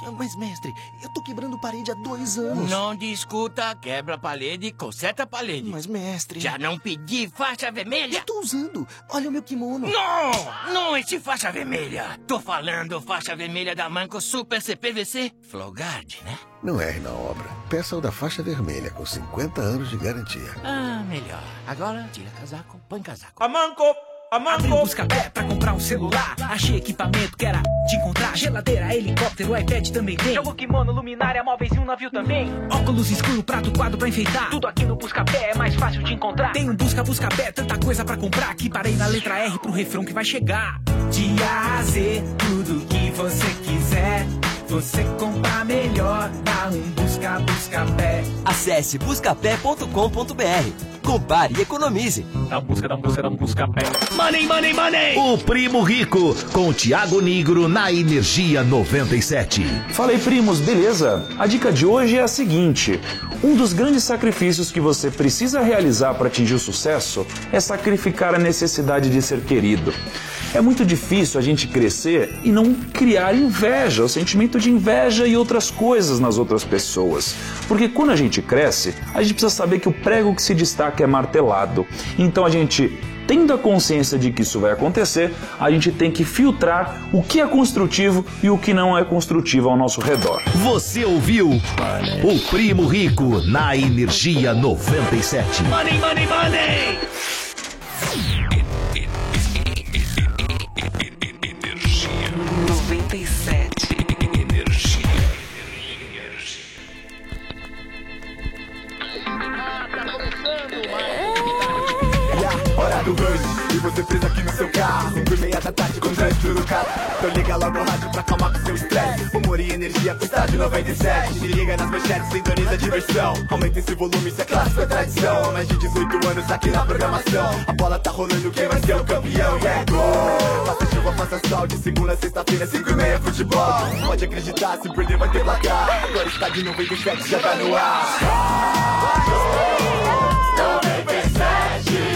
Mas, mestre, eu tô quebrando parede há 2 anos. Não discuta, quebra a parede, conserta a parede. Mas, mestre... Já não pedi faixa vermelha? Eu tô usando. Olha o meu kimono. Não esse faixa vermelha. Tô falando faixa vermelha da Manco Super CPVC Flowguard, né? Não erre na obra. Peça o da faixa vermelha, com 50 anos de garantia. Ah, melhor. Agora, tira casaco, põe casaco. Abri o Buscapé pra comprar um celular. Achei equipamento que era de encontrar. Geladeira, helicóptero, iPad também tem. Jogo, kimono, luminária, móveis e um navio também. Óculos escuro, prato, quadro pra enfeitar. Tudo aqui no Buscapé é mais fácil de encontrar. Tem um Buscapé, tanta coisa pra comprar. Que parei na letra R pro refrão que vai chegar. De A a Z, tudo que você quiser. Você compra melhor na Buscapé. Acesse buscapé.com.br. Compare e economize. Da Buscapé. Money, money, money! O Primo Rico, com o Thiago Nigro na Energia 97. Fala aí, primos, beleza? A dica de hoje é a seguinte: um dos grandes sacrifícios que você precisa realizar para atingir o sucesso é sacrificar a necessidade de ser querido. É muito difícil a gente crescer e não criar inveja, o sentimento de inveja e outras coisas nas outras pessoas. Porque quando a gente cresce, a gente precisa saber que o prego que se destaca é martelado. Então a gente, tendo a consciência de que isso vai acontecer, a gente tem que filtrar o que é construtivo e o que não é construtivo ao nosso redor. Você ouviu o Primo Rico na Energia 97. Money, money, money! Hora do rush, e você preso aqui no seu carro. 5:30 da tarde com trânsito no carro. Então liga logo o rádio pra acalmar com seu estresse. Humor e energia pro estádio 97. Se liga nas manchetes, sintoniza a diversão. Aumenta esse volume, isso é clássico, é tradição. Há mais de 18 anos aqui na programação. A bola tá rolando, quem vai ser o campeão? E é gol! Faça chuva, faça sol, de segunda a sexta-feira, 5:30 futebol. Pode acreditar, se perder vai ter placar. Agora está de 97, já tá no ar. 97.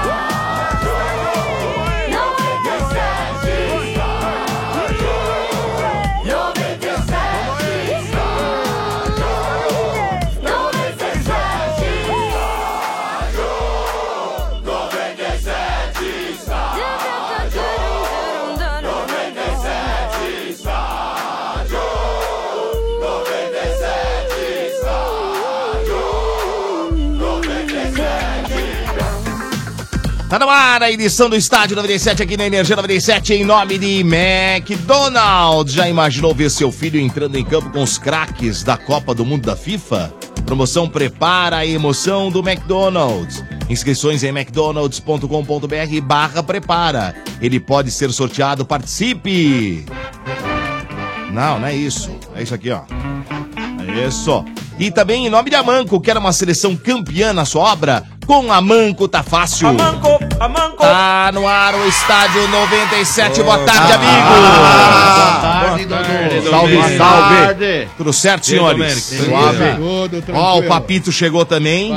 Tá no ar a edição do Estádio 97 aqui na Energia 97 em nome de McDonald's. Já imaginou ver seu filho entrando em campo com os craques da Copa do Mundo da FIFA? Promoção Prepara a Emoção do McDonald's. Inscrições em mcdonalds.com.br/prepara. Ele pode ser sorteado, participe! Não é isso. É isso aqui, ó. É isso. E também em nome de Amanco, quer uma seleção campeã na sua obra? Com Amanco tá fácil. Amanco! Tá no ar o Estádio 97. Boa tarde, amigo. Boa tarde, Dodô. Salve, salve. Tudo certo, senhores? Suave. Ó, o Papito chegou também.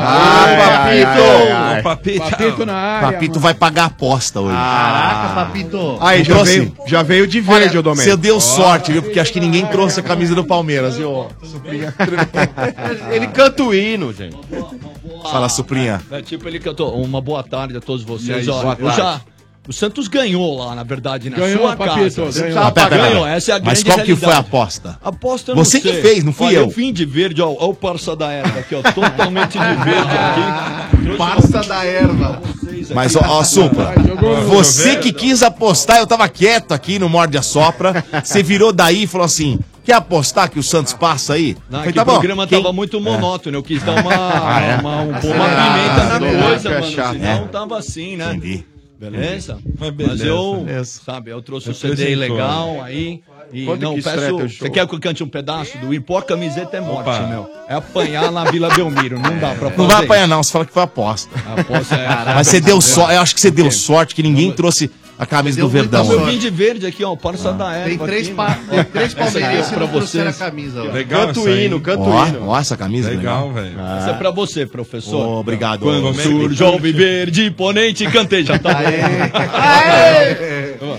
Papito na área. Papito vai pagar a aposta hoje. Caraca, Papito. Aí, já veio de verde, o Domênico. Você deu sorte, viu? Porque acho que ninguém trouxe a camisa do Palmeiras, viu? Ele canta o hino, gente. Fala, Suplinha. É tipo, ele cantou uma boa tarde a todos vocês. Aí, Olha, o Santos ganhou lá, na verdade, na Ganhou, sua Papito, casa. Ganhou. Essa é a grande Mas qual que realidade. foi a aposta? A aposta eu não Você sei. que fez, não fui Olha, eu. Eu vim de verde, ó o parça da erva aqui, ó, totalmente de verde aqui. Parça da erva. Mas, ó, Supla, você que quis apostar, eu tava quieto aqui no Morde a Sopra, você virou daí e falou assim, quer apostar que o Santos passa aí? Não, Falei, que o programa tava muito monótono, eu quis dar uma pimenta na coisa, mano, senão tava assim, né? Entendi. Beleza? Mas eu, sabe, eu trouxe o CD legal aí. E não, peço. Você quer que eu cante um pedaço do Impor Camiseta é morte, meu. É apanhar na Vila Belmiro, não dá pra fazer. Não vai apanhar, não, você fala que foi aposta. A aposta é. Mas você deu sorte, eu acho que você deu sorte que ninguém trouxe a camisa do Verdão. Eu vim de verde aqui, ó, parça da erva. Tem três palmeirenses pra você na camisa. Legal, Canta o hino. Ó, essa camisa legal, velho. Isso é pra você, professor. Obrigado. Quando surge o verde imponente, cantei, já tá bom.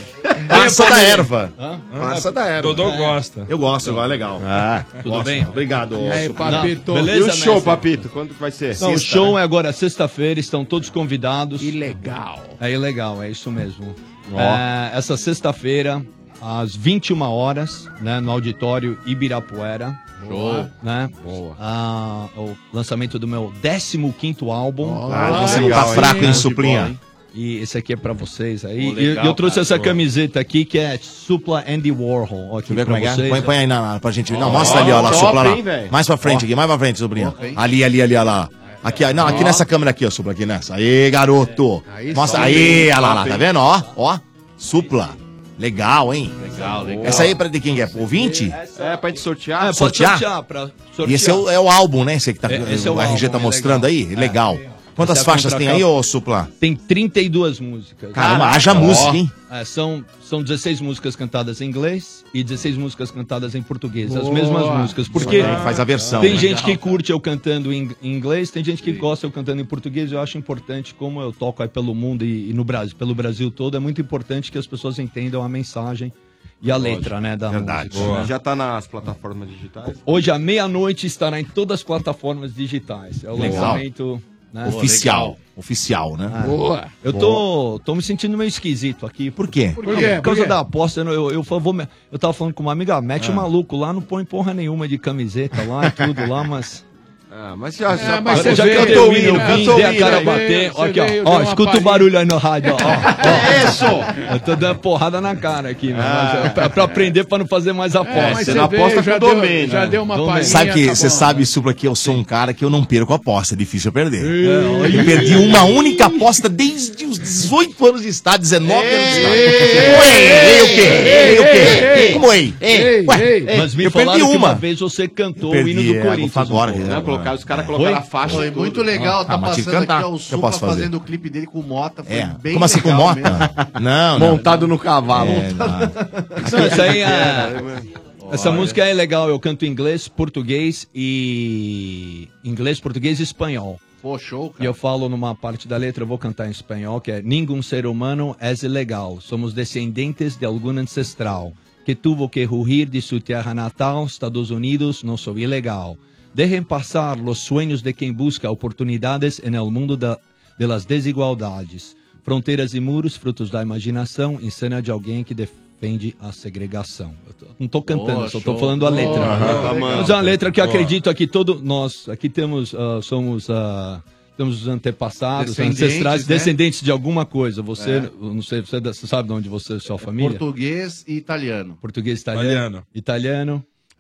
Passa da erva. Passa da erva. Dodô gosta. Eu gosto, é legal. Tudo bem? Obrigado. E aí, Papito? Beleza, E o show, mestre? Papito? Quando que vai ser? Não, o show é agora sexta-feira, estão todos convidados. Ilegal. É ilegal, é isso mesmo. Ó. Essa sexta-feira, às 21 horas, né, no auditório Ibirapuera. Show. Né? Boa. O lançamento do meu 15º álbum. Você não tá fraco, hein, Suplinha? E esse aqui é pra vocês aí. Oh, legal, e eu trouxe cara, essa boa. camiseta aqui que é Supla Andy Warhol. Ó, aqui Deixa eu ver como é que vocês. é. Põe aí pra gente ver. Não, mostra ali, ó lá, Supla lá. hein, velho? Mais pra frente aqui, mais pra frente, Suplinha. Ali, ó lá. Aqui, ó, não, aqui nessa câmera aqui, ó, Supla, aqui nessa. Aê, garoto. Mostra aí, olha lá, tá vendo, ó? Supla. Legal, hein? Legal. Essa aí é pra de quem é? Pro ouvinte? É pra gente sortear? Pode sortear? pra sortear. E esse é o álbum, né? Esse que tá, Esse é o o RG tá álbum, mostrando aí? Legal. Quantas Essa é a faixas tem aí, ô Supla? Tem 32 músicas. Caramba, haja música, hein? São 16 músicas cantadas em inglês e 16 músicas cantadas em português. As mesmas músicas. Porque faz a versão. tem né? gente que curte eu cantando em inglês, tem gente que gosta eu cantando em português. Eu acho importante, como eu toco aí pelo mundo e no Brasil, pelo Brasil todo, é muito importante que as pessoas entendam a mensagem e a letra, né, da Verdade. música. Já tá nas plataformas digitais? Hoje, à meia-noite, estará em todas as plataformas digitais. É o Legal. lançamento... né? Oficial, né? Boa. Eu tô me sentindo meio esquisito aqui. Por quê? Por quê? Por causa da aposta, eu tava falando com uma amiga, mete o maluco lá, não põe porra nenhuma de camiseta lá e tudo lá, mas... Mas já mas passou. você Já veio, cantei o hino, né? vim, dei a cara a Você bater. veio, Ó, aqui, você veio, ó, deu uma escuta o palhinha. barulho aí no rádio, ó. Isso! Eu tô dando porrada na cara aqui, meu, mas pra aprender pra não fazer mais Mas aposta. você não aposta veio, com o Domênio, já né? deu uma Domênio. palhinha. Sabe que acabou. você sabe, Supla, que eu sou um cara que eu não perco aposta. É difícil eu perder. Eu perdi uma única aposta desde os 18 anos de estado, 19 anos de estado. Ei, o quê? Como ei? Ué, Mas me eu perdi falaram que uma. uma vez você cantou Eu o hino perdi, do Corinthians. agora. um pouco. Não, colocaram, os caras colocaram a faixa. Foi e tudo. muito legal, tá mas tive que passando cantar. aqui ó, o O que eu Supla posso fazer? fazendo o clipe dele com o Mota. Foi É. bem Como assim com legal Mota? mesmo. Não, Montado no cavalo. Não, isso aí essa música é legal, eu canto inglês, português e espanhol. Pô, show, E cara. eu falo numa parte da letra, eu vou cantar em espanhol, que é Ningún ser humano es ilegal, somos descendentes de algum ancestral que tuvo que huir de su tierra natal, Estados Unidos, no soy ilegal. Dejen pasar los sueños de quien busca oportunidades en el mundo de las desigualdades. Fronteiras e muros, frutos da imaginação, em cena de alguém que defende a segregação. Não tô cantando, só tô falando a letra. Mas é uma letra que eu acredito aqui, nós aqui temos, temos os antepassados, Descendentes, ancestrais, né? descendentes de alguma coisa. Você, não sei, você sabe de onde você, sua família? Português e italiano. Português, italiano.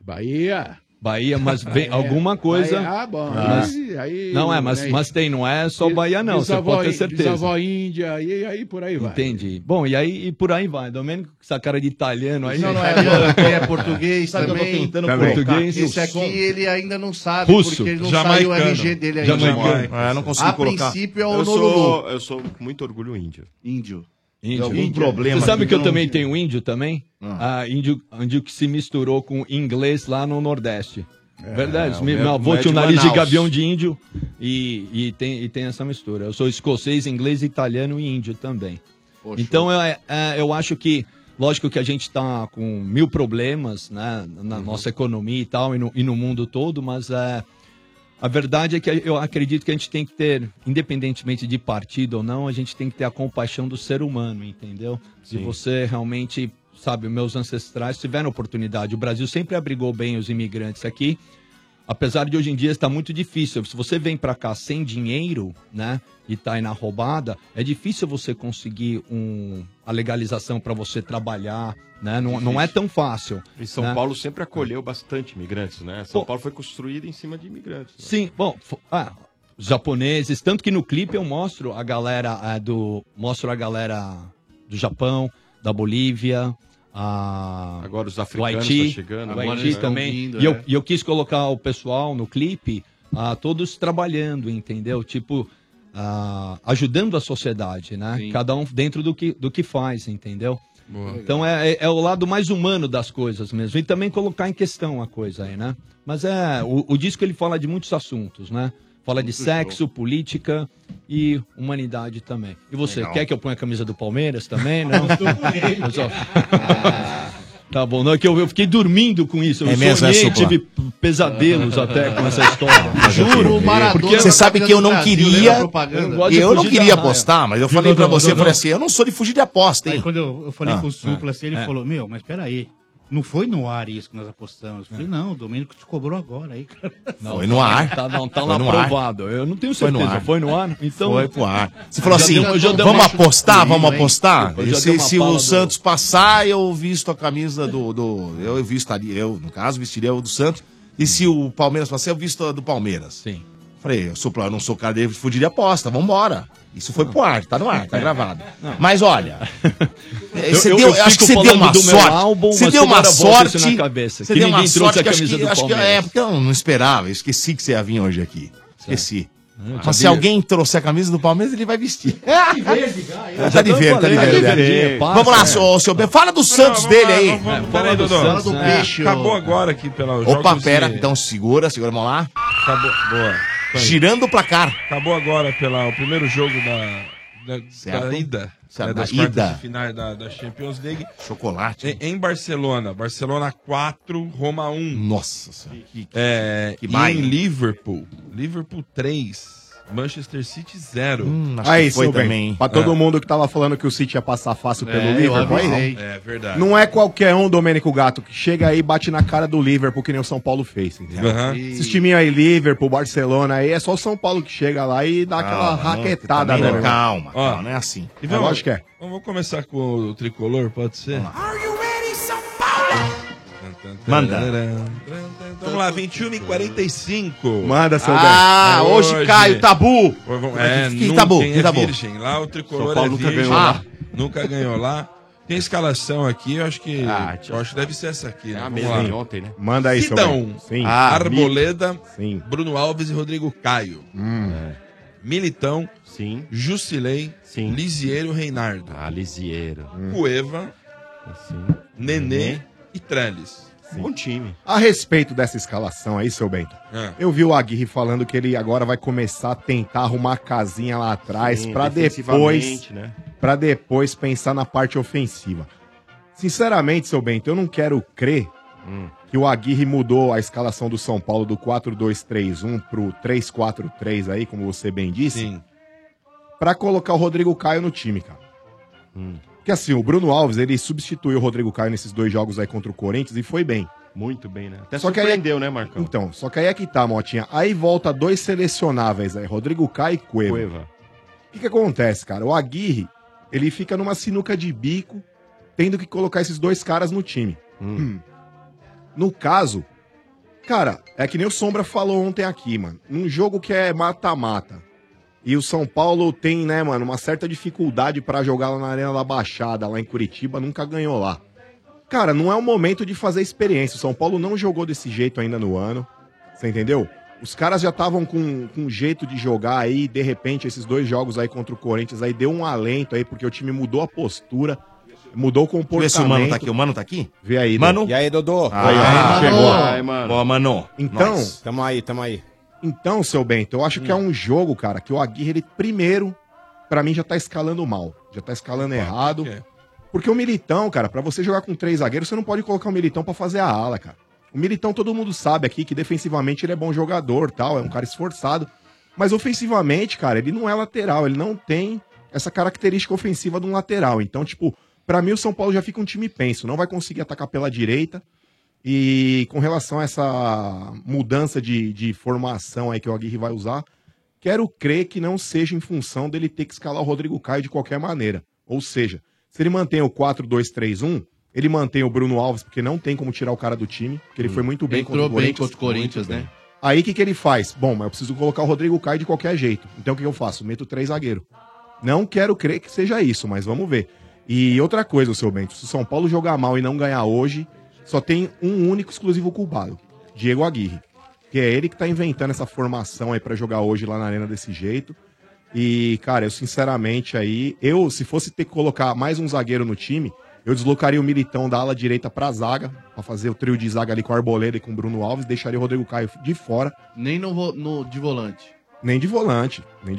Bahia, mas vem alguma coisa. Ah, bom. Aí, Não é, né? mas tem, não é só Bahia não, você pode ter certeza. Bisavó Índia, e aí por aí vai. Entendi. Bom, e por aí vai. Domênico com essa cara de italiano aí. Não é italiano, aqui é português Sabe que eu tô também. tentando Português. Esse aqui ele ainda não sabe, Russo. porque ele não Jamaicano. saiu o RG dele ainda. É, não consigo A colocar. princípio é o Eu Nolulu. sou muito orgulho índio. Índio. Algum problema. Você sabe aqui que eu não- também tenho índio também? Índio que se misturou com inglês lá no Nordeste. Verdade. Meu avô não é tinha um de nariz de Manaus. gavião de índio e tem essa mistura. Eu sou escocês, inglês, italiano e índio também. Poxa. Então eu acho que, lógico que a gente está com 1000 problemas, né, na nossa economia e tal, e no mundo todo, mas a verdade é que eu acredito que a gente tem que ter, independentemente de partido ou não, a gente tem que ter a compaixão do ser humano, entendeu? Se você realmente, sabe, meus ancestrais tiveram oportunidade. O Brasil sempre abrigou bem os imigrantes aqui, apesar de hoje em dia estar muito difícil. Se você vem para cá sem dinheiro, né, e tá aí na roubada, é difícil você conseguir a legalização para você trabalhar, né? Não é tão fácil. E São né? Paulo sempre acolheu bastante imigrantes, né? São Paulo foi construído em cima de imigrantes. Né? Sim, bom, os japoneses, tanto que no clipe eu mostro a galera do Japão, da Bolívia, Agora os do africanos Haiti, tá chegando. do agora, Haiti né? também. vindo, E eu quis colocar o pessoal no clipe, todos trabalhando, entendeu? Tipo, ajudando a sociedade, né? Sim. Cada um dentro do que faz, entendeu? Então é o lado mais humano das coisas mesmo. E também colocar em questão a coisa aí, né? Mas o disco ele fala de muitos assuntos, né? Fala de sexo, política e humanidade também. E você, Legal. quer que eu ponha a camisa do Palmeiras também? Não? Eu só- Tá bom, não é que eu fiquei dormindo com isso. Eu É mesmo, sonhei, Supla? tive pesadelos até com essa história. Juro, porque você sabe que eu não queria. gosto de Eu não fugir queria da raia. apostar, mas eu Viu, falei pra Dodô, você, eu Dodô? falei assim, eu não sou de fugir de aposta, hein? Aí quando eu falei Ah, com o Supla, assim, ele é. falou, meu, mas peraí, não foi no ar isso que nós apostamos. Eu falei, não, o Domênico te cobrou agora aí, cara. Não, Foi no ar. Tá Foi lá no ar. aprovado. Eu não tenho Foi no certeza. ar. Foi no ar? Então. Foi pro ar. Você falou Já assim, deu- já deu vamos uma apostar, chuva, vamos hein? apostar? Eu já Se, dei uma se pala o do- Santos passar, eu visto a camisa eu vistaria, eu, no caso, vestiria o do Santos. E se o Palmeiras passar, eu visto a do Palmeiras. Sim. Falei, eu não sou cara de fugir de aposta, vambora. Isso foi pro ar, tá no ar, tá gravado. Mas olha, acho que você deu uma sorte. Você deu uma sorte. Você deu uma sorte que acho que é porque eu não esperava. Eu esqueci que você ia vir hoje aqui. Esqueci. Mas se alguém trouxer a camisa do Palmeiras, ele vai vestir. Tá de verde, tá de verde. Vamos lá, seu Ben. Fala do Santos dele aí. Peraí, Dodô. Fala do peixe. Acabou agora aqui pela Opa, pera, então segura, vamos lá. Acabou, boa. Girando o placar. Acabou agora o primeiro jogo da ida. Certo, Das da quartas ida. de finais da Champions League. Chocolate. Em Barcelona. Barcelona 4, Roma 1. Nossa Senhora. Que que e baile. em Liverpool. Liverpool 3. Manchester City 0. Aí, seu bem, pra todo mundo que tava falando que o City ia passar fácil pelo eu Liverpool, avisei. aí, É verdade. não é qualquer um, Domênico Gato, que chega aí e bate na cara do Liverpool, que nem o São Paulo fez, entendeu? Aham. Esses timinhos aí, Liverpool, Barcelona, aí é só o São Paulo que chega lá e dá aquela raquetada, também né? não, meu? calma, Ó, não é assim. E É lógico que é. Vamos começar com o tricolor, pode ser? Manda. Vamos lá, 21h45. Manda, seu Ah, bem. hoje cai o tabu. Que tabu? Quem Que é tabu? virgem. Lá o tricolor São Paulo é nunca virgem. ganhou lá. Nunca ganhou lá. Tem escalação aqui, eu acho que deve ser essa aqui, né? Vamos lá. ontem, né? Manda aí, seu Sidão, bem. Sim. Arboleda, Sim. Bruno Alves e Rodrigo Caio. Militão, Sim. Jusilei, Lisieiro e Reinaldo. Lisieiro. Cueva, Nenê e Trellis. Bom time. A respeito dessa escalação aí, seu Bento, eu vi o Aguirre falando que ele agora vai começar a tentar arrumar a casinha lá atrás Sim, pra depois, defensivamente, né? pra depois pensar na parte ofensiva. Sinceramente, seu Bento, eu não quero crer que o Aguirre mudou a escalação do São Paulo do 4-2-3-1 pro 3-4-3 aí, como você bem disse, pra colocar o Rodrigo Caio no time, cara. Porque assim, o Bruno Alves, ele substituiu o Rodrigo Caio nesses 2 jogos aí contra o Corinthians e foi bem. Muito bem, né? Até Só que aí surpreendeu, né, Marcão? Então, só que aí é que tá, Motinha. Aí volta 2 selecionáveis aí, Rodrigo Caio e Cueva. O que acontece, cara? O Aguirre, ele fica numa sinuca de bico, tendo que colocar esses 2 caras no time. No caso, cara, é que nem o Sombra falou ontem aqui, mano. Num jogo que é mata-mata. E o São Paulo tem, né, mano, uma certa dificuldade pra jogar lá na Arena da Baixada, lá em Curitiba, nunca ganhou lá. Cara, não é o momento de fazer experiência. O São Paulo não jogou desse jeito ainda no ano. Você entendeu? Os caras já estavam com jeito de jogar aí, de repente, esses 2 jogos aí contra o Corinthians aí deu um alento aí, porque o time mudou a postura, mudou o comportamento. Vê se o Mano tá aqui. O Mano tá aqui? Vê aí, Mano. Dô. E aí, Dodô? Chegou. Ai, mano. Boa, Mano. Então, Nós. tamo aí. Então, seu Bento, eu acho que é um jogo, cara, que o Aguirre, ele primeiro, pra mim, já tá escalando mal. Já tá escalando errado. Porque o Militão, cara, pra você jogar com 3 zagueiros, você não pode colocar o Militão pra fazer a ala, cara. O Militão, todo mundo sabe aqui que defensivamente ele é bom jogador, tal, é um cara esforçado. Mas ofensivamente, cara, ele não é lateral, ele não tem essa característica ofensiva de um lateral. Então, tipo, pra mim o São Paulo já fica um time penso, não vai conseguir atacar pela direita. E com relação a essa mudança de formação aí que o Aguirre vai usar, quero crer que não seja em função dele ter que escalar o Rodrigo Caio de qualquer maneira. Ou seja, se ele mantém o 4-2-3-1, ele mantém o Bruno Alves, porque não tem como tirar o cara do time, porque ele foi muito bem Entrou bem contra o Corinthians, né? Aí o que ele faz? Bom, mas eu preciso colocar o Rodrigo Caio de qualquer jeito. Então o que eu faço? Meto 3 zagueiros. Não quero crer que seja isso, mas vamos ver. E outra coisa, seu Bento, se o São Paulo jogar mal e não ganhar hoje, só tem um único exclusivo culpado, Diego Aguirre. Que é ele que tá inventando essa formação aí pra jogar hoje lá na arena desse jeito. E, cara, eu sinceramente aí, se fosse ter que colocar mais um zagueiro no time, eu deslocaria o Militão da ala direita pra zaga, pra fazer o trio de zaga ali com a Arboleda e com o Bruno Alves, deixaria o Rodrigo Caio de fora. Nem de volante. Nem de volante.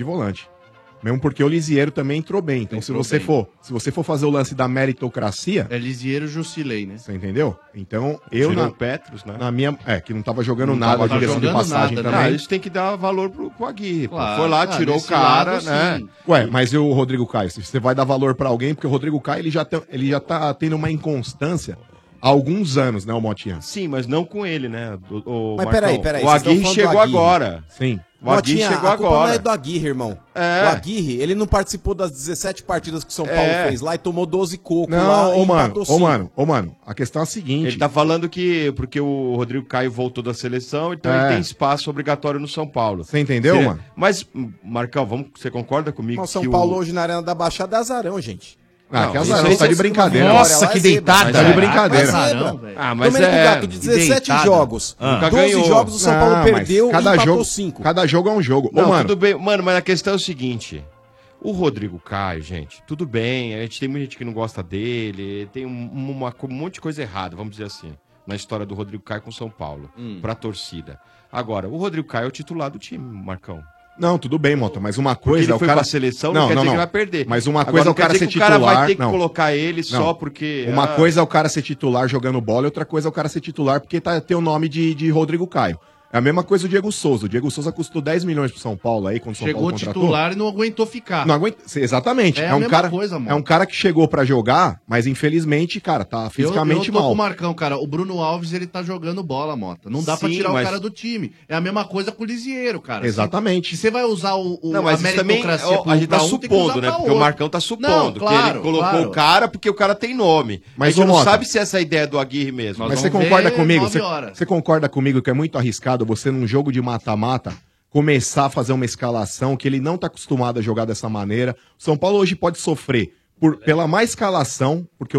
Mesmo porque o Lisieiro também entrou bem. Então, se você for fazer o lance da meritocracia... É Lisieiro, Jusilei, né? Você entendeu? Então, eu... Tirou o Petros, né? Na minha... que não tava jogando nada, direção de passagem também. Ah, isso tem que dar valor pro Aguirre. Claro, Foi lá, tirou o cara, lado, né? sim. Ué, mas e o Rodrigo Caio? Se você vai dar valor pra alguém, porque o Rodrigo Caio, ele já tá tendo uma inconstância há alguns anos, né, o Motinha? Sim, mas não com ele, né? Mas peraí. O Aguirre chegou agora. Sim. O Aguirre chegou a culpa agora. não é do Aguirre, irmão. O Aguirre, ele não participou das 17 partidas que o São Paulo fez lá e tomou 12 cocos lá e empatou 5. Mano, a questão é a seguinte... Ele tá falando que porque o Rodrigo Caio voltou da seleção, então ele tem espaço obrigatório no São Paulo. Você entendeu, mano? Mas, Marcão, você concorda comigo? Mas o São Paulo hoje na Arena da Baixada é azarão, gente. Que azarão, tá de brincadeira. Nossa, que deitada. Tá de brincadeira. Mas Gato, de 17 jogos, 12 jogos o São Paulo perdeu e empatou 5. Cada jogo é um jogo. Não, tudo bem. Mano, mas a questão é o seguinte... O Rodrigo Caio, gente, tudo bem, tem muita gente que não gosta dele, tem um monte de coisa errada, vamos dizer assim, na história do Rodrigo Caio com São Paulo, pra torcida. Agora, o Rodrigo Caio é o titular do time, Marcão. Não, tudo bem, Mota, mas uma coisa ele é o foi cara... pra seleção, não quer dizer que ele vai perder. Mas uma Agora, coisa é o não quer cara dizer ser que o cara titular... vai ter que colocar ele só porque... Uma coisa é o cara ser titular jogando bola e outra coisa é o cara ser titular porque tem o nome de Rodrigo Caio. É a mesma coisa o Diego Souza. O Diego Souza custou 10 milhões pro São Paulo aí, quando o São Paulo contratou. Chegou titular e não aguentou ficar. Não aguenta, exatamente. É a mesma coisa, mano. É um cara que chegou pra jogar, mas infelizmente, cara, tá fisicamente eu tô mal. com o Marcão, cara. O Bruno Alves, ele tá jogando bola, Mota. Não dá pra tirar o cara do time. É a mesma coisa com o Lisieiro, cara. Exatamente. Se você vai usar Não, mas isso também, a gente tá supondo, né? Porque o Marcão tá supondo que ele colocou o cara porque o cara tem nome. Mas a gente não sabe se essa é a ideia do Aguirre mesmo. Mas você concorda comigo? Você concorda comigo que é muito arriscado você num jogo de mata-mata começar a fazer uma escalação que ele não tá acostumado a jogar dessa maneira. O São Paulo hoje pode sofrer pela má escalação, porque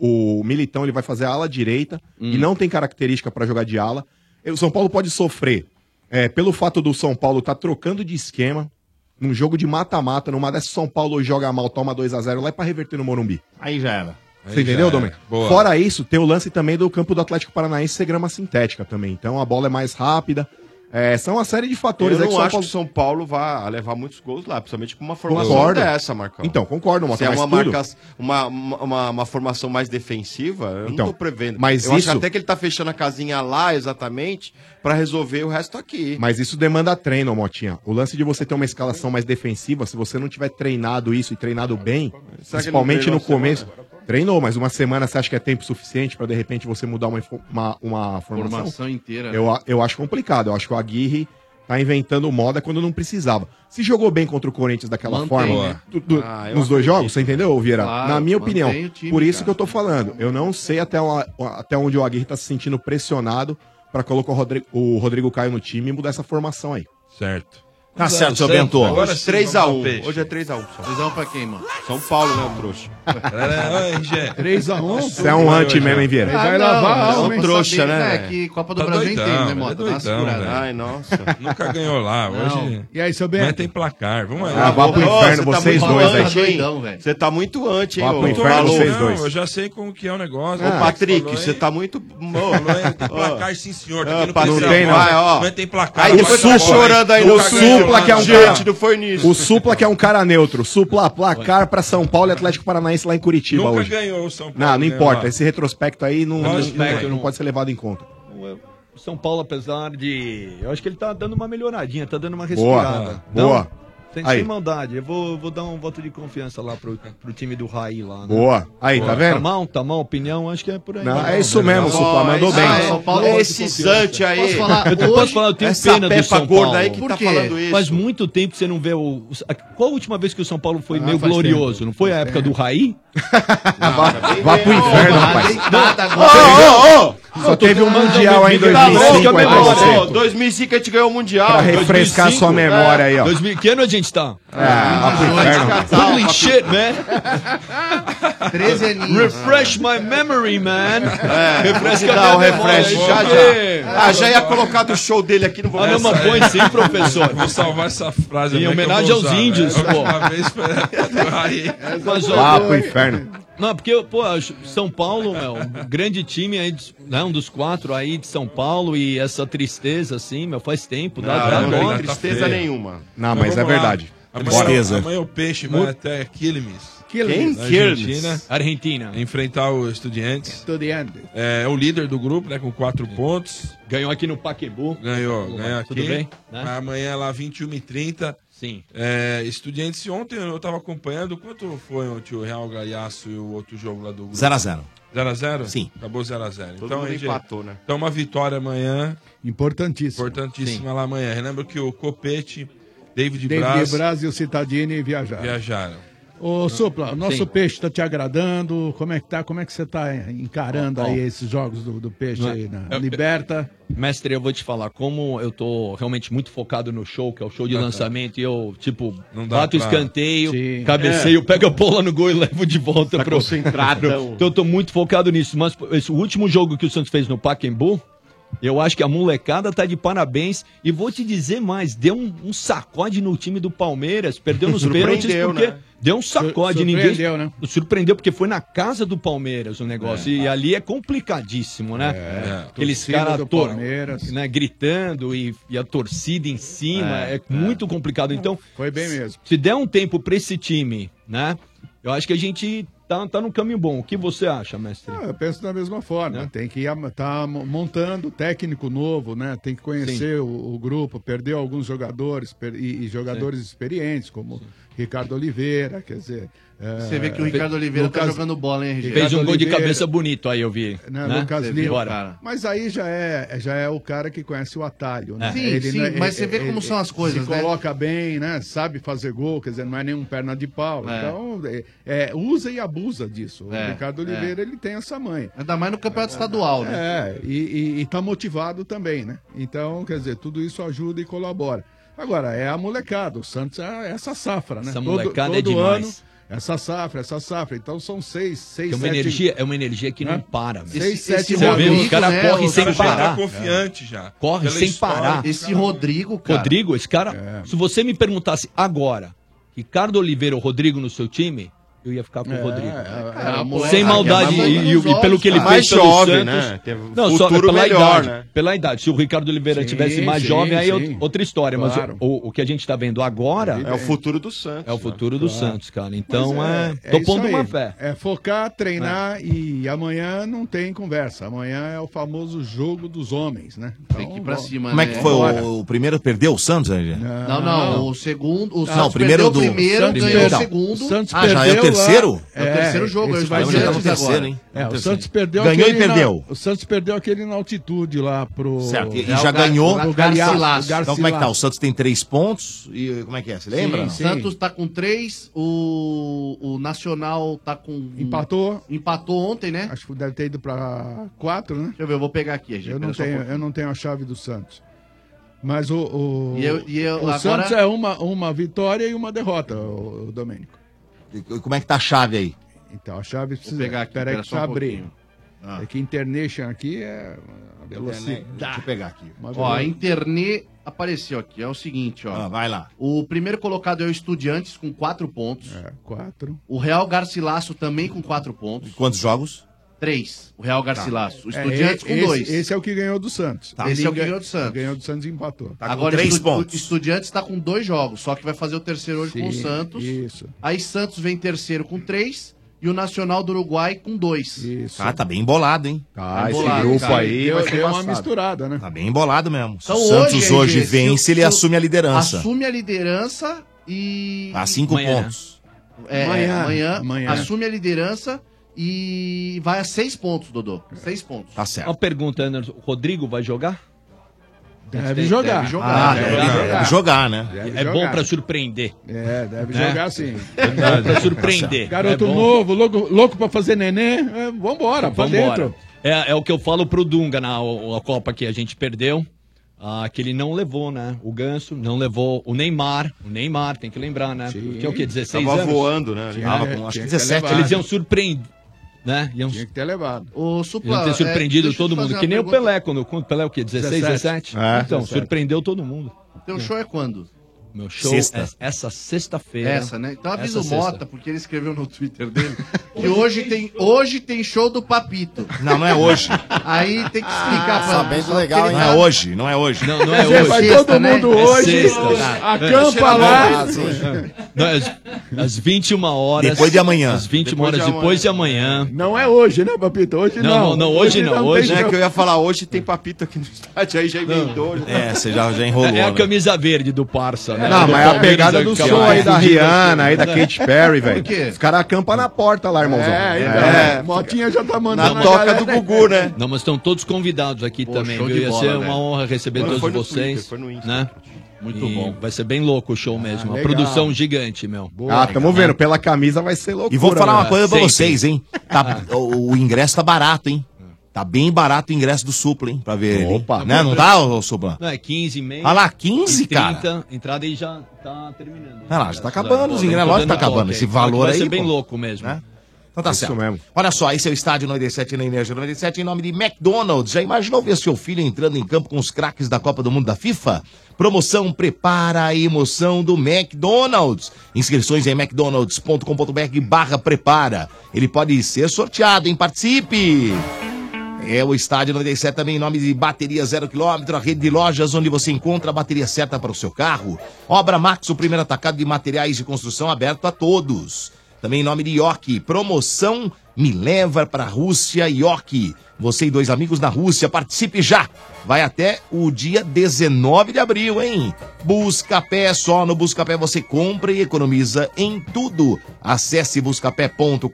o Militão ele vai fazer a ala direita e não tem característica para jogar de ala. O São Paulo pode sofrer pelo fato do São Paulo tá trocando de esquema num jogo de mata-mata, numa dessas São Paulo joga mal, toma 2-0 lá é pra reverter no Morumbi. Aí já era. Você entendeu, Domênico? Fora isso, tem o lance também do campo do Atlético Paranaense ser grama sintética também. Então a bola é mais rápida. São uma série de fatores. Eu não que acho que o São Paulo vá levar muitos gols lá, principalmente com uma formação Concordo. dessa, Marcão. Então, concordo, Se é mas uma formação mais defensiva, eu Então, não tô prevendo. mas eu isso- acho até que ele tá fechando a casinha lá exatamente pra resolver o resto aqui. Mas isso demanda treino, Motinha. O lance de você ter uma escalação mais defensiva, se você não tiver treinado isso e treinado bem, principalmente treinou no começo. Treinou, mas uma semana você acha que é tempo suficiente pra de repente você mudar uma formação? Formação inteira. Eu acho complicado. Eu acho que o Aguirre tá inventando moda quando não precisava. Se jogou bem contra o Corinthians daquela Mantém, forma, né? nos Eu dois acredito. jogos, você entendeu, Vieira? Claro, Na minha opinião. mantém o time, Por isso cara. que eu tô falando. Eu não sei até onde o Aguirre tá se sentindo pressionado pra colocar o Rodrigo Caio no time e mudar essa formação aí. Certo. Tá certo, seu Bento. Agora sim, 3x1. Hoje é 3x1. 3x1 pra quem, mano? São Paulo, né, o trouxa? 3x1. Você é um anti mesmo, hein, Vieira? Vai lavar a alma, hein? trouxa, né? É que Copa do Tá Brasil doidão, inteiro, né, ele é Mota? Dá uma doidão, segurada. velho. Ai, nossa. Nunca ganhou lá. Hoje. E aí, seu Mas Bento? tem placar. Vamos aí. Vá pro inferno, vocês muito dois aí. anti, hein? Doidão, velho. Você tá muito anti, hein? Vá pro ô? inferno, Falou. vocês Não, dois. eu já sei como que é o negócio. Ô, Patrick, Falou, você hein? tá muito... Falou, hein? Tem placar, sim, senhor. Tá aqui no Patrick, PC. tem, não. vai, ó. Não tem placar. Aí Não depois vai tá jogar bola, chorando aí hein? no O Supla, que é um Gente, cara. não foi nisso. O Supla, que é um cara neutro. Supla, placar pra São Paulo e Atlético Paranaense lá em Curitiba Nunca hoje. ganhou o São Paulo. Não né, importa. lá. Esse retrospecto aí não Retrospecto pode ser levado em conta. O São Paulo, apesar de... Eu acho que ele tá dando uma melhoradinha, tá dando uma Boa, respirada. boa. Sem Aí. maldade. Eu vou dar um voto de confiança lá pro time do Raí lá, né? Boa. Aí, tá vendo? Tá mal, opinião, acho que é por aí. Não, é isso mesmo, Supla. Mandou bem. São Paulo Esse Zante aí. Posso falar? Posso falar, eu tenho Essa pena do Peppa São gorda Paulo. aí que Por tá quê? falando isso. Faz muito tempo que você não vê Qual a última vez que o São Paulo foi meio faz glorioso? Não foi a época do Raí? Vá pro inferno, rapaz. Deitada agora. Só teve um Mundial Mundial aí em Tá louco, 2005 aí pra meu você. irmão. 2005 a gente ganhou o Mundial. Pra refrescar sua memória aí, ó. 2000, que ano a gente tá? Vá pro inferno. Holy shit, man. 13 aninhos. Refresh my memory, man. Refresca a dá um minha refresh. memória, Já já ia colocar do show dele aqui no Ah, não, mas põe sim, professor. Vou salvar essa frase. Em né, que eu homenagem vou aos usar, índios, né? A pô. última vez foi a do Raí. Mas, ó, Vá pro inferno. Não, porque, pô, São Paulo é um grande time aí, né, um dos 4 aí de São Paulo, e essa tristeza, assim, meu, faz tempo. Não tem tristeza nenhuma. Não, mas é verdade. Amanhã o Peixe vai até Quilmes. Quem? Argentina. Enfrentar o Estudiantes. É o líder do grupo, né? Com 4 pontos. Ganhou aqui no Pacaembu. Ganhou aqui. Tudo bem? Né? Amanhã lá, 21h30. Sim. Estudiantes, ontem eu tava acompanhando. Quanto foi ontem o Real Gaiaço e o outro jogo lá do grupo? 0x0. 0x0? Sim. Acabou 0x0. Todo Então, mundo empatou, né? Então, uma vitória amanhã. Importantíssima. Importantíssima lá amanhã. Relembro que o Copete, David Braz e o Cittadini viajaram. Ô, Supla, o nosso peixe tá te agradando? Como é que tá? Como é que você tá encarando aí esses jogos do peixe aí na Liberta? Mestre, eu vou te falar, como eu tô realmente muito focado no show, que é o show de lançamento, e eu, tipo, bato o escanteio, cabeceio, pego a bola no gol e levo de volta pro... concentradão. Então eu tô muito focado nisso. Mas esse último jogo que o Santos fez no Pacaembu, eu acho que a molecada tá de parabéns. E vou te dizer mais, deu um sacode no time do Palmeiras, perdeu nos pênaltis porque... né? Deu um sacode, Surpreendeu, ninguém... né? Surpreendeu, porque foi na casa do Palmeiras o negócio. E ali é complicadíssimo, né? Aqueles caras né, gritando e a torcida em cima. É muito complicado. Então, foi bem mesmo. Se der um tempo pra esse time, né? Eu acho que a gente tá no caminho bom. O que você acha, mestre? Eu penso da mesma forma. Tem que estar montando técnico novo, né? Tem que conhecer o grupo, perdeu alguns jogadores e jogadores experientes, como Ricardo Oliveira, quer dizer... Você vê que o Ricardo Oliveira tá jogando bola, hein, RG? Fez um gol de cabeça bonito aí, eu vi. Né? Né? Lucas Lima. Mas aí já é o cara que conhece o atalho, né? Sim, mas você vê como são as coisas, se né? coloca bem, né? Sabe fazer gol, quer dizer, não é nenhum perna de pau. Então, usa e abusa disso. O Ricardo Oliveira, ele tem essa manha. Ainda mais no campeonato estadual, né? E tá motivado também, né? Então, quer dizer, tudo isso ajuda e colabora. Agora, é a molecada. O Santos é essa safra, né? Essa molecada é demais. Ano, essa safra. Então são 6, é uma 7... energia, é uma energia que não para. 6, 7 Você vê, os caras correm sem parar. Tá confiante já. Corre sem parar. Esse Rodrigo, cara. Rodrigo, esse cara... Se você me perguntasse agora, Ricardo Oliveira ou Rodrigo no seu time... Eu ia ficar com o Rodrigo. Sem maldade. E pelo que ele fez pelo jovem, Santos... né? Não, só futuro pela melhor, idade. né? Pela idade. Se o Ricardo Oliveira tivesse mais jovem, aí é outra história. Claro. Mas o que a gente tá vendo agora... É o futuro do Santos. É o futuro do Santos, cara. Então, tô pondo uma fé. É focar, treinar e amanhã não tem conversa. Amanhã é o famoso jogo dos homens, né? Então, tem que ir pra cima, Como é que foi? O primeiro perdeu o Santos, Angê? Não. O segundo... O Não, Santos primeiro perdeu o primeiro, ganhou o segundo. O Santos já é o terceiro? É o terceiro jogo, esse ele vai vai ser ser antes terceiro, agora. hein? O Santos perdeu Ganhou aquele e perdeu. O Santos perdeu aquele na altitude lá pro... Certo, e já ganhou. O Garcilaso. Então como é que tá? O Santos tem 3 pontos e como é que é? Você lembra? O Santos tá com 3, o Nacional tá com... Empatou ontem, né? Acho que deve ter ido pra 4, né? Deixa eu ver, eu vou pegar aqui, gente. Eu não tenho a chave do Santos. Mas o agora... Santos é uma vitória e uma derrota, o Domênico. E como é que tá a chave aí? Então, a chave precisa... Vou pegar aqui, Peraí que precisa abrir. Ah. É que Internation aqui é uma velocidade. Deixa eu pegar aqui. Ó, a Internet apareceu aqui. É o seguinte, ó. Vai lá. O primeiro colocado é o Estudiantes com 4 pontos. 4. O Real Garcilaso também com 4 pontos. Quantos jogos? 3. O Real Garcilaso. O Estudiantes com 2. Esse é o que ganhou do Santos. Esse é o que ganhou do Santos. Ganhou do Santos e empatou. Tá com Agora 3 pontos. O Estudiantes tá com 2 jogos, só que vai fazer o terceiro hoje com o Santos. Isso. Aí Santos vem terceiro com 3 e o Nacional do Uruguai com 2. Isso. Ah, tá bem embolado, hein? Tá, esse grupo cara. aí vai ser Deu uma embaçado. misturada, né? Tá bem embolado mesmo. Se Então, o Santos hoje RG, vence, ele assume a liderança. Assume a liderança e... A 5 pontos. Amanhã. Assume a liderança e vai a 6 pontos, Dodô. 6 pontos. Tá certo. Uma pergunta, Anderson. O Rodrigo vai jogar? Deve jogar. Deve jogar, né? É bom pra surpreender. Deve jogar sim. É bom pra surpreender. Garoto É bom. novo, louco pra fazer nenê. Vambora, pra dentro. É o que eu falo pro Dunga na a Copa que a gente perdeu. Que ele não levou, né? O Ganso, não levou o Neymar. O Neymar, tem que lembrar, né? Tinha o quê? 16 Tava anos? voando, né? Tava com acho que 17. Eles iam surpreender. Né? Tinha que ter levado. O Supla, iam ter surpreendido deixa eu todo te fazer mundo. uma Que nem pergunta. o Pelé, quando o Pelé o quê? 16, 17? Então, 17. surpreendeu todo mundo. Teu show é quando? Meu show Sexta. é essa sexta-feira. Essa, né? Então avisa o Essa Mota, sexta. porque ele escreveu no Twitter dele que hoje tem show do Papito. Não é hoje. Aí tem que explicar pra sabendo legal, porque ele Não é tá- hoje, não é hoje. Não é Quer dizer, hoje. vai Sexta, todo né? mundo É hoje, sexta. acampa lá. Não, às 21 horas. Depois de amanhã. Às 21 horas depois de amanhã. Não é hoje, né, Papito? Hoje não. Não, hoje não. Hoje É tem que eu ia falar, hoje tem Papito aqui no estádio, aí já inventou. É, você já enrolou. É a né? camisa verde do Parça, né? Não, Do mas é a Palmeiras, pegada do aquela show aí da confundida Rihanna, aí da toda. Katy Perry, velho. Por quê? Os caras acampam na porta lá, irmãozão. Motinha já tá mandando Na a toca galera. do Gugu, né? Não, mas estão todos convidados aqui também, show viu? de Ia bola, ser velho. uma honra receber Mas todos foi no vocês. Twitter, foi no Insta. Né? Muito E bom. vai ser bem louco o show mesmo. Uma legal. produção gigante, meu. Tamo vendo. Pela camisa vai ser loucura. E vou falar uma né? coisa pra Sempre. vocês, hein? O ingresso tá barato, hein? Tá bem barato o ingresso do Supla, hein? Pra ver ele. Opa. Né? Não tá, ô Supla? Não, é 15 e meio. Olha lá, 15, 30, cara. entrada aí já tá terminando. Olha lá, já tá acabando os ingressos. Lógico que tá acabando. Esse valor vai aí. ser bem pô. louco mesmo. Né? Então tá Isso certo. mesmo. Olha só, esse é o Estádio 97 na Energia 97 em nome de McDonald's. Já imaginou ver seu filho entrando em campo com os craques da Copa do Mundo da FIFA? Promoção Prepara a Emoção do McDonald's. Inscrições em mcdonalds.com.br/prepara. Ele pode ser sorteado, hein? Participe! É o Estádio 97 também em nome de Bateria 0 km, a rede de lojas onde você encontra a bateria certa para o seu carro. Obra Max, o primeiro atacado de materiais de construção aberto a todos. Também em nome de Ioki, promoção Me Leva para a Rússia Ioki. Você e 2 amigos na Rússia, participe já! Vai até o dia 19 de abril, hein? Buscapé, só no Buscapé você compra e economiza em tudo. Acesse buscapé.com.br.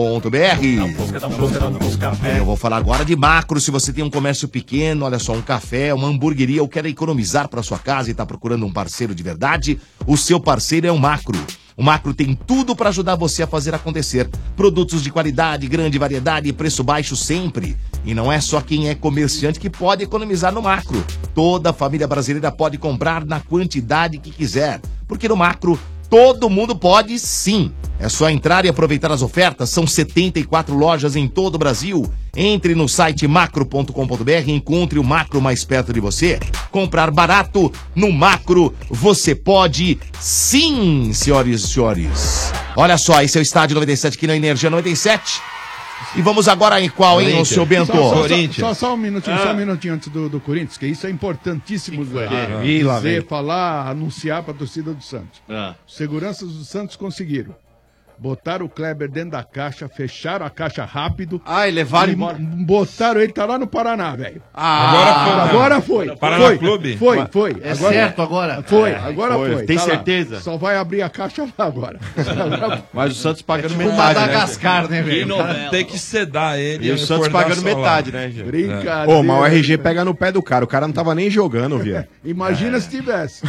Eu vou falar agora de Macro. Se você tem um comércio pequeno, olha só, um café, uma hamburgueria ou quer economizar para sua casa e está procurando um parceiro de verdade, o seu parceiro é o Macro. O Macro tem tudo para ajudar você a fazer acontecer. Produtos de qualidade, grande variedade e preço baixo sempre. E não é só quem é comerciante que pode economizar no Macro. Toda a família brasileira pode comprar na quantidade que quiser. Porque no Macro, todo mundo pode sim. É só entrar e aproveitar as ofertas. São 74 lojas em todo o Brasil. Entre no site macro.com.br e encontre o Macro mais perto de você. Comprar barato no Macro, você pode sim, senhores e senhores. Olha só, esse é o Estádio 97 aqui na Energia 97. E vamos agora em qual, hein, o seu Bento? Só um minutinho antes do Corinthians, que isso é importantíssimo Vem. falar, anunciar para a torcida do Santos. Seguranças do Santos conseguiram. Botaram o Kleber dentro da caixa, fecharam a caixa rápido. E levaram embora. Botaram ele, tá lá no Paraná, velho. Agora foi. Paraná Clube? Foi. É certo agora? Agora foi. Tem Tá lá. certeza? Só vai abrir a caixa lá agora. Mas o Santos pagando Tipo metade, né? Madagascar, né, velho? Tem que sedar ele. E o Santos acordar pagando só lá. metade, né, gente? Brincadeira. Pô, mas o RG pega no pé do cara. O cara não tava nem jogando, viu? Imagina se tivesse.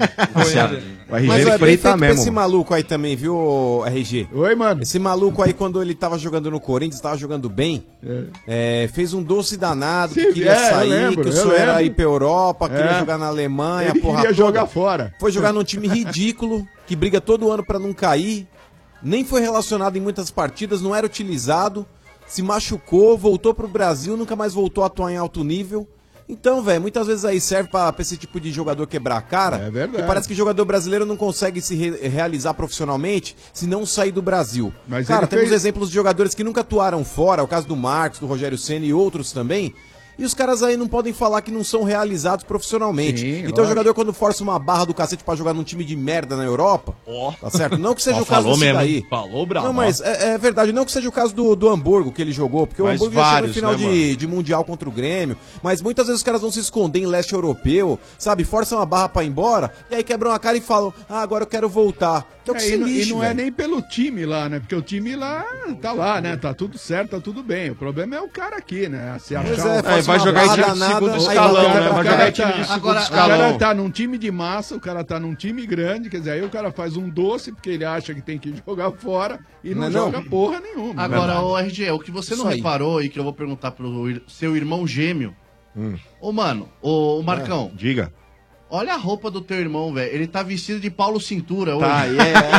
O RG Mas ele é bem frita feito pra esse mesmo. maluco aí também, viu, RG? Oi, mano. Esse maluco aí, quando ele tava jogando no Corinthians, tava jogando bem, fez um doce danado, que Sim, queria sair, eu lembro, que o eu sonho era lembro. ir pra Europa, queria jogar na Alemanha, Ele porra queria toda. jogar fora. Foi jogar num time ridículo, que briga todo ano pra não cair, nem foi relacionado em muitas partidas, não era utilizado, se machucou, voltou pro Brasil, nunca mais voltou a atuar em alto nível. Então, velho, muitas vezes aí serve pra esse tipo de jogador quebrar a cara. É verdade. E parece que jogador brasileiro não consegue se realizar profissionalmente se não sair do Brasil. Mas Cara, ele temos fez- exemplos de jogadores que nunca atuaram fora, o caso do Marcos, do Rogério Ceni e outros também. E os caras aí não podem falar que não são realizados profissionalmente. Sim, então o lógico. jogador quando força uma barra do cacete pra jogar num time de merda na Europa, tá certo? Não que seja Ó, o caso falou desse mesmo, daí. hein? Falou, bravo. Não, mas é verdade, não que seja o caso do Hamburgo que ele jogou, porque Mas o Hamburgo já chegou no vários, final né, de Mundial contra o Grêmio, mas muitas vezes os caras vão se esconder em leste europeu, sabe? Forçam a barra pra ir embora, e aí quebram a cara e falam, agora eu quero voltar. Que é o que se E lixe, não é velho. nem pelo time lá, né? Porque o time lá tá lá, né? Tá tudo certo, tá tudo bem. O problema é o cara aqui, né? Se achar Pois o- é, vai força uma jogar em barra time de danada, segundo aí escalão, vai né? pra Vai cá. jogar em time de segundo O cara escalão. tá num time de massa, o cara tá num time grande, quer dizer, aí o cara faz um doce porque ele acha que tem que jogar fora e não, Não é joga não? porra nenhuma. Agora, ô RG, o que você não Isso aí. reparou e que eu vou perguntar pro seu irmão gêmeo. Ô, mano, ô Marcão, Diga. olha a roupa do teu irmão, velho. Ele tá vestido de Paulo Cintura hoje. Tá,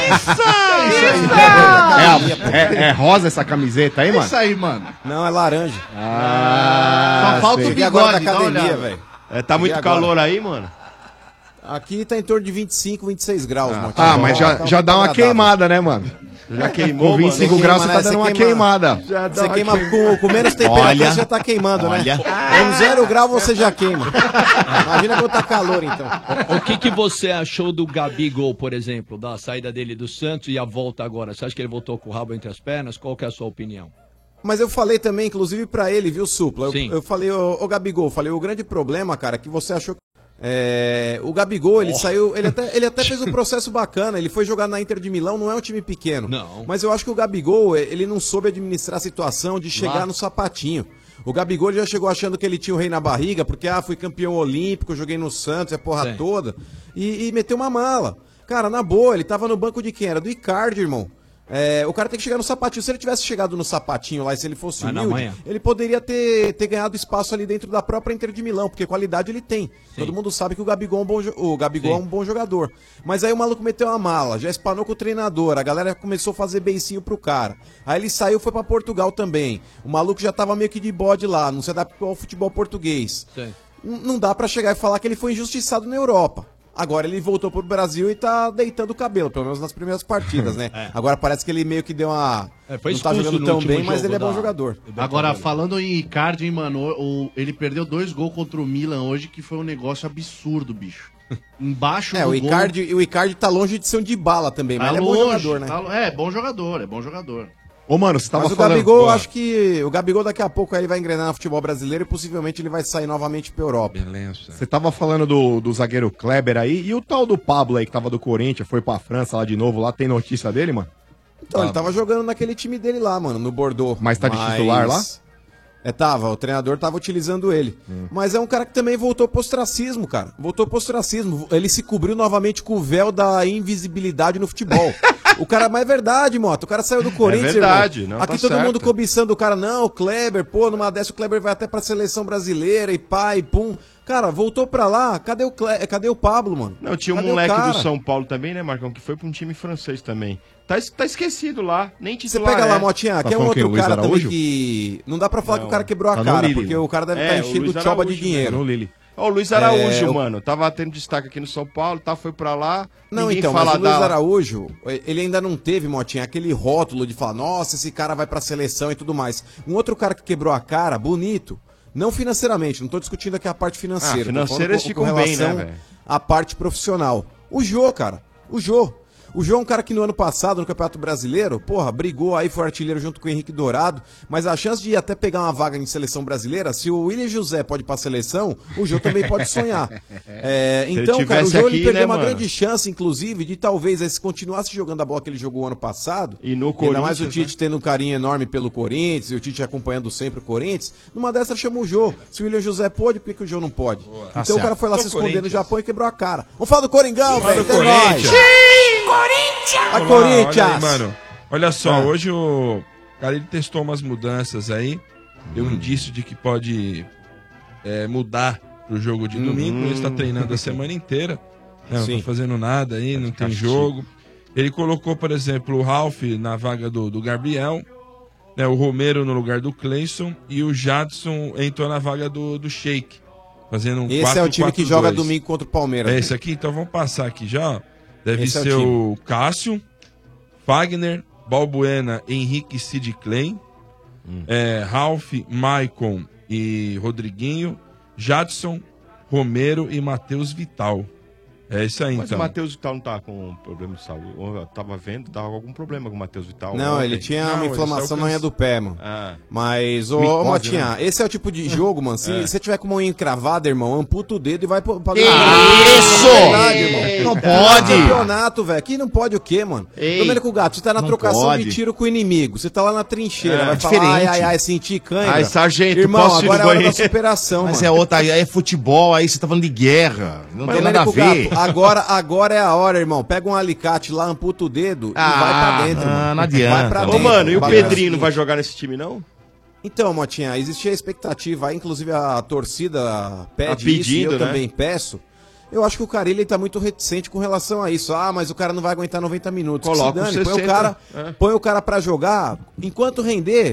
É rosa essa camiseta aí, mano? Isso aí, mano. Não, é laranja. Só falta o Cheguei agora da bigode, dá uma academia, olhada. velho. Tá muito E agora? calor aí, mano? Aqui tá em torno de 25, 26 graus, Motinha. Ah, mas já dá uma queimada, né, mano? Já queimou, com 25 graus você tá dando uma queimada. Você queima com menos temperatura, você já tá queimando, né? Com 0 grau você já queima. Imagina quando tá calor, então. O que você achou do Gabigol, por exemplo, da saída dele do Santos e a volta agora? Você acha que ele voltou com o rabo entre as pernas? Qual que é a sua opinião? Mas eu falei também, inclusive pra ele, viu, Supla? Eu falei, ô Gabigol, o grande problema, cara, que você achou... o Gabigol, ele saiu, ele até fez um processo bacana, ele foi jogar na Inter de Milão, não é um time pequeno. Não. Mas eu acho que o Gabigol, ele não soube administrar a situação de chegar no sapatinho. O Gabigol já chegou achando que ele tinha o rei na barriga, porque, fui campeão olímpico, joguei no Santos, porra toda, e meteu uma mala. Cara, na boa, ele tava no banco de quem? Era do Icardi, irmão. O cara tem que chegar no sapatinho. Se ele tivesse chegado no sapatinho lá e se ele fosse humilde, ele poderia ter ganhado espaço ali dentro da própria Inter de Milão, porque qualidade ele tem. Sim. Todo mundo sabe que o Gabigol é um bom jogador. Mas aí o maluco meteu uma mala, já espanou com o treinador, a galera começou a fazer beicinho pro cara. Aí ele saiu, foi pra Portugal também. O maluco já tava meio que de bode lá, não se adaptou ao futebol português. Não dá pra chegar e falar que ele foi injustiçado na Europa. Agora ele voltou pro Brasil e tá deitando o cabelo, pelo menos nas primeiras partidas, né? Agora parece que ele meio que deu uma... Foi não tá jogando tão bem, mas ele é bom jogador. Agora, falando em Icardi, hein, mano, ele perdeu 2 gols contra o Milan hoje, que foi um negócio absurdo, bicho. Embaixo do o Icardi tá longe de ser um Dybala também, mas ele é bom jogador, né? Bom jogador. Ô, mano, você tava falando... Mas o Gabigol, eu acho que o Gabigol daqui a pouco aí vai engrenar no futebol brasileiro e possivelmente ele vai sair novamente pra Europa. Beleza. Você tava falando do zagueiro Kleber aí, e o tal do Pablo aí que tava do Corinthians, foi pra França lá de novo, lá tem notícia dele, mano? Então, ele tava jogando naquele time dele lá, mano, no Bordeaux. Mas tá de titular lá? O treinador tava utilizando ele. Mas é um cara que também voltou pro ostracismo, cara. Ele se cobriu novamente com o véu da invisibilidade no futebol. O cara, mas é verdade, Mota. O cara saiu do Corinthians, é verdade, irmão. Não, aqui tá todo certo. mundo cobiçando o cara. Não, o Kleber, numa dessa o Kleber vai até pra seleção brasileira e pá, e pum. Cara, voltou pra lá, cadê o Pablo, mano? Não, tinha um moleque do São Paulo também, né, Marcão, que foi pra um time francês também. Tá esquecido lá, nem titular. Você pega lá, Motinha, que é um outro cara também que... Não dá pra falar que o cara quebrou a cara, porque o cara deve estar enchendo o choba de dinheiro. O Luiz Araújo, mano, tava tendo destaque aqui no São Paulo, foi pra lá. Não, então, mas o Luiz Araújo, ele ainda não teve, Motinha, aquele rótulo de falar, nossa, esse cara vai pra seleção e tudo mais. Um outro cara que quebrou a cara, bonito, não financeiramente, não tô discutindo aqui a parte financeira. Financeira eles ficam bem, né, velho? A parte profissional. O Jô, cara, o Jô é um cara que no ano passado, no Campeonato Brasileiro, brigou aí, foi artilheiro junto com o Henrique Dourado, mas a chance de até pegar uma vaga em seleção brasileira, se o William José pode ir pra seleção, o Jô também pode sonhar. Então, cara, o Jô ele perdeu uma grande chance, inclusive, de talvez, se continuasse jogando a bola que ele jogou ano passado, e no ainda mais o Tite tendo um carinho enorme pelo Corinthians, e o Tite acompanhando sempre o Corinthians, numa dessas chama o Jô. Se o William José pode, por que o Jô não pode? Então o cara foi lá se esconder no Japão e quebrou a cara. Vamos falar do Coringão, velho. Vai, Corinthians! Olha aí, mano. Olha só, hoje o cara ele testou umas mudanças aí, deu um indício de que pode mudar pro jogo de domingo. Ele está treinando a semana inteira, não tá fazendo nada aí, não tem jogo. Ele colocou, por exemplo, o Ralf na vaga do Gabriel, né, o Romero no lugar do Cleison e o Jadson entrou na vaga do Sheik, fazendo um 4-4-2. Esse é o time que joga domingo contra o Palmeiras. É esse aqui? Então vamos passar aqui já, ó. Deve ser o Cássio, Fagner, Balbuena, Henrique, Sid Klein, Ralf, Maicon e Rodriguinho, Jadson, Romero e Matheus Vital. É isso aí, Mas então. o Matheus Vital não tá com problema de saúde? Eu tava vendo, tava com algum problema com o Matheus Vital. Não, ele tinha uma inflamação na unha do pé, mano. Mas, ô Motinha, esse é o tipo de jogo, mano. Se você tiver com uma unha encravada, irmão, amputa o dedo e vai pra... Isso! Não pode! Campeonato, velho. Aqui não pode o quê, mano? Domênico Gato, você tá na trocação de tiro com o inimigo. Você tá lá na trincheira. Vai falar, ai, sentir cãibra. Ai, sargento, irmão, posso agora é a hora da superação, Mas mano. é outra, aí é futebol, aí você tá falando de guerra. Não tem nada a ver. Gato, agora é a hora, irmão. Pega um alicate lá, amputa o dedo e vai pra dentro, mano. Não adianta. Vai pra dentro. Ô, mano, e o Pedrinho não vai jogar nesse time, não? Então, Motinha, existia a expectativa aí, inclusive a torcida pede pedindo, isso, e eu né? também peço. Eu acho que o Carille tá muito reticente com relação a isso. Mas o cara não vai aguentar 90 minutos. Coloca se dane, põe o cara pra jogar. Enquanto render,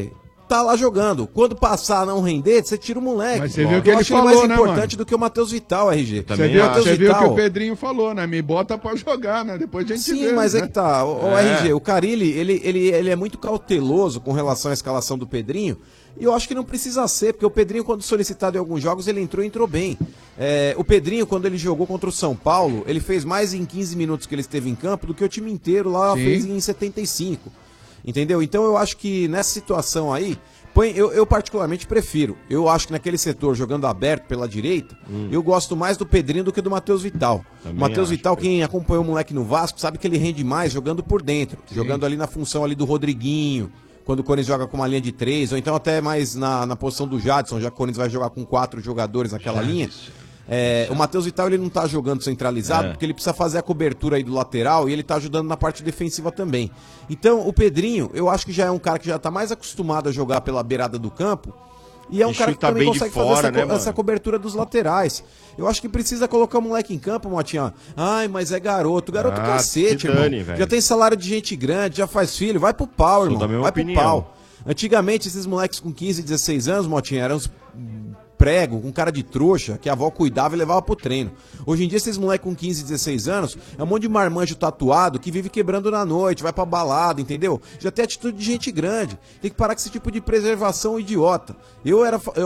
tá lá jogando. Quando passar a não render, você tira o moleque. Mas você viu o que Eu ele acho falou, mais né, importante mano? do que o Matheus Vital, RG. Você viu o que o Pedrinho falou, né? Me bota pra jogar, né? Depois a gente Sim, vê, mas né? é que tá. O RG, o Carille, ele é muito cauteloso com relação à escalação do Pedrinho. E eu acho que não precisa ser, porque o Pedrinho, quando solicitado em alguns jogos, ele entrou bem. O Pedrinho, quando ele jogou contra o São Paulo, ele fez mais em 15 minutos que ele esteve em campo do que o time inteiro lá fez em 75. Entendeu? Então eu acho que nessa situação aí, eu particularmente prefiro. Eu acho que naquele setor, jogando aberto pela direita, eu gosto mais do Pedrinho do que do Matheus Vital. O Matheus Vital, quem acompanhou o moleque no Vasco, sabe que ele rende mais jogando por dentro. Jogando ali na função ali do Rodriguinho, quando o Corinthians joga com uma linha de 3, ou então até mais na posição do Jadson, já que o Corinthians vai jogar com 4 jogadores naquela linha. O Matheus Vital, ele não tá jogando centralizado, porque ele precisa fazer a cobertura aí do lateral e ele tá ajudando na parte defensiva também. Então, o Pedrinho, eu acho que já é um cara que já tá mais acostumado a jogar pela beirada do campo e é um cara que também consegue fazer essa cobertura dos laterais. Eu acho que precisa colocar o moleque em campo, Motinha. Ai, mas é garoto. Garoto cacete, irmão. Já tem salário de gente grande, já faz filho. Vai pro pau, irmão. Vai pro pau. Antigamente, esses moleques com 15, 16 anos, Motinha, eram uns prego, com cara de trouxa, que a avó cuidava e levava pro treino. Hoje em dia, esses moleques com 15, 16 anos, é um monte de marmanjo tatuado que vive quebrando na noite, vai pra balada, entendeu? Já tem atitude de gente grande. Tem que parar com esse tipo de preservação idiota. Eu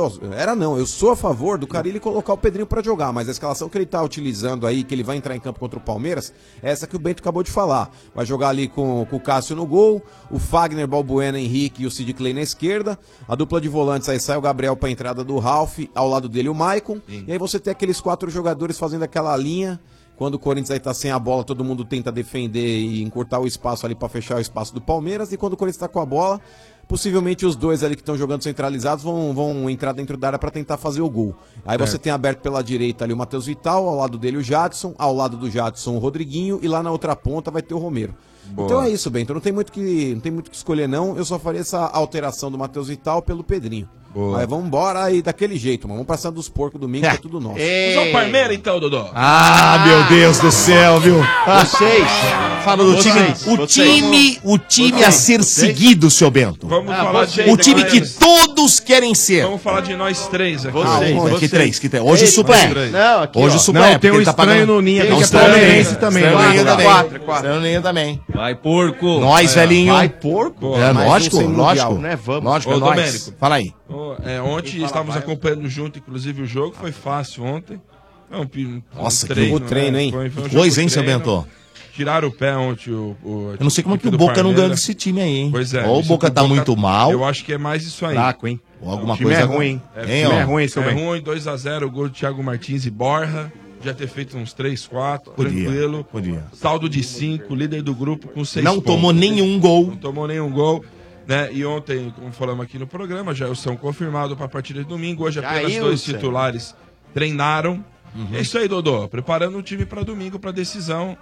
sou a favor do Carille colocar o Pedrinho pra jogar, mas a escalação que ele tá utilizando aí, que ele vai entrar em campo contra o Palmeiras, é essa que o Bento acabou de falar. Vai jogar ali com o Cássio no gol, o Fagner, Balbuena, Henrique e o Sid Clay na esquerda, a dupla de volantes, aí sai o Gabriel pra entrada do Ralf, ao lado dele o Maicon, e aí você tem aqueles 4 jogadores fazendo aquela linha. Quando o Corinthians aí tá sem a bola, todo mundo tenta defender e encurtar o espaço ali pra fechar o espaço do Palmeiras, e quando o Corinthians tá com a bola, possivelmente os dois ali que estão jogando centralizados vão entrar dentro da área pra tentar fazer o gol. Aí você tem aberto pela direita ali o Matheus Vital, ao lado dele o Jadson, ao lado do Jadson o Rodriguinho, e lá na outra ponta vai ter o Romero. Boa. Então é isso, Bento, não tem muito que escolher não, eu só faria essa alteração do Matheus Vital pelo Pedrinho. Boa. Mas vamos embora aí daquele jeito, mano. Vamos passar dos porcos domingo, que é tudo nosso. Vamos ao Palmeiras então, Dodô. Meu Deus do céu, viu? Vocês. Fala do o time a ser seguido, seu Bento. Vamos falar de o time que todos querem ser. Vamos falar de nós três aqui. Que três. Hoje o suplente. Hoje o suplente. Não, tem um estranho no ninho aqui, que é palmeirense também. Estranho no ninho também. Vai, porco. Nós, velhinho. Vai, porco. Lógico. Vamos. Lógico, nós. Fala aí. Ontem estávamos acompanhando junto, inclusive, o jogo. Foi fácil ontem. Nossa, que treino, hein? Foi um Coisa, hein, seu treino. Bento? Tiraram o pé ontem Eu não sei como é que o Boca não ganha desse time aí, hein? Pois é. Ou o Boca tá muito mal. Eu acho que é mais isso aí. Fraco, hein? Ou alguma o time coisa é ruim, hein? É ruim, seu bem. É ruim, 2-0, o gol do Thiago Martins e Borja. Já ter feito uns 3, 4, tranquilo. Podia. Saldo de 5, líder do grupo com 6 Não pontos. tomou nenhum gol. Não tomou nenhum gol. Né? E ontem, como falamos aqui no programa, Jailson confirmado para a partida de domingo. Hoje apenas 2 titulares treinaram. É isso aí, Dodô. Preparando o time para domingo, para decisão.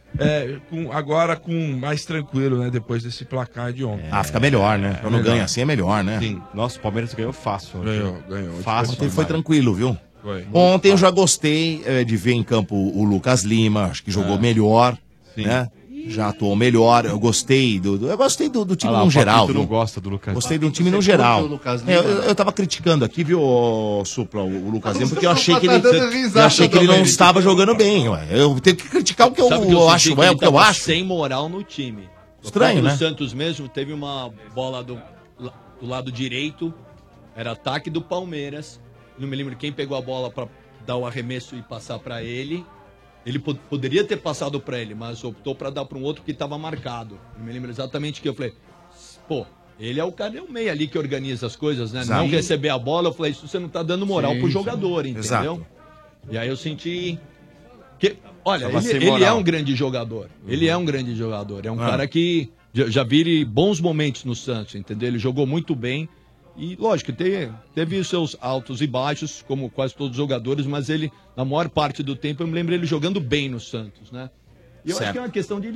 Agora com mais tranquilo, né? Depois desse placar de ontem. Fica melhor, né? Quando ganha assim é melhor, né? Sim. Nossa, o Palmeiras ganhou fácil. Ganhou. Fácil. Ontem foi tranquilo, viu? Foi. Ontem eu já gostei de ver em campo o Lucas Lima. Acho que jogou melhor, né? Já atuou melhor. Eu gostei do time no geral. Tu não gosta do Lucas Lima. Gostei do time no geral. Eu tava criticando aqui, viu, Supla, o Lucas Lima, porque eu achei que ele não estava jogando bem. Ué. Eu tenho que criticar o que eu acho, o que eu acho. Sem moral no time. Estranho, né? O Santos mesmo teve uma bola do lado direito, era ataque do Palmeiras. Não me lembro quem pegou a bola para dar o arremesso e passar para ele. Ele poderia ter passado para ele, mas optou para dar para um outro que estava marcado. Não me lembro exatamente o que eu falei. Pô, ele é o cara, é o meio ali que organiza as coisas, né? Exato. Não receber a bola, eu falei, isso você não tá dando moral pro jogador, entendeu? Exato. E aí eu senti que, olha, ele é um grande jogador. Ele é um grande jogador. É um cara que já vi bons momentos no Santos, entendeu? Ele jogou muito bem. E, lógico, teve os seus altos e baixos, como quase todos os jogadores, mas ele, na maior parte do tempo, eu me lembro ele jogando bem no Santos, né? E eu acho que é uma questão de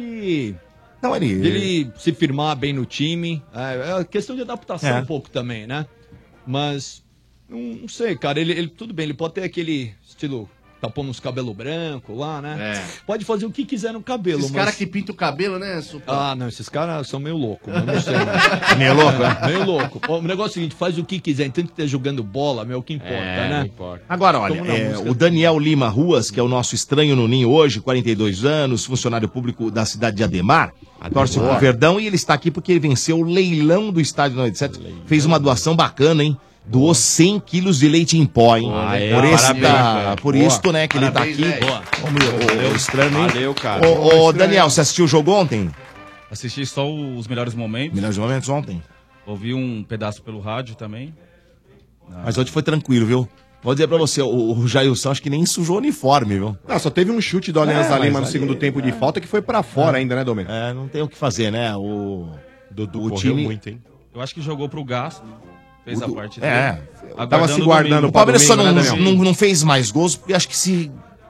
ele se firmar bem no time. É uma questão de adaptação um pouco também, né? Mas, não sei, cara, ele tudo bem, ele pode ter aquele estilo Tá pondo uns cabelo branco lá, né? Pode fazer o que quiser no cabelo. Esses caras que pintam o cabelo, né, Ah, não, esses caras são meio loucos. Eu não sei. Meio louco, né? Meio louco. O negócio é o seguinte, faz o que quiser, tanto que tá jogando bola, meu, o que importa, né? Não importa. Agora, olha, o Daniel Lima Ruas, que é o nosso estranho no Ninho hoje, 42 anos, funcionário público da cidade de Ademar, torce pro Verdão e ele está aqui porque ele venceu o leilão do Estádio 97. Fez uma doação bacana, hein? Doou 100 quilos de leite em pó, hein? Por isso, né, que ele tá aqui. O estranho, hein? Valeu, cara. Ô, Daniel, você assistiu o jogo ontem? Assisti só os melhores momentos. Melhores momentos ontem. Ouvi um pedaço pelo rádio também. Mas hoje foi tranquilo, viu? Vou dizer pra você, o Jailson acho que nem sujou o uniforme, viu? Não, só teve um chute do Alianza Lima no segundo tempo de falta que foi pra fora ainda, né, Domênico? Não tem o que fazer, né? O time muito, hein? Eu acho que jogou pro gasto. Fez a parte dele. Tava se guardando. O Palmeiras só domingo, não fez mais gols, porque acho que se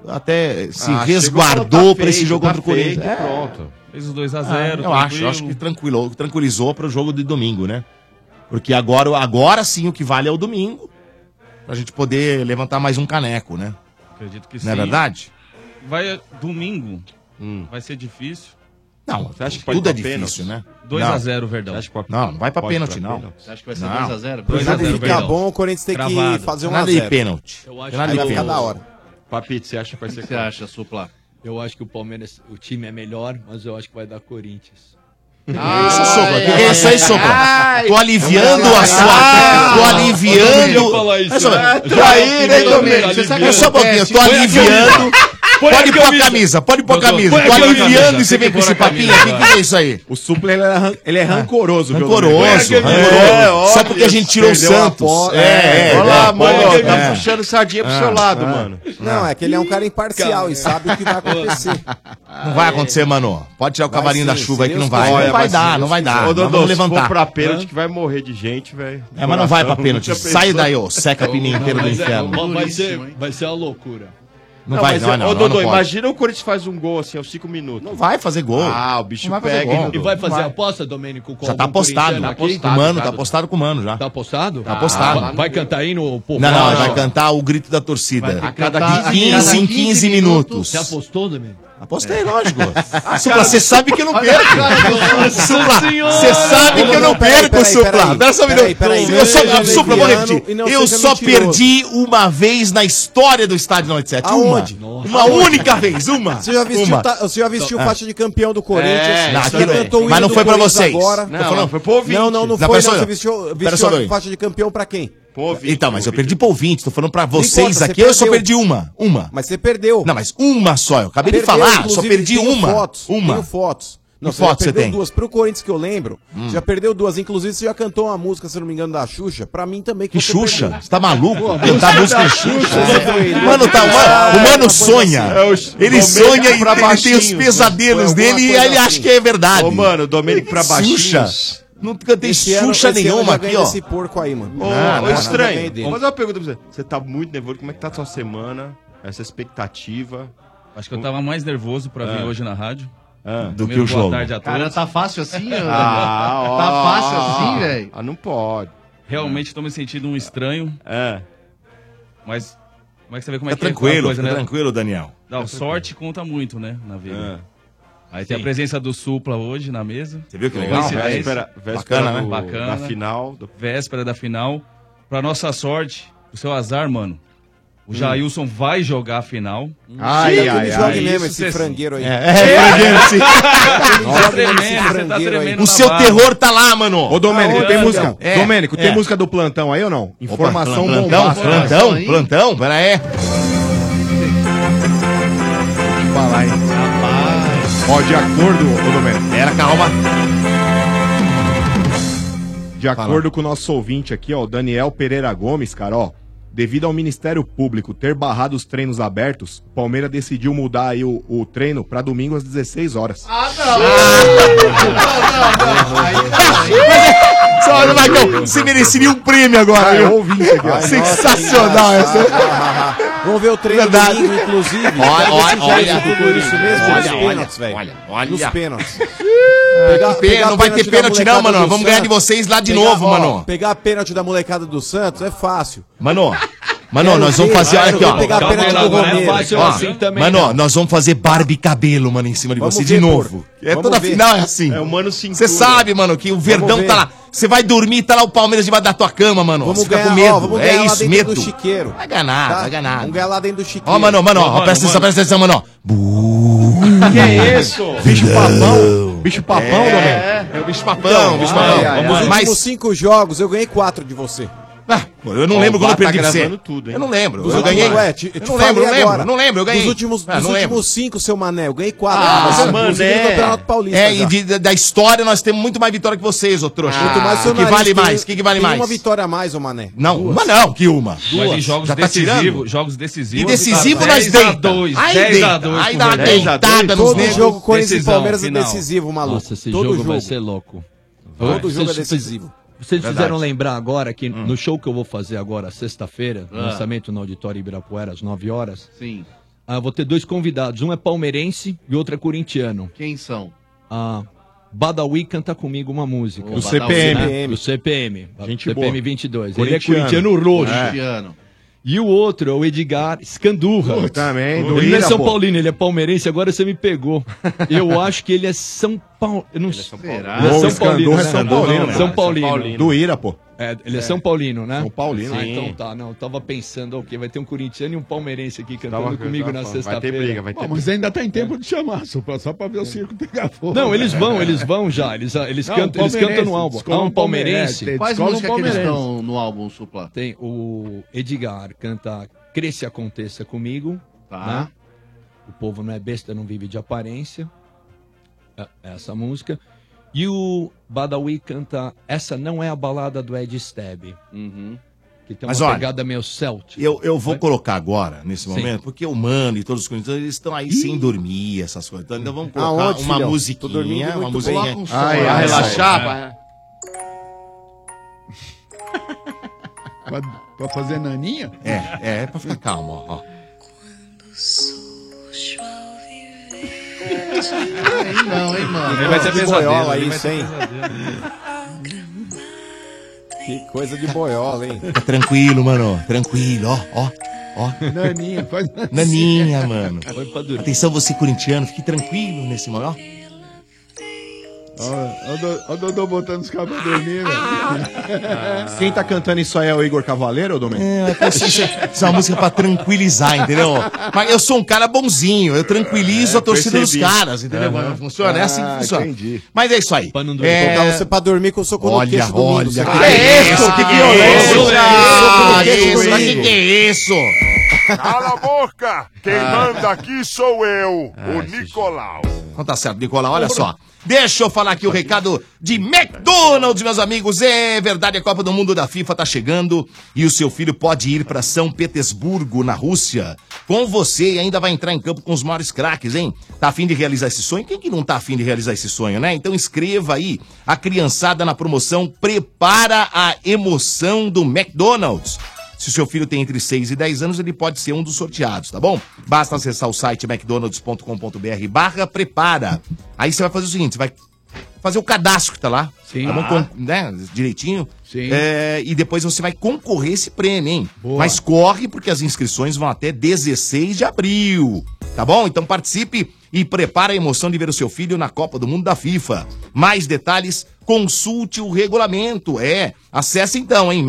resguardou pra esse jogo contra o Corinthians. Pronto. Fez os 2-0. Eu acho que tranquilizou pro jogo de domingo, né? Porque agora sim o que vale é o domingo, pra gente poder levantar mais um caneco, né? Acredito que sim. Não é verdade? Domingo vai ser difícil. Não, você acha que tudo é difícil, né? 2-0, Verdão. Não vai pra pênalti, não. Você acha que vai ser 2-0? 2-0, ficar bom, o Corinthians tem que fazer 1-0. Nada de pênalti. Eu acho Nada de pênalti. Da hora. Papito, você acha que vai ser? O que você acha, Supla? Eu acho que o Palmeiras, o time é melhor, mas eu acho que vai dar Corinthians. Isso, Sopra. Que é isso aí, Sopra? Tô aliviando a sua... Tô aliviando... Traíra, hein, Domênico? Só um pouquinho, eu tô aliviando... Pode pôr a camisa, pode pôr a camisa. Tô aliviando e você vem com esse papinho aqui. O que é isso aí? O Supla, ele é rancoroso, viu? Rancoroso. Só porque a gente tirou o Santos. Olha lá, mano, tá puxando sardinha pro seu lado, mano. Não, é que ele é um cara imparcial e sabe o que vai acontecer. Não vai acontecer, mano. Pode tirar o cavalinho da chuva aí que não vai. Não vai dar. Ô, Dodô, Vamos se for levantar. pra pênalti que vai morrer de gente, velho. Mas não vai pra pênalti. Sai daí, ô. Seca a pimenteira do inferno. Vai ser uma loucura. Não vai, não. Ô, Dodô, imagina o Corinthians faz um gol assim aos 5 minutos. Não vai fazer gol. Ah, o bicho pega. E vai fazer aposta, Domênico? Já tá apostado. Com o Mano, tá apostado com o Mano já. Tá apostado? Tá apostado. Vai cantar aí no... Não, vai cantar o grito da torcida. A cada 15 minutos. Você apostou, Domênico? Apostei, lógico. Supla, você sabe que eu não perco. Supla, você sabe que eu não perco, Supla. Dá só um minuto. Supla, vou repetir. Eu só perdi uma vez na história do Estádio 97. Aonde? Uma única vez, uma. Você já vestiu faixa de campeão do Corinthians. Mas não foi pra vocês. Não, foi pro ouvinte. Não foi. Você vestiu a faixa de campeão pra quem? Então, mas eu perdi pro ouvinte. Tô falando pra vocês aqui, eu só perdi uma. Mas você perdeu. Não, mas uma só. Eu acabei de falar, só perdi uma. Tenho fotos. Não, que foto você tem? Duas. Pro Corinthians que eu lembro, você já perdeu duas. Inclusive, você já cantou uma música, se não me engano, da Xuxa. Pra mim também. Que Xuxa? Você tá maluco? Cantar música de Xuxa? O Mano sonha. Ele sonha e ele tem os pesadelos dele e ele acha que é verdade. Ô, mano, o Domênico pra baixinho. Não cantei Xuxa nenhuma aqui, ó. Esse porco aí, mano. Ô, estranho. Vou fazer uma pergunta pra você. Você tá muito nervoso. Como é que tá a sua semana? Essa expectativa? Acho que eu tava mais nervoso pra vir hoje na rádio. Do que o jogo. Boa tarde a todos. Cara, tá fácil assim? Tá fácil assim, velho? Não pode. Realmente tô me sentindo um estranho. Mas como é que você vê como é que tranquilo, é a coisa, né? Tranquilo, Daniel. Não, sorte conta muito, né, na vida. Aí tem a presença do Supla hoje na mesa. Você viu que legal? Véspera bacana, né? Bacana. Da final. Véspera da final. Pra nossa sorte, o seu azar, mano, o Jailson vai jogar a final. Jogue mesmo esse frangueiro aí. Frangueiro, sim. Tá tremendo, você tá tremendo. O seu terror tá lá, mano. Ô, Domênico, tem música. Domênico, tem música do plantão aí ou não? Informação bombástica. Plantão? Pera aí. Falar, hein? Ó, de acordo, ô Domênico. Calma. De acordo com o nosso ouvinte aqui, ó, o Daniel Pereira Gomes, cara, ó. Devido ao Ministério Público ter barrado os treinos abertos, o Palmeiras decidiu mudar aí o treino pra domingo às 16 horas. Só, Marcão, você mereceria um prêmio agora. Eu ouvi isso aqui, ó. Sensacional essa. Vamos ver o treino domingo, inclusive. Olha, tudo isso mesmo nos pênaltis, velho. Olha. Nos pênaltis. Não vai ter pênalti não, mano. Vamos ganhar de vocês lá de novo, mano. Pegar a pênalti da molecada do Santos é fácil. Mano, Mano, nós vamos fazer, olha aqui, ó. também, Mano, nós vamos fazer barba e cabelo, mano, em cima de você de novo. Toda final é assim. É o Mano Você sabe, mano, que o Verdão tá lá. Você vai dormir, tá lá o Palmeiras debaixo da tua cama, mano. Vamos Você fica ganhar, com medo. vamos ganhar lá isso, dentro medo. do chiqueiro. Vai ganhar nada, Tá? vai ganhar nada. Vamos ganhar lá dentro do chiqueiro. Ó, mano, presta atenção, mano, ó. Que é isso? Bicho papão. Bicho papão, Domênico. É o bicho papão, bicho papão. Nos últimos 5 jogos, eu ganhei 4 de você. Eu não lembro quando eu perdi pra você. Tudo, hein? Eu não lembro. Dos Eu ganhei. últimos- Não lembro. Eu ganhei. Dos últimos 5, seu Mané, eu ganhei 4. Mané. No Campeonato Paulista. Da história nós temos muito mais vitória que vocês, ô trouxa. Quanto mais seu O que nariz vale tem- mais? O que vale tem mais? uma vitória a mais, ô Mané. Não, uma não, que uma. Mas em jogos Já tá tirando? decisivos, jogos decisivos. E decisivo tá nós 10 deita. a 2, Aí 10 a deita. 2. Aí dá uma 10 a 2. deitada nos Todo negros. jogo Corinthians e Decisão, Palmeiras é final. decisivo, maluco. Nossa, esse Todo jogo vai ser louco. Todo jogo é Vocês- decisivo. Vocês Verdade. fizeram lembrar agora que no show que eu vou fazer agora, sexta-feira, lançamento no Auditório Ibirapuera, às 9 horas. Sim. Eu vou ter 2 convidados. Um é palmeirense e outro é corintiano. Quem são? Badawi canta comigo uma música. O CPM. O CPM. Gente CPM boa. 22. Corintiano. Ele é corintiano roxo. Cristiano. E o outro é o Edgar Scandurra. Também, do Ele não é Ira, São pô. Paulino, ele é palmeirense, agora você me pegou. Eu acho que ele é São Paulo. Eu não sei. Será? Ele é Ô, São o Paulino. Scandurra Né? é São Paulino, São né? Paulino. Do Ira, pô. Ele é São Paulino, né? São Paulino. Ah, Sim. então tá. Não, eu tava pensando, ok, vai ter um corintiano e um palmeirense aqui cantando Tava- comigo na vai ter sexta-feira. briga, vai ter Mas ainda tem tempo de chamar, só pra ver o circo pegar fogo. Não, eles vão já. Eles Não, cantam no álbum. descola Um palmeirense. Quais Descola um músicas que eles palmeirense. estão no álbum, Supla? Tem o Edgar canta Cresça e Aconteça Comigo. Tá. Né? O povo não é besta, não vive de aparência. É essa música. E o Badawi canta Essa Não É a Balada do Ed Stab. Uhum. Que tem Mas uma olha, pegada meio Celtic. Eu vou colocar agora, nesse Sim. momento, porque o Mano e todos os corintianos, eles estão aí sem dormir, essas coisas. Então vamos colocar Aonde, uma filhão? Tô musiquinha, dormindo uma muito musiquinha. Coloca um som Ai, aí. ai, Relaxar, Pra fazer naninha? É pra ficar calmo, ó. Aí não, hein, mano. Ele vai ter Que pesadelo. boiola ele vai isso, ter hein? pesadelo. Que coisa de boiola, hein? Fica tranquilo, mano. Tranquilo, ó. Naninha, faz naninha. Naninha, mano. Foi pra dormir. Atenção, você corintiano, fique tranquilo nesse momento, ó. Ó, o Dodô botando os cabos a dormir, velho. Quem tá cantando isso aí é o Igor Cavaleiro, Domênico? Isso é uma música pra tranquilizar, entendeu? Mas eu sou um cara bonzinho, eu tranquilizo a torcida dos percebi. caras, entendeu? Não funciona? É assim que funciona. Entendi. Mas é isso aí. Pra não dormir. Colocar você pra dormir com o soco no Olha, queixo domingo. olha, você que vai- é isso? Que violência! Ah, Que é isso? Cala a boca! Quem manda aqui sou eu, o Nicolau. Então tá certo, Nicolau, olha só. Deixa eu falar aqui o recado de McDonald's, meus amigos. É verdade, a Copa do Mundo da FIFA tá chegando e o seu filho pode ir pra São Petersburgo, na Rússia, com você e ainda vai entrar em campo com os maiores craques, hein? Tá afim de realizar esse sonho? Quem que não tá afim de realizar esse sonho, né? Então escreva aí a criançada na promoção Prepara a Emoção do McDonald's. Se o seu filho tem entre 6 e 10 anos, ele pode ser um dos sorteados, tá bom? Basta acessar o site mcdonalds.com.br/prepara. Aí você vai fazer o seguinte, você vai fazer o cadastro que tá lá, Sim. tá bom? Né? Direitinho. Sim. E depois você vai concorrer esse prêmio, hein? Boa. Mas corre, porque as inscrições vão até 16 de abril, tá bom? Então participe e prepara a emoção de ver o seu filho na Copa do Mundo da FIFA. Mais detalhes, consulte o regulamento. Acesse então, hein,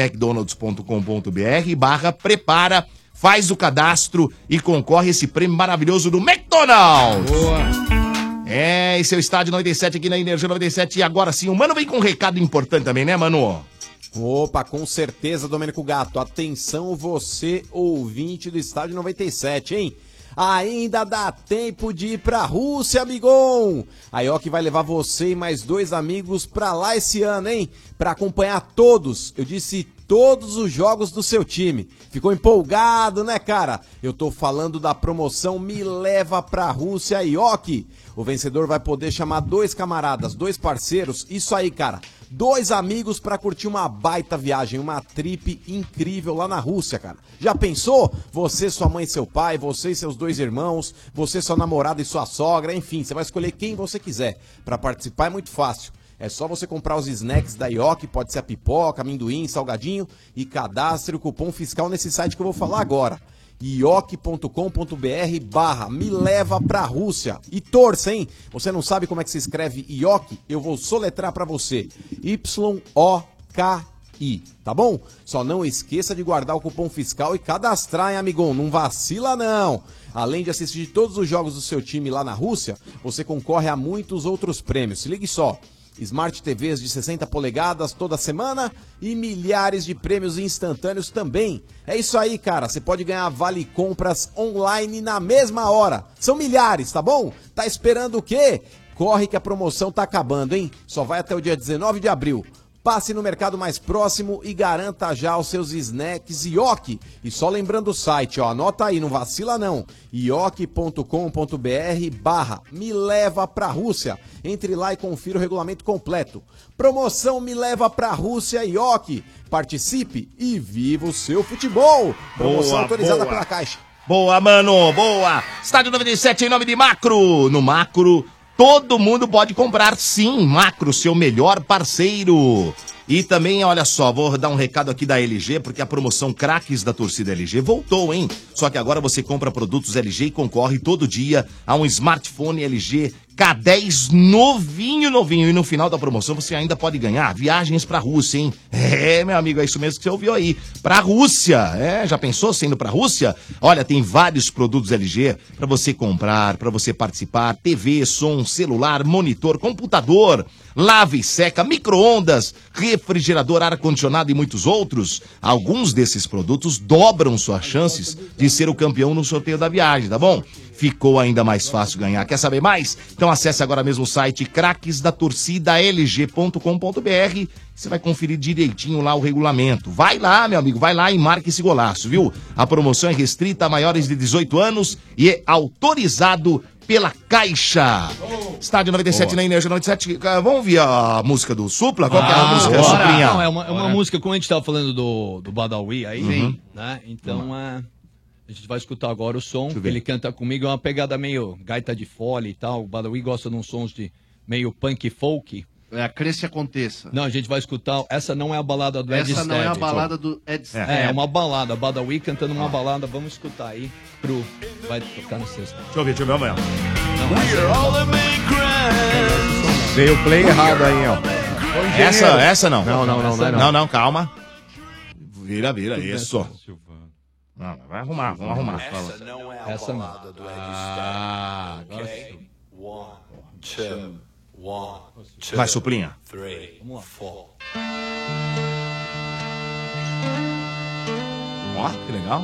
mcdonalds.com.br/prepara, faz o cadastro e concorre a esse prêmio maravilhoso do McDonald's. Boa. Esse é o Estádio 97 aqui na Energia 97. E agora sim, o Mano vem com um recado importante também, né, Mano? Opa, com certeza, Domênico Gato. Atenção, você, ouvinte do Estádio 97, hein? Ainda dá tempo de ir pra Rússia, amigão! A IOC vai levar você e mais 2 amigos pra lá esse ano, hein? Pra acompanhar todos, eu disse todos os jogos do seu time. Ficou empolgado, né, cara? Eu tô falando da promoção Me Leva Pra Rússia IOC. O vencedor vai poder chamar 2 camaradas, 2 parceiros, isso aí, cara. 2 amigos pra curtir uma baita viagem, uma trip incrível lá na Rússia, cara. Já pensou? Você, sua mãe e seu pai, você e seus 2 irmãos, você, sua namorada e sua sogra, enfim, você vai escolher quem você quiser. Pra participar é muito fácil. É só você comprar os snacks da Ioki, pode ser a pipoca, amendoim, salgadinho, e cadastre o cupom fiscal nesse site que eu vou falar agora. ioki.com.br/me leva pra Rússia. E torça, hein? Você não sabe como é que se escreve Ioki? Eu vou soletrar pra você. Y-O-K-I, tá bom? Só não esqueça de guardar o cupom fiscal e cadastrar, hein, amigão? Não vacila, não! Além de assistir todos os jogos do seu time lá na Rússia, você concorre a muitos outros prêmios. Se ligue só. Smart TVs de 60 polegadas toda semana e milhares de prêmios instantâneos também. É isso aí, cara. Você pode ganhar vale compras online na mesma hora. São milhares, tá bom? Tá esperando o quê? Corre que a promoção tá acabando, hein? Só vai até o dia 19 de abril. Passe no mercado mais próximo e garanta já os seus snacks Ioki. E só lembrando o site, ó, anota aí, não vacila não. ioki.com.br/me leva pra Rússia. Entre lá e confira o regulamento completo. Promoção Me Leva pra Rússia Ioki. Participe e viva o seu futebol. Promoção autorizada pela Caixa. Boa, mano, boa. Estádio 97 em nome de Macro. No Macro, todo mundo pode comprar, sim. Macro, seu melhor parceiro. E também, olha só, vou dar um recado aqui da LG, porque a promoção Craques da torcida LG voltou, hein? Só que agora você compra produtos LG e concorre todo dia a um smartphone LG K10 novinho. E no final da promoção você ainda pode ganhar viagens pra Rússia, hein? É, meu amigo, é isso mesmo que você ouviu aí. Pra Rússia. Já pensou sendo pra Rússia? Olha, tem vários produtos LG pra você comprar, pra você participar. TV, som, celular, monitor, computador, lava e seca, micro-ondas, refrigerador, ar-condicionado e muitos outros. Alguns desses produtos dobram suas chances de ser o campeão no sorteio da viagem, tá bom? Ficou ainda mais fácil ganhar. Quer saber mais? Então acesse agora mesmo o site craquesdatorcidalg.com.br. Você vai conferir direitinho lá o regulamento. Vai lá, meu amigo, vai lá e marque esse golaço, viu? A promoção é restrita a maiores de 18 anos e é autorizado pela Caixa. Estádio 97 na Energia 97. Vamos ouvir a música do Supla? Qual que é a música, Suplinha? Não, é uma música, como a gente estava falando do Badawi aí, né? Então, a gente vai escutar agora o som. Ele canta comigo, é uma pegada meio gaita de fole e tal. O Badawi gosta de uns sons de meio punk folk. É a Cresce Aconteça. Não, a gente vai escutar. Essa não é a balada do Ed Stead. Essa não é a balada do Ed Stead. É uma balada. Badawi cantando uma balada. Vamos escutar aí. Vai tocar na sexta. Deixa eu ver amanhã. Veio o play errado aí, ó. Essa não. Não, calma. Vira, isso. Não, vai arrumar, vamos arrumar. Essa não é a Essa balada do Ed Stead. Ok? 1, 2, 1, 2. Vai, Suplinha. 3, 4. Ó, que legal.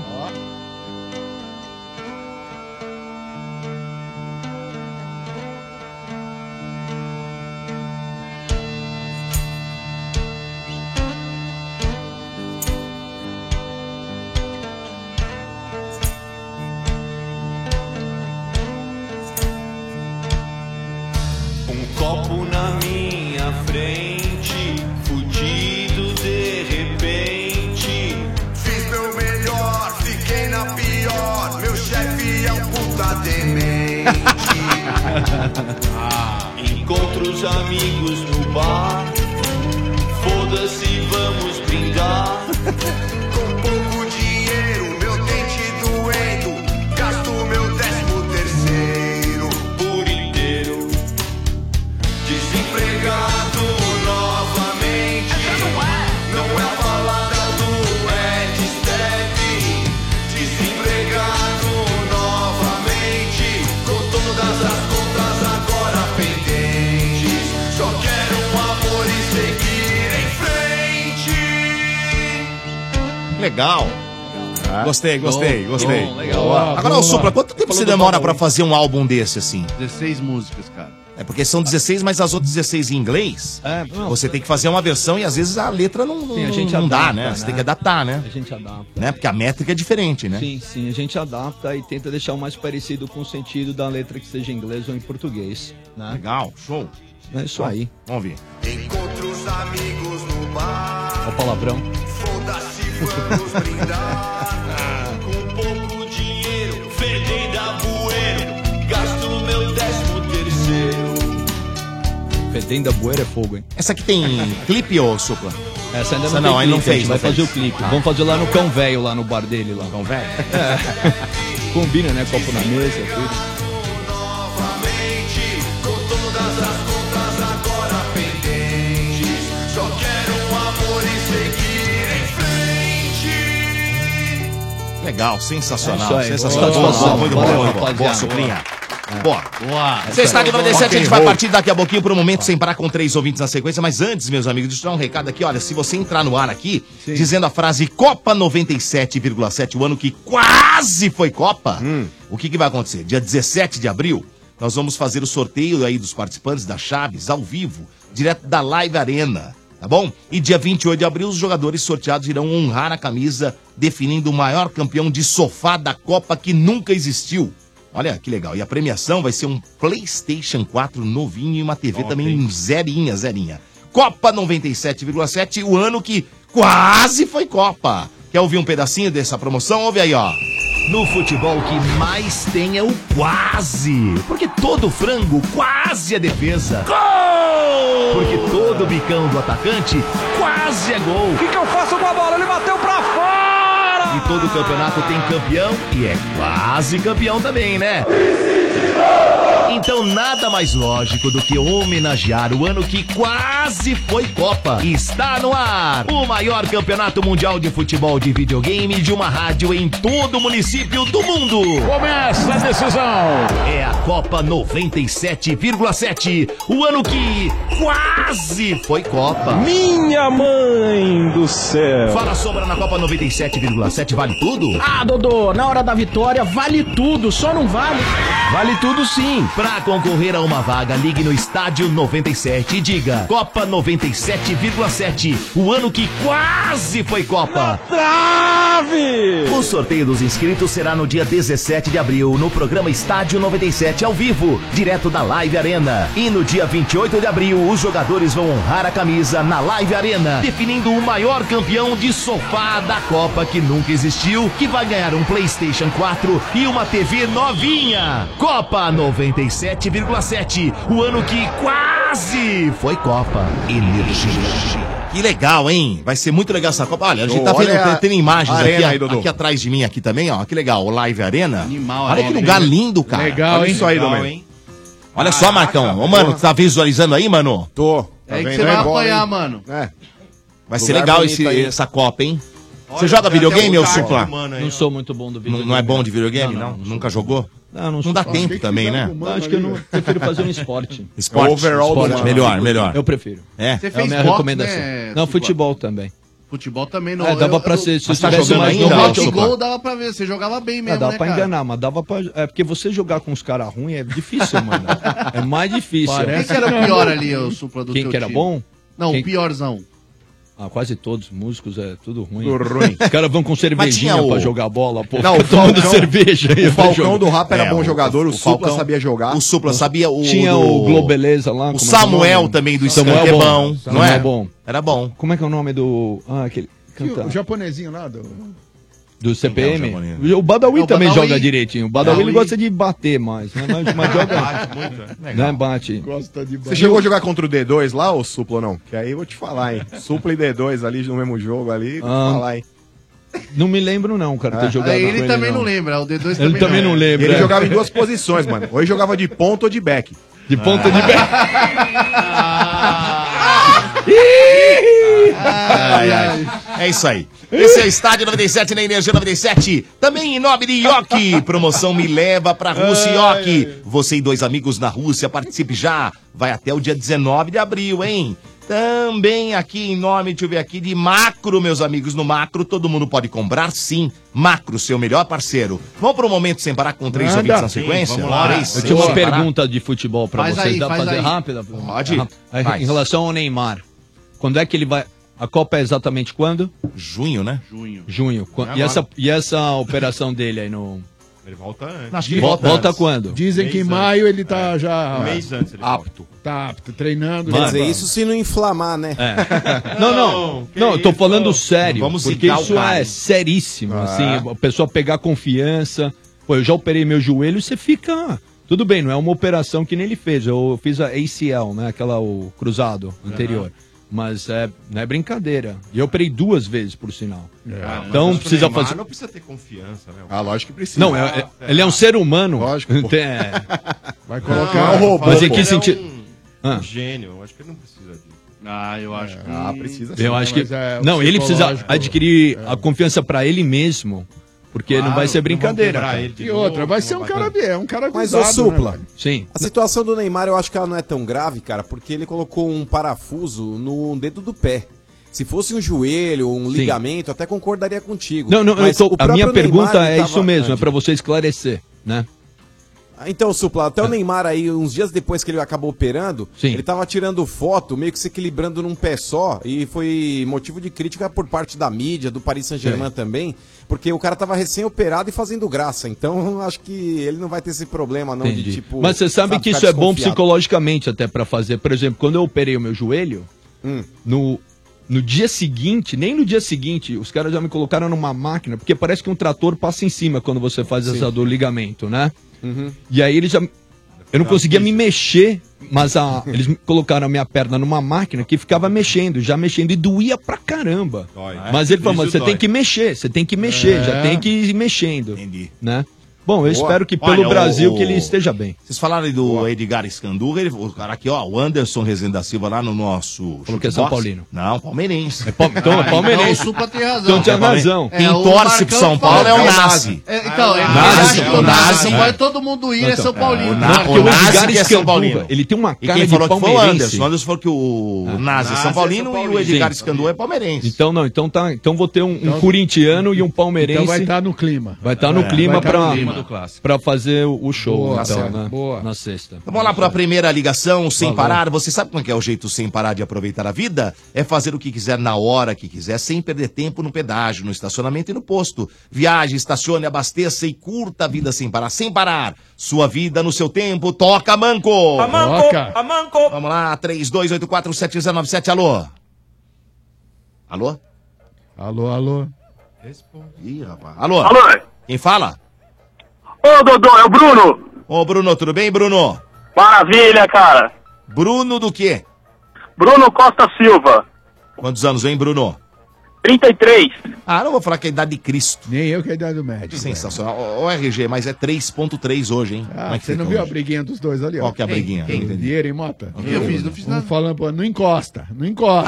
Copo na minha frente, fudido de repente. Fiz meu melhor, fiquei na pior. Meu chefe é um puta demente. Encontro os amigos no bar. Foda-se, vamos brindar. Com pouco dinheiro, meu dente doendo. Gasto meu 13º por inteiro. Desempregado novamente. Não é a balada do Ed Stead. Desempregado novamente. Com todas as contas agora pendentes. Só quero um amor e seguir em frente. Legal. Gostei. Bom, legal. Agora, ô Supla, quanto tempo você demora pra fazer um álbum desse, assim? 16 músicas, cara. É porque são 16, mas as outras 16 em inglês, você tem que fazer uma versão e às vezes a letra não dá, né? Você tem que adaptar, né? A gente adapta. Né? Porque a métrica é diferente, né? Sim, a gente adapta e tenta deixar o mais parecido com o sentido da letra, que seja em inglês ou em português. Né? Legal, show. É isso aí. Vamos ver. Encontro os amigos no bar. Olha o palavrão. Foda-se, vamos brindar. Com pouco dinheiro, fedendo a bueiro. Gasto meu 13º. Pedem da Bueira é fogo, hein? Essa aqui tem clipe ou Supla? Essa ainda Essa não, não, tem aí não clipe, a fez, gente não vai fez. fazer o clipe. Tá. Vamos fazer lá no Cão Velho, lá no bar dele. Lá. Cão Velho? É. Combina, né? Copo na mesa, tudo. Só quero um amor e seguir em frente. Legal, sensacional. É isso aí, Sensacional. boa, Boa, muito valeu, boa. rapaziada. Boa, Suplinha. Boa. Boa. Você está de 97, a gente vai Rock and partir daqui a pouquinho para um momento sem parar com 3 ouvintes na sequência. Mas antes, meus amigos, deixa eu dar um recado aqui. Olha, se você entrar no ar aqui, dizendo a frase Copa 97,7, o ano que quase foi Copa, o que vai acontecer? Dia 17 de abril, nós vamos fazer o sorteio aí dos participantes da Chaves, ao vivo, direto da Live Arena, tá bom? E dia 28 de abril, os jogadores sorteados irão honrar a camisa, definindo o maior campeão de sofá da Copa que nunca existiu. Olha que legal. E a premiação vai ser um PlayStation 4 novinho e uma TV também zerinha. Copa 97,7, o ano que quase foi Copa. Quer ouvir um pedacinho dessa promoção? Ouve aí, ó. No futebol, o que mais tem é o quase. Porque todo frango quase é defesa. Gol! Porque todo bicão do atacante quase é gol. O que eu faço com a bola? Ele bateu pra fora! E todo campeonato tem campeão e é quase campeão também, né? Então nada mais lógico do que homenagear o ano que quase foi Copa. Está no ar o maior campeonato mundial de futebol de videogame de uma rádio em todo o município do mundo. Começa a decisão. É a Copa 97,7, o ano que quase foi Copa. Minha mãe do céu. Fala Sombra na Copa 97,7, vale tudo? Ah, Dodô, na hora da vitória vale tudo, só não vale. Vale tudo sim. Pra concorrer a uma vaga, ligue no Estádio 97 e diga Copa 97,7, o ano que quase foi Copa. Trave! O sorteio dos inscritos será no dia 17 de abril, no programa Estádio 97 ao vivo, direto da Live Arena. E no dia 28 de abril, os jogadores vão honrar a camisa na Live Arena, definindo o maior campeão de sofá da Copa que nunca existiu, que vai ganhar um PlayStation 4 e uma TV novinha. Copa 97,7, o ano que quase foi Copa. Energia. Que legal, hein? Vai ser muito legal essa Copa. Olha, a gente tá Olha vendo, tem imagens a arena aqui, aí, Dodô. aqui atrás de mim aqui também, ó. Que legal, o Live Arena. Animal, Olha que lugar lindo, cara. Legal, Olha hein? isso aí, Legal, Domênico. hein? Olha só, Marcão. Ô, mano, tu tá visualizando aí, mano? Tô. É aí que você vai apanhar, mano. É. Vai ser Lugar legal bonito aí. essa Copa, hein? Olha, Você joga tem até videogame, um ou card Supla? humano aí, Não sou muito bom do videogame. Não é bom de videogame, não? Nunca jogou? Não dá tempo também, né? Acho que eu não prefiro fazer um esporte. Esporte? Overall do Esporte. Melhor, melhor. Eu prefiro. É? Você É a fez minha boxe, recomendação. né, Não, Supla? futebol também. Futebol também não. É, dava pra ser. Se Mas tá tivesse jogando mais ainda, No no ó, rock and Supla? roll dava pra ver, você jogava bem mesmo, dava né, pra cara? enganar, mas dava pra. É porque você jogar com os caras ruins é difícil, mano. É mais difícil. Quem que era o pior ali, o Supla do Quem teu que era time? bom? Não, Quem- o piorzão. Ah, quase todos. Músicos é tudo ruim. Tudo ruim. Os caras vão com cervejinha tinha o- pra jogar bola, pô. Não, Fica o tomando Falcão- cerveja aí. O pra Falcão jogar. do Rap era É, bom jogador, o Supla Falcão- sabia jogar. O Supla sabia o... Tinha do- o Globeleza lá. O como é Samuel o nome? também do Samuel Skank é bom, não Samuel é? bom. Era bom. Como é que é o nome do... Ah, aquele... Canta. O japonesinho lá do... Do CPM. japonês? O Badawi É, o também Badawi. joga direitinho. O Badawi ele Badawi. gosta de bater mais, né? Mas joga... Né? Bate. Gosta de Você chegou a jogar contra o D2 lá, ou Supla ou não? Que aí eu vou te falar, hein? Supla e D2 ali no mesmo jogo ali, vou te falar, hein? Não me lembro não, cara, ter jogado Aí com ele ele, também não lembra, o D2 Ele também não lembra. Ele é. jogava em duas posições, mano. Ou ele jogava de ponta ou de back. De ponta de pé. Ai, ai. É isso aí. Esse é o Estádio 97 na Energia 97. Também em nome de Ioki. Promoção Me Leva pra Rússia Ioki. Você e 2 amigos na Rússia, participe já. Vai até o dia 19 de abril, hein? Também aqui em nome, deixa eu ver aqui, de Macro, meus amigos. No Macro, todo mundo pode comprar, sim. Macro, seu melhor parceiro. Vamos para um momento sem parar com 3 ouvintes na sequência? Vamos lá. Três, Eu tinha uma sem parar? pergunta de futebol pra Faz vocês. aí, Dá pra faz fazer aí. rápida? Pode. Aí, Faz. em relação ao Neymar, quando é que ele vai... A Copa é exatamente quando? Junho, né? Junho. E essa operação dele aí no... Ele volta antes. Acho que ele Volta antes. quando? Dizem que em Mês maio ele tá já Um mês antes ele apto. Tá apto, treinando. Quer já dizer, tá. isso se não inflamar, né? Não, eu tô falando sério. Vamos porque zicar o isso cara. é seríssimo, assim, a pessoa pegar confiança. Pô, eu já operei meu joelho e você fica... Tudo bem, não é uma operação que nem ele fez. Eu fiz a ACL, né? O cruzado anterior. Mas não é brincadeira. E eu operei 2 vezes, por sinal. Então precisa fazer. Não precisa ter confiança, né? Ah, lógico que precisa. Não, ele é um ser humano. Lógico. Vai colocar o robô. Mas em que sentido? Um gênio, eu acho que ele não precisa disso. Eu acho que... precisa Eu acho que... Não, ele precisa adquirir a confiança pra ele mesmo, porque não vai ser brincadeira. E outra, vai ser um cara Mas avisado, o Supla, né, sim. A situação do Neymar eu acho que ela não é tão grave, cara, porque ele colocou um parafuso no dedo do pé. Se fosse um joelho, um ligamento, até concordaria contigo. Não, Mas o a minha próprio pergunta Neymar, é ele isso tava- mesmo, é pra você esclarecer, né? Então, Supla, até o Neymar aí, uns dias depois que ele acabou operando, ele tava tirando foto, meio que se equilibrando num pé só, e foi motivo de crítica por parte da mídia, do Paris Saint-Germain também, porque o cara tava recém-operado e fazendo graça. Então, acho que ele não vai ter esse problema, não, Entendi. de tipo... Mas você sabe que ficar isso é bom desconfiado. psicologicamente até pra fazer. Por exemplo, quando eu operei o meu joelho, no dia seguinte, nem no dia seguinte, os caras já me colocaram numa máquina, porque parece que um trator passa em cima quando você faz essa do ligamento, né? E aí eles já... Eu não conseguia me mexer, mas eles me colocaram a minha perna numa máquina que ficava mexendo, já mexendo, e doía pra caramba. Mas ele falou, você tem que mexer, já tem que ir mexendo. Entendi. Né? Bom, eu Boa. espero que pelo Olha, Brasil que ele esteja bem. Vocês falaram aí do Edgar Scandurra, o cara aqui, ó, o Anderson Rezende da Silva lá no nosso... Falou que é São Paulino. Não, palmeirense. Então é palmeirense. Então o Supla tem razão. Então tinha razão. Quem torce pro São Paulo é o Nazi. Então, ele Nazi, acha que o Nazi não vai todo mundo ir, é São Paulino. O Nazi que é São Paulino. Ele tem uma E cara quem de falou que foi o palmeirense. Anderson. O Anderson falou que o Nazi é São Paulino e o Edgar Scandurra é palmeirense. Então não, então vou ter um corintiano e um palmeirense. Então vai estar no clima. Vai estar no clima vai tá no pra, clima do clássico. pra fazer o show, Boa, então, certo. né? Boa. Na sexta. Vamos lá para a primeira ligação, sem Valeu. parar. Você sabe como é que é o jeito sem parar de aproveitar a vida? É fazer o que quiser na hora que quiser, sem perder tempo no pedágio, no estacionamento e no posto. Viaje, estacione, abasteça e curta a vida sem parar. Sem parar. Sua vida no seu tempo. Toca, Manco! Manco! Vamos lá, 32847097. Alô? Alô? Alô? Ih, rapaz. Alô? Alô? Quem fala? Ô, Dodô, é o Bruno. Ô, Bruno, tudo bem, Bruno? Maravilha, cara. Bruno do quê? Bruno Costa Silva. Quantos anos, hein, Bruno? 33. Ah, não vou falar que é a idade de Cristo. Nem eu que é a idade do médico. Sensacional. O RG, mas é 3.3 hoje, hein? Ah, Como é que você não fica viu a hoje? briguinha dos dois ali, ó? Qual que é a briguinha? Não entendi. Vieira e Mota. O que eu fiz? Não fiz nada. Falando, pô, não encosta. Não encosta.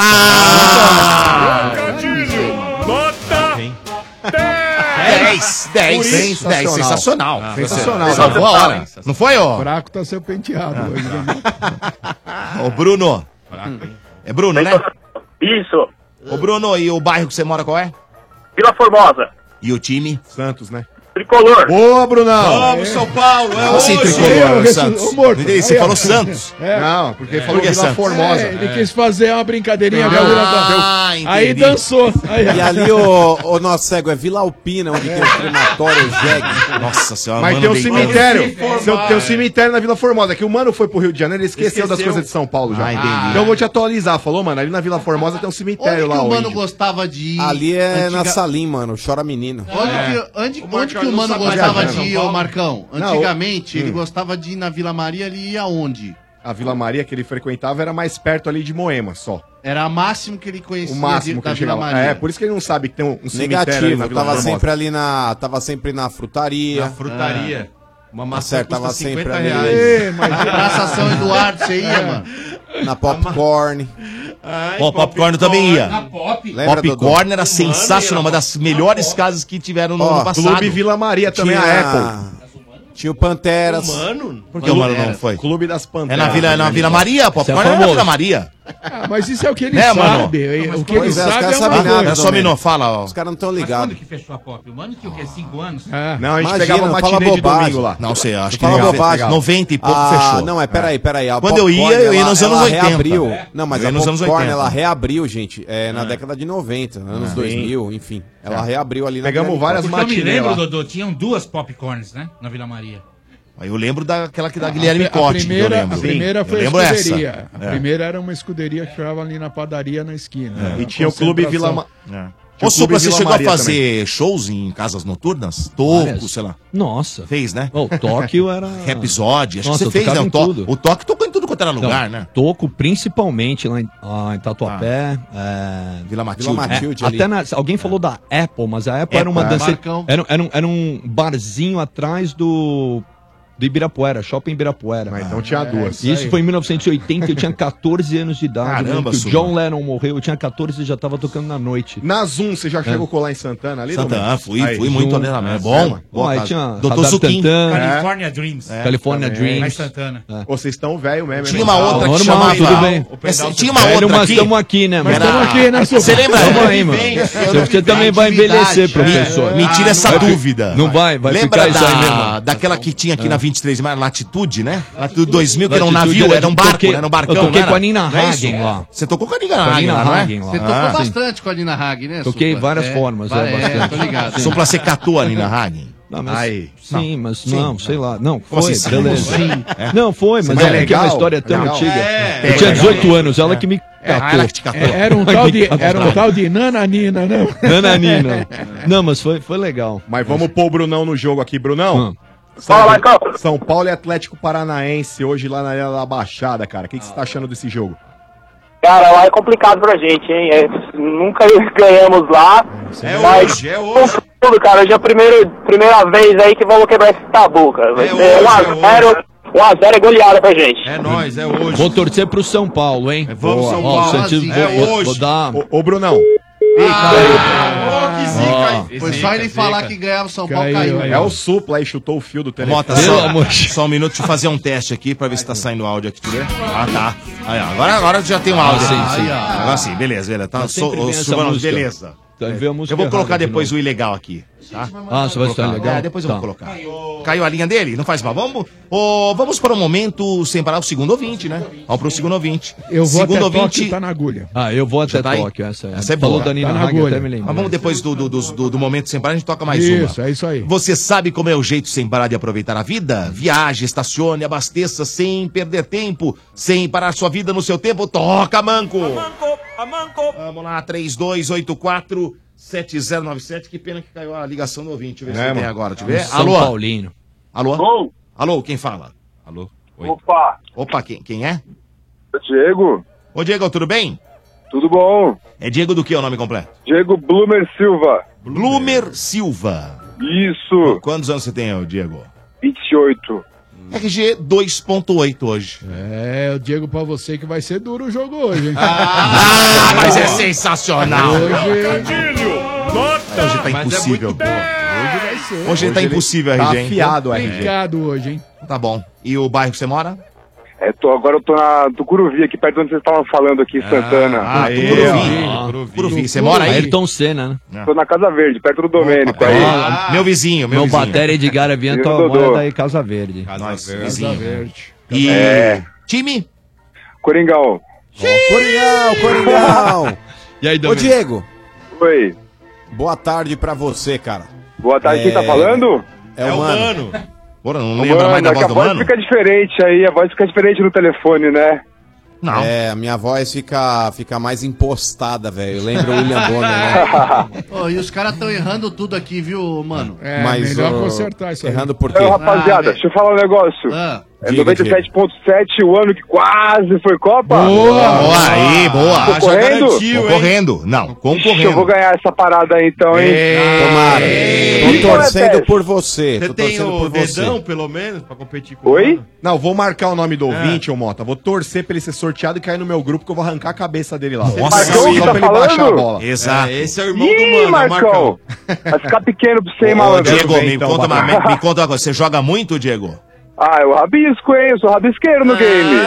Nota 10, 10, sensacional. Sensacional. Salvou a hora. Não foi, ó? O fraco tá seu penteado hoje, né? Ô, Bruno. É Bruno, né? Isso. Ô, Bruno, e o bairro que você mora qual é? Vila Formosa. E o time? Santos, né? Tricolor. Ô, Brunão! Vamos, São Paulo! É Assim, hoje! tricolor, Santos. Ô, Morto, Não entendi, você aí, ó. falou Santos. É. Porque falou Por que Vila Santos? Formosa. Ele quis fazer uma brincadeirinha. entendi. Aí dançou. Aí, E ali, o nosso cego, é Vila Alpina, onde tem o crematório Jeg. Nossa senhora, Mas mano, tem um bem- cemitério. Tem um cemitério na Vila Formosa. Que o mano foi pro Rio de Janeiro e esqueceu das coisas de São Paulo já. Ah, entendi. Então eu vou te atualizar. Falou, mano, ali na Vila Formosa tem um Onde cemitério que lá. o mano hoje. gostava de ir? Ali é na Antiga- Salim, mano, chora menino. Onde que o mano gostava de ir, ô Marcão? Não, Antigamente, o- ele gostava de ir na Vila Maria, ele ia aonde? A Vila Maria que ele frequentava era mais perto ali de Moema, só. Era o máximo que ele conhecia O máximo que da ele Vila chegava. Maria. É, por isso que ele não sabe que tem um cemitério ali Negativo, na Vila tava Formosa. sempre ali tava sempre na frutaria. Na frutaria. Uma Tá maçã certo, custa tava 50 sempre ali. reais. Na Praça São Eduardo, você ia, mano? Na Popcorn. Ó, Popcorn também ia. Lembra, Dodô? Popcorn era sensacional, uma das melhores casas que tiveram no Ó, ano passado. Clube Vila Maria também, a Apple. Tinha o Panteras. Por que o mano não foi? Clube das É Panteras. na Vila Maria, Popcorn é na famoso. Vila Maria. Ah, mas isso é o que ele Né, mano? sabe. O que Pois ele é, os sabe caras é uma sabem nada. coisa. É só me não fala, ó. Os caras não estão Mas ligados. quando que fechou a Pop? O mano tinha o quê? 5 anos? É. Não, a gente Imagina, pegava não fala matinê de bobagem. domingo lá. Não sei, acho que Fala ele bobagem. 90 e pouco fechou. Não, peraí. A Quando eu ia, Popcorn, eu ia nos ela anos 80. reabriu. Não, mas Eu ia a nos anos Popcorn, 80. ela reabriu, gente, na década de 90, anos 2000, enfim. Ela reabriu ali na Pegamos Vila várias Porque eu me matinê lembro, lá. Dodô, tinham 2 popcorns, né? Na Vila Maria. Aí eu lembro daquela que da Guilherme Cotti, que eu lembro. A primeira Eu foi a lembro essa. escuderia. A É. primeira era uma escuderia que ficava ali na padaria na esquina. E tinha o Clube Vila Concentração. Ma... Ô, Supla, você chegou a fazer shows em casas noturnas? Toco, sei lá. Nossa. Fez, né? O Tóquio era... Episódio, acho Nossa, que você fez, né? tocava em tudo. O Toque tocou em tudo quanto era lugar, né? Toco principalmente lá em Tatuapé. Vila Matilde. Até alguém falou da Apple, mas a Apple era uma danceira... Era um barzinho atrás do Ibirapuera, Shopping Ibirapuera. Mas então tinha duas. Isso foi em 1980, eu tinha 14 anos de idade. Caramba, que o John Lennon morreu, eu tinha 14 e já tava tocando na noite. Na Zoom, você já chegou a colar em Santana ali? Santana, fui Aí, muito Zoom. ali na minha. É bom. Bom, aí tinha Dr. Radar Zucchini. Tantan. California Dreams. California Dreams. Mais Santana. Ô, vocês estão velho mesmo. Tinha uma outra que Normal, chamava... tudo bem. Tinha uma Velho, outra mas aqui. estamos aqui, né, mano? Estamos aqui, né, Supla? Você lembra? Tamo aí, mano. Você também vai envelhecer, professor. Me tira essa dúvida. Não vai Lembra ficar isso aí mesmo. daquela que tinha aqui na 23 de maio, Latitude, né? Latitude 2000, que era um Latitude navio, era era um de- barco, toquei- era um barcão. eu toquei não com a era? Nina Não é isso? Hagen lá. Você tocou com a Nina Com a Hagen Nina lá, não é? Hagen lá. Você tocou bastante com a Nina Hagen, né? Toquei Supla? várias formas, bastante. tô ligado. Supla, você catou a Nina Hagen? Não, mas, Aí. sim, mas Sim. não, sei lá. Não, Como foi, assim? beleza. Sim. Não, foi, mas Mas é é que é legal? uma história tão Legal. antiga. É, eu tinha é 18 anos, ela que me catou. ela que te catou. Era um tal de Nananina, não? Nananina. Não, mas foi legal. Mas vamos pôr o Brunão no jogo aqui, Brunão. Fala, Marcão. São Paulo e Atlético Paranaense hoje lá na Arena da Baixada, cara. O que você tá achando desse jogo? Cara, lá é complicado pra gente, hein? Nunca ganhamos lá. Mas tudo, cara. Hoje é a primeira vez aí que vamos quebrar esse tabu, cara. Vai ser 1x0 é goleada pra gente. É nóis, é hoje. Vou torcer pro São Paulo, hein? Vamos, São Paulo. Vou dar... Ô, Brunão. Foi só ele falar que ganhava o São Paulo, caiu. É o Supla aí, chutou o fio do telefone. Mota, só um minuto, deixa eu fazer um teste aqui pra ver se tá saindo áudio aqui, deixa eu ver. Ah, tá. Aí, ó, agora já tem um áudio. sim. Agora sim, beleza. Tá, beleza. Então, vê a música Eu vou colocar errada de depois novo. o ilegal aqui, tá? Ah, você vai estar legal? É, depois eu Tá. vou colocar. Caiu a linha dele? Não faz mal. Vamos para o momento sem parar o segundo ouvinte, né? Vamos pro segundo ouvinte. Eu vou segundo até Tóquio, tá na agulha. Ah, eu vou até Já tá aí? Tóquio, essa Essa é Falou boa. da Nina Tá na Hagen, agulha. até me lembro. Mas vamos depois do momento sem parar, a gente toca mais uma. Isso, é isso aí. Você sabe como é o jeito sem parar de aproveitar a vida? Viaje, estacione, abasteça sem perder tempo, sem parar sua vida no seu tempo. Toca, Manco! Vamos lá, 3284-7097. Que pena que caiu a ligação do ouvinte. Deixa eu ver se tem agora. Deixa eu ver. São Alô? Paulino. Alô? Alô, quem fala? Alô? Oi. Opa, quem é? Diego, Ô, Diego, tudo bem? tudo bom? É Diego do que o nome completo? Diego Blumer Silva. Blumer Silva. Isso, Quantos anos você tem, ô, Diego? 28. RG 2.8 hoje. É, eu digo pra você que vai ser duro o jogo hoje, hein? Mas é sensacional. Hoje tá impossível. Hoje vai ser. Hoje tá impossível, tá RG, hein? afiado, RG. Complicado hoje, hein? Tá bom. E o bairro que você mora? Agora eu tô na Tucuruvi, aqui perto de onde vocês estavam falando, aqui em Santana. Tucuruvi. Você mora aí? Ayrton Senna, né? Tô na Casa Verde, perto do Domênico aí. Meu vizinho, Meu batéria Edgar Avian, tua Dodô. mãe é daí Casa Verde. Nós, Casa vizinho. Verde. E time? Coringão. Coringão! E aí, Ô, Diego, Oi. boa tarde pra você, cara. Boa tarde, quem tá falando? É o Mano. Porra, não lembra mais da voz a do voz mano? fica diferente aí, a voz fica diferente no telefone, né? Não. É, a minha voz fica mais impostada, velho. Lembra o William Bonner, né? Ô, e os caras tão errando tudo aqui, viu, mano? É, Mas, melhor ô, consertar isso aí. Errando por quê? Então, rapaziada, deixa eu falar um negócio. É Diga, 97.7, o ano que quase foi Copa. Boa, aí, boa. Concorrendo? Concorrendo. Não, Eu vou concorrendo. ganhar essa parada aí então, hein? Tomara. Tô torcendo por você. Você Tô tem torcendo o por você. Vedão, pelo menos, pra competir com Oi? Não, vou marcar o nome do ouvinte, ô Mota. Vou torcer pra ele ser sorteado e cair no meu grupo, que eu vou arrancar a cabeça dele lá. Nossa, Marcão que só tá pra ele baixar a falando? bola. Exato. Esse é o irmão Ih, do mano, Marcão. Vai ficar pequeno pra você, hein, Ô, malandro? Diego, Quero ver, me então, conta vai. uma coisa. Você joga muito, Diego? Ah, eu rabisco, hein? Eu sou rabisqueiro no game.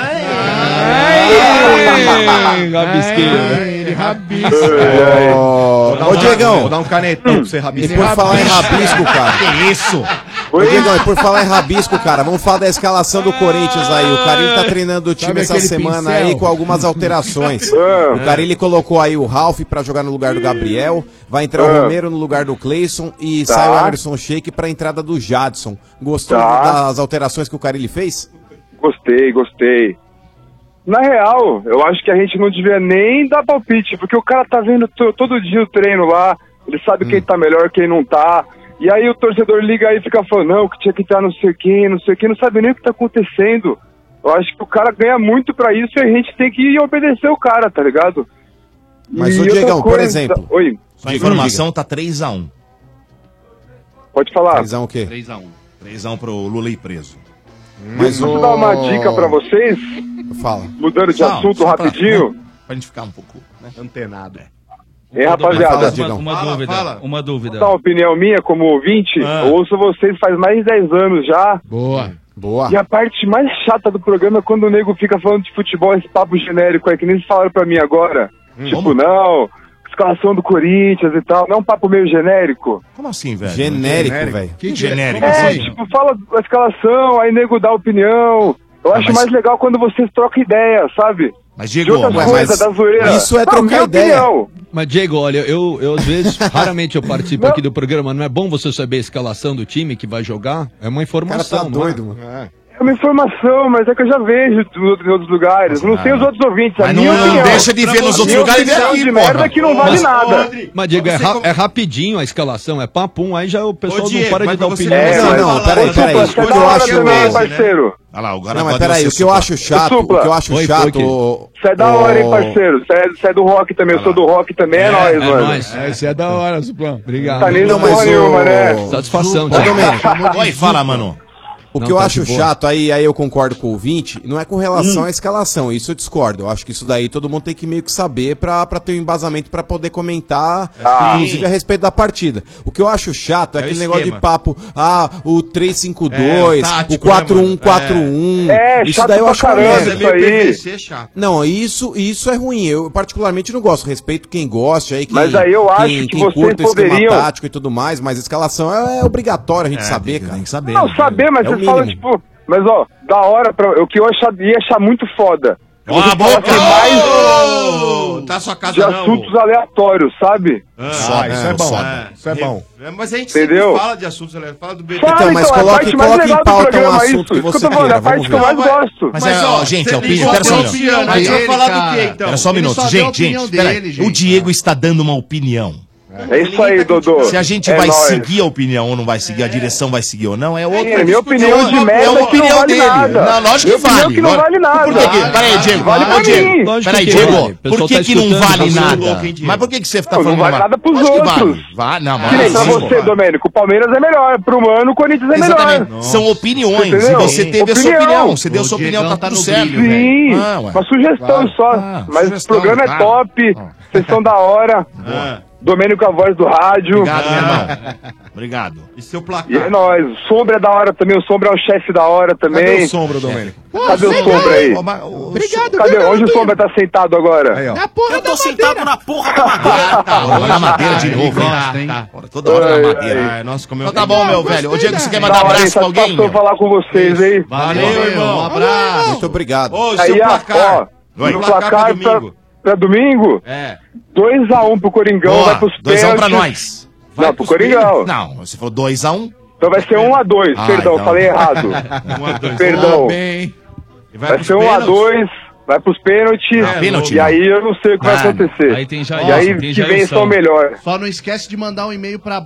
Ele rabisca. Ô, Diegão. Vou dar um canetão pra você E rabiscar. por falar em rabisco, cara. Que isso? Ô, Diegão, e por falar em rabisco, cara, vamos falar da escalação do Corinthians aí. O Carilli tá treinando o time Sabe essa aquele semana pincel? aí com algumas alterações. O Carilli colocou aí o Ralf pra jogar no lugar do Gabriel, vai entrar o Romero no lugar do Cleison e Tá. sai o Emerson Sheik pra entrada do Jadson. Gostou Tá. das alterações que o Carilli fez? Gostei. Na real, eu acho que a gente não devia nem dar palpite, porque o cara tá vendo todo dia o treino lá, ele sabe quem tá melhor, quem não tá. E aí o torcedor liga aí e fica falando, não, que tinha que estar não sei quem, não sabe nem o que tá acontecendo. Eu acho que o cara ganha muito pra isso e a gente tem que obedecer o cara, tá ligado? Mas E o outra Diegão, por coisa- exemplo... Oi. Sua informação tá 3x1. Pode falar. 3x1 o quê? 3x1. 3x1 pro Lula ir preso. Mas Posso dar uma dica pra vocês? Fala. Mudando de Não, assunto só pra- rapidinho. Pra gente ficar um pouco, né? Antenado. Hein, rapaziada? Uma dúvida. Vou dar uma opinião minha como ouvinte. Eu ouço vocês faz mais de 10 anos já. Boa. Boa. E a parte mais chata do programa é quando o nego fica falando de futebol, esse papo genérico aí, que nem vocês falaram pra mim agora. Tipo, não, escalação do Corinthians e tal. Não é um papo meio genérico? Como assim, velho? Genérico, velho. Que genérico? Tipo, fala a escalação, aí nego dá opinião. Eu acho mais legal quando vocês trocam ideia, sabe? Mas, de Diego, outras coisas, da zoeira. Isso é Não, trocar minha ideia. opinião. Mas, Diego, olha, eu às vezes, raramente eu participo aqui do programa. Não é bom você saber a escalação do time que vai jogar? É uma informação, O cara tá doido, não é? mano. É uma informação, mas é que eu já vejo em outros lugares. Não sei os outros ouvintes. Mas a minha não opinião. deixa de ver nos outros Minha lugares e ver opinião aqui, de porra. merda que não vale nada. Mas, Diego, é rapidinho a escalação, é papum, aí já o pessoal Ô, Diego, não para de mas dar você opinião. Não, peraí. O que eu acho... parceiro. Olha lá, o Não, mas peraí, o que eu acho chato, Você é da hora, hein, parceiro? Você é do rock também, eu sou do rock também, é nóis, mano. Esse é da hora, Suplão. Obrigado. Tá nem no porra nenhuma, né? Satisfação, Oi, fala, mano. O que eu acho chato, aí eu concordo com o ouvinte, não é com relação à escalação, isso eu discordo. Eu acho que isso daí todo mundo tem que meio que saber pra ter um embasamento pra poder comentar, inclusive a respeito da partida. O que eu acho chato é aquele negócio de papo, o 3-5-2, o 4-1-4-1. Isso chato daí eu pra acho uma caramba, merda. isso aí. Não, isso é ruim. Eu particularmente não gosto. Respeito quem gosta aí, Mas aí eu acho que quem vocês curta esquema poderiam- tático e tudo mais, mas a escalação é obrigatório a gente saber, cara. Tem que saber. Não, saber, mas É o você fala, mínimo. tipo... Mas, ó, da hora, o que eu ia achar muito foda. Ó, a boca! Tá sua casa de não. assuntos aleatórios, sabe? Isso é bom. Isso é bom. Mas a gente Entendeu? sempre fala de assuntos, galera. Fala do BT. Fala, mas a coloque- parte mais coloque em legal do pauta um programa, assunto isso. que Isso você eu tô falando, queira, é a parte vamos que eu mais ver. gosto. Mas, ó, gente, a opinião. Pera só um minuto. Mas vai falar do quê, então? Pera só um minuto. Gente, pera aí. O Diego está dando uma opinião. É isso aí, Dodô. Se a gente É vai nóis. seguir a opinião ou não vai seguir, a direção vai seguir ou não, é outra. É minha opinião de merda é que uma não opinião vale dele. nada. Não, lógico que Minha opinião vale. que não vale nada. Por que que... Peraí, Diego. Vale pra Ô, Diego. mim. Peraí, que Diego. vale. O pessoal Por que tá que não escutando, vale tá nada? escutando. Mas por que que você tá Não, falando não vale nada pros Lógico que outros. Vale. Não, Que nem pra vale. você, Domênico, o Palmeiras é melhor. Pro Mano, o Corinthians é melhor. Exatamente. São opiniões. Entendeu? E você teve a sua opinião. Você deu a sua opinião, tá tudo certo. Sim, Ah, ué. uma sugestão só. Mas sugestão, o programa é claro. top, vocês são da hora. Domênico, a voz do rádio. Obrigado, meu irmão. Obrigado. E seu placar? E é nóis. O Sombra é da hora também, o Sombra é o chefe da hora também. Cadê o Sombra, Domênico? Cadê o Sombra aí? Cadê? Onde o Sombra tá sentado agora? Aí, ó. Eu tô sentado na porra da madeira. Na madeira de novo, hein? Toda hora na madeira. Nossa, como Então tá bom, meu velho. Ô, Diego, você quer mandar Da hora, hein? abraço pra alguém? Satisfação falar com vocês, hein? Valeu, irmão. Um abraço. Muito obrigado. Ô, seu Aí, placar. ó, Seu no placar placar pro domingo. pra domingo, É. 2x1 pro Coringão, Boa, vai pros 2x1 pra pênaltis. nós. Não, pro Coringão. Não, você falou 2x1. Então vai ser 1x2, perdão, então. falei errado. 1-2. Perdão. Bem. Vai ser 1x2, vai pros pênaltis. pênalti, E aí eu não sei o que vai Mano, acontecer. aí tem E Jailson, aí tem que vem Jailson. só o melhor. Só não esquece de mandar um e-mail pra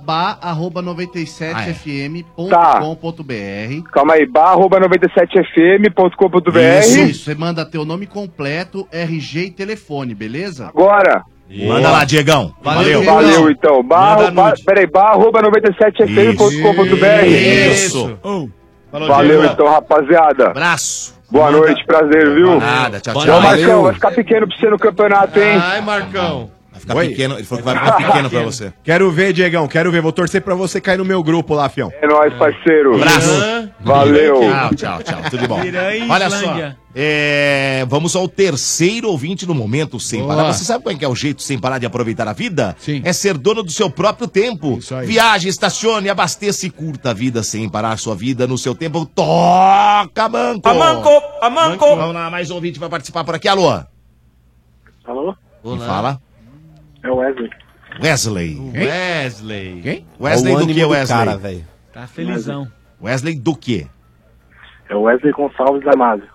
ba@97fm.com.br. Calma aí, bar@97fm.com.br. Isso, você manda teu nome completo, RG e telefone, beleza? Agora. Manda lá, Diegão. Valeu. Valeu, então. Manda nude. Peraí, bar@97fm.com.br. Isso. Valeu, então, rapaziada. Abraço. Boa noite, prazer, viu? Nada, tchau, Ô, tchau. Marcão, vai ficar pequeno pra você no campeonato, hein? Ai, Marcão. Vai ficar pequeno. Ele falou que vai ficar pequeno pra você. Quero ver, Diegão, quero ver. Vou torcer pra você cair no meu grupo lá, fião. É nóis, parceiro. Abraço. Valeu. Tchau. Tudo de bom. Olha só. Vamos ao terceiro ouvinte do Momento Sem Parar. Você sabe qual é que é o jeito sem parar de aproveitar a vida? Sim. É ser dono do seu próprio tempo. Isso aí. Viaje, estacione, abasteça e curta a vida sem parar sua vida no seu tempo. Toca, Manco! A manco. Vamos lá, mais um ouvinte vai participar por aqui. Alô? Alô? Quem fala? É o Wesley. Wesley. Wesley. Quem? Wesley É o do ânimo que, do Wesley? cara, velho. Tá felizão. Wesley do quê? É o Wesley Gonçalves Damasio.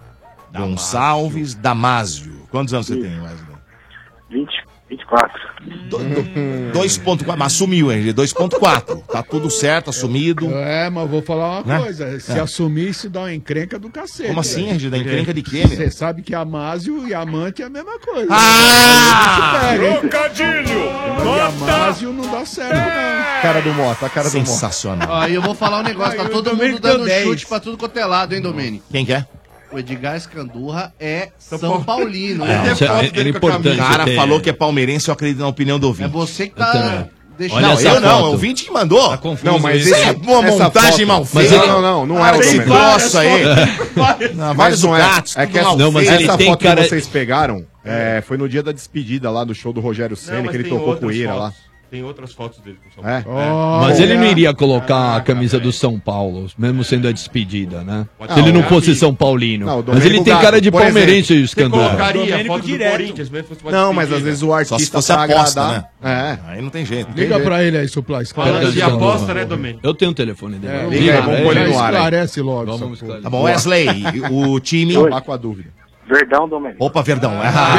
Gonçalves Damásio. Quantos anos você tem, Wesley? 24. 2.4, mas assumiu, hein? 2.4. Tá tudo certo, assumido. Mas vou falar uma Né? coisa. Se assumir, isso dá uma encrenca do cacete. Como assim, RG? Dá encrenca de quê, meu? Você sabe que Amásio e amante é a mesma coisa. Trocadilho! E Amásio não dá certo, não. Cara do Mota, a cara do Mota. Sensacional. Aí eu vou falar um negócio, tá todo mundo dando chute pra tudo quanto é lado, hein, Domênico? Quem que é? O Edgar Escandurra é São Paulino. O cara falou que é palmeirense, eu acredito na opinião do ouvinte. É você que tá deixando... Não, eu não, o ouvinte que mandou. Tá Não, mas esse- é uma essa montagem foto- mal mas feita. ele- não é o Esse Domênico. grosso aí. Não, Mas vários não é. gatos, É tudo que essa, mal não, mas feito. essa Tem foto cara- que vocês pegaram foi no dia da despedida lá do show do Rogério Ceni, mas que ele tem tocou com o outras Ira fotos. lá. Tem outras fotos dele com o São É? Paulo. Mas ele não iria colocar a camisa do São Paulo, mesmo sendo a despedida, né? Se ele não fosse São Paulino. Não, o Mas ele Domênico tem cara de Gago, por palmeirense, exemplo. o Escandurra. Você colocaria a foto do Corinthians, mesmo se fosse uma Não, mas despedida. às vezes o Só se artista fosse pra aposta, agradar. né? Aí não tem jeito. Liga pra ele aí, Supla. Falando de aposta, né, Domênico? Eu tenho o telefone dele. Liga aí, vamos pôr ele no ar. aí. Esclarece logo. Vamos esclarecer. Tá bom, Wesley, o time... Acabar com a dúvida. Verdão, Domênico. Opa, Verdão.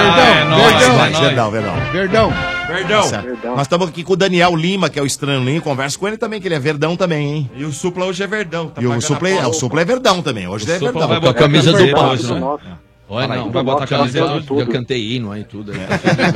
Verdão. Tá certo. Nós estamos aqui com o Daniel Lima, que é o estranho. Conversa com ele também, que ele é Verdão também, hein? E o Supla hoje é Verdão. Tá E o pagando Supla, a pau. o Supla é Verdão também. Hoje é Supla Verdão. vai Com a camisa do Passo, né? Nossa. Olha, Fala aí, não, vai botar a camiseta já cantei hino aí, tudo aí.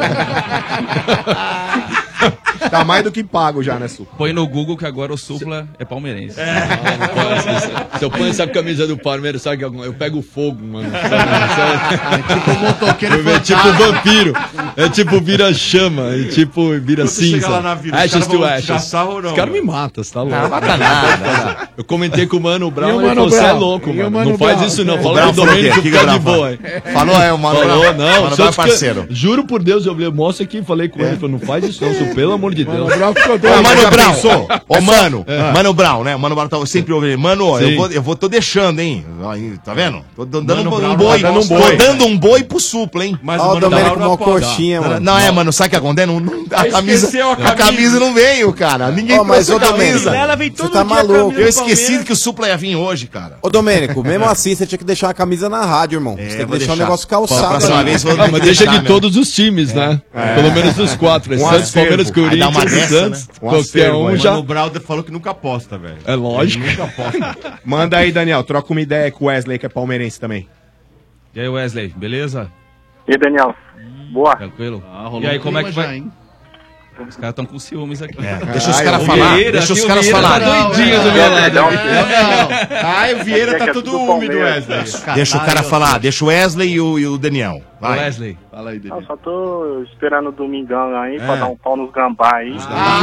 Tá mais do que pago já, né, Su? Põe no Google que agora o Supla é palmeirense. Se eu ponho essa camisa do Palmeiras, sabe que eu pego fogo, mano. Tipo motoqueiro É tipo vampiro. É tipo vira chama. É tipo vira Quando você cinza. chegar lá na vila, os Ashes caras to vão tirar ashes. sarro ou não, Os caras me mano? matam, você tá louco. Não mata nada. Eu comentei com o Mano E Brown, o ele Mano falou, você é Brown? louco, E o mano. Mano Não faz Brown? isso não. O Fala Brown que o falou o quê? Domênico Que fica o Brown de boa. Falou, o Mano Falou, Brown. não. Mano se Brown eu é parceiro. Juro por Deus, eu mostro aqui, falei com ele, falou, não faz isso não, Su, pelo amor de Deus. Mano Brown ficou Ô, doido. Mano já Brown, pensou? ô, Mano Brown, né? Mano Brown tá sempre ouvindo. Mano, ó, Sim. tô deixando, hein? Aí, tá vendo? Tô dando Mano um Brown boi. tá dando um Tô boi. dando um boi pro Supla, hein? Mas Ó, o Mano Domênico Brown uma não aposta. coxinha, mano. Não, é, mano, sabe o que acontece? Esqueceu a camisa. Não veio, cara. Ninguém Ó, mas, trouxe ô, a camisa. Domênico, Ela vem você todo tá dia com a maluco. camisa Eu do esqueci Palmeiras. que o Supla ia vir hoje, cara. Ô, Domênico, mesmo assim, você tinha que deixar a camisa na rádio, irmão. Você tem que vou deixar o deixar. negócio Pra calçado. próxima ali. vez, vou Ah, ter mas que deixa deixar de mesmo. todos os times, né? Pelo menos dos quatro. Santos, acervo. Palmeiras, Aí dá Corinthians uma e dessa, Santos. né? Um Qualquer acervo, um aí. já... Mano Brown falou que nunca aposta, velho. É lógico. Nunca aposta. Manda aí, Daniel. Troca uma ideia com o Wesley, que é palmeirense também. E aí, Wesley, beleza? E aí, Daniel? Boa. Tranquilo? rolou E aí, um como é que clima vai? já, hein? Os caras estão com ciúmes aqui. Deixa os Ai, caras o falar. Vieira, Deixa os aqui o caras Vieira falar. tá doidinho do meu lado. Ai, o Vieira É que tá é tudo tudo úmido, Palmeiras. Wesley. Deixa o cara falar. Deixa o Wesley e o Daniel. Vai. Wesley. Fala aí, Eu Dede. só tô esperando o domingão aí pra dar um pau nos gambá aí.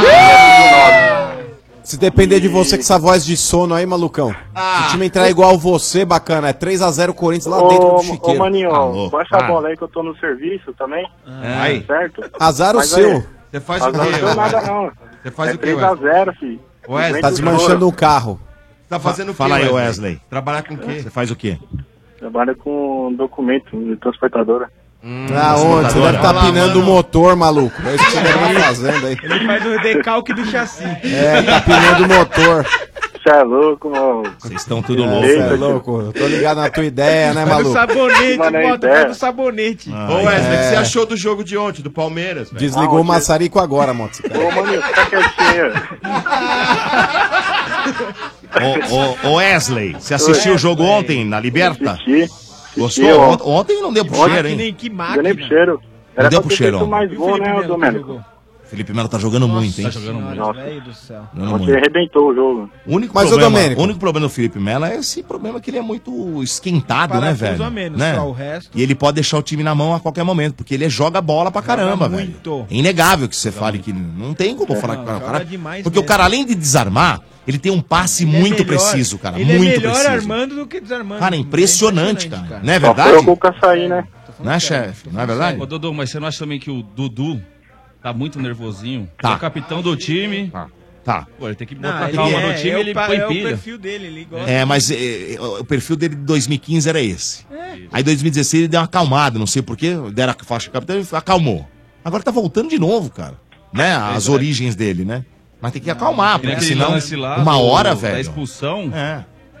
Se depender de você com essa voz de sono aí, malucão. Se o time entrar igual você, bacana. É 3x0 Corinthians lá dentro do Ô, Chiqueiro. Maninho, Alô. baixa a bola aí que eu tô no serviço também. Aí. Certo? Azar o Mas seu. aí, Você faz o Azar quê? não deu nada não. Você faz É o quê, Wesley? 3x0, filho. Wesley, Tá desmanchando um carro. tá fazendo o quê, Fala aí, Wesley. Trabalhar com o quê? Você faz o quê? Trabalha com documento de transportadora. Aonde? Você deve estar pinando o motor, maluco. É isso que você deve estar fazendo aí. Ele faz o decalque do chassi. É, tá pinando o motor. Você é louco, mano. Vocês estão tudo Você louco. é velho. louco. Eu tô ligado na tua ideia, né, Faz o maluco? sabonete, Mano, é bota, ideia. faz o sabonete. Ô, Wesley, o que você achou do jogo de ontem, do Palmeiras, velho? Desligou o maçarico agora, moto. Ô, Maninho, fica quietinho. Ô, Wesley, você assistiu o jogo ontem na Liberta? Assisti. Gostou? Assisti, Ontem não deu pro Ontem cheiro, Que hein? nem que Deu máquina. nem pro cheiro. Era deu pra pro ter cheiro, feito ó. mais gol, né, Domênico? Felipe Melo tá jogando muito, hein? Tá jogando muito. Nossa, do céu. Jogando você muito. arrebentou o jogo. O único, Mas, ô, problema, Domênico. o único problema do Felipe Melo é esse problema que ele é muito esquentado, né, Parafuso velho? a menos, né? só o resto. E ele pode deixar o time na mão a qualquer momento, porque ele joga bola pra caramba, velho. muito. É inegável que você fale que não tem como falar que o joga cara. demais Porque o mesmo. cara, além de desarmar, ele tem um passe Ele é muito melhor- preciso, cara. Ele muito é melhor preciso. armando do que desarmando. Cara, é impressionante, cara. Não é Só verdade? foi o gol com açaí, né? Não é, chefe? Não é verdade? Ô, Dodô, mas você não acha também que o Dudu tá muito nervosinho? Tá. É o capitão do time. Tá. Pô, ele tem que Não, botar ele calma é, no time, é o ele pa- põe é o pilha. perfil dele, ele gosta. É, mas o perfil dele de 2015 era esse. Aí em 2016 ele deu uma acalmada, não sei porquê, deram a faixa capitão e acalmou. Agora tá voltando de novo, cara. Né? As origens dele, né? Mas tem que acalmar, Tem porque aquele senão, lance lá uma do- hora, da velho. expulsão. É.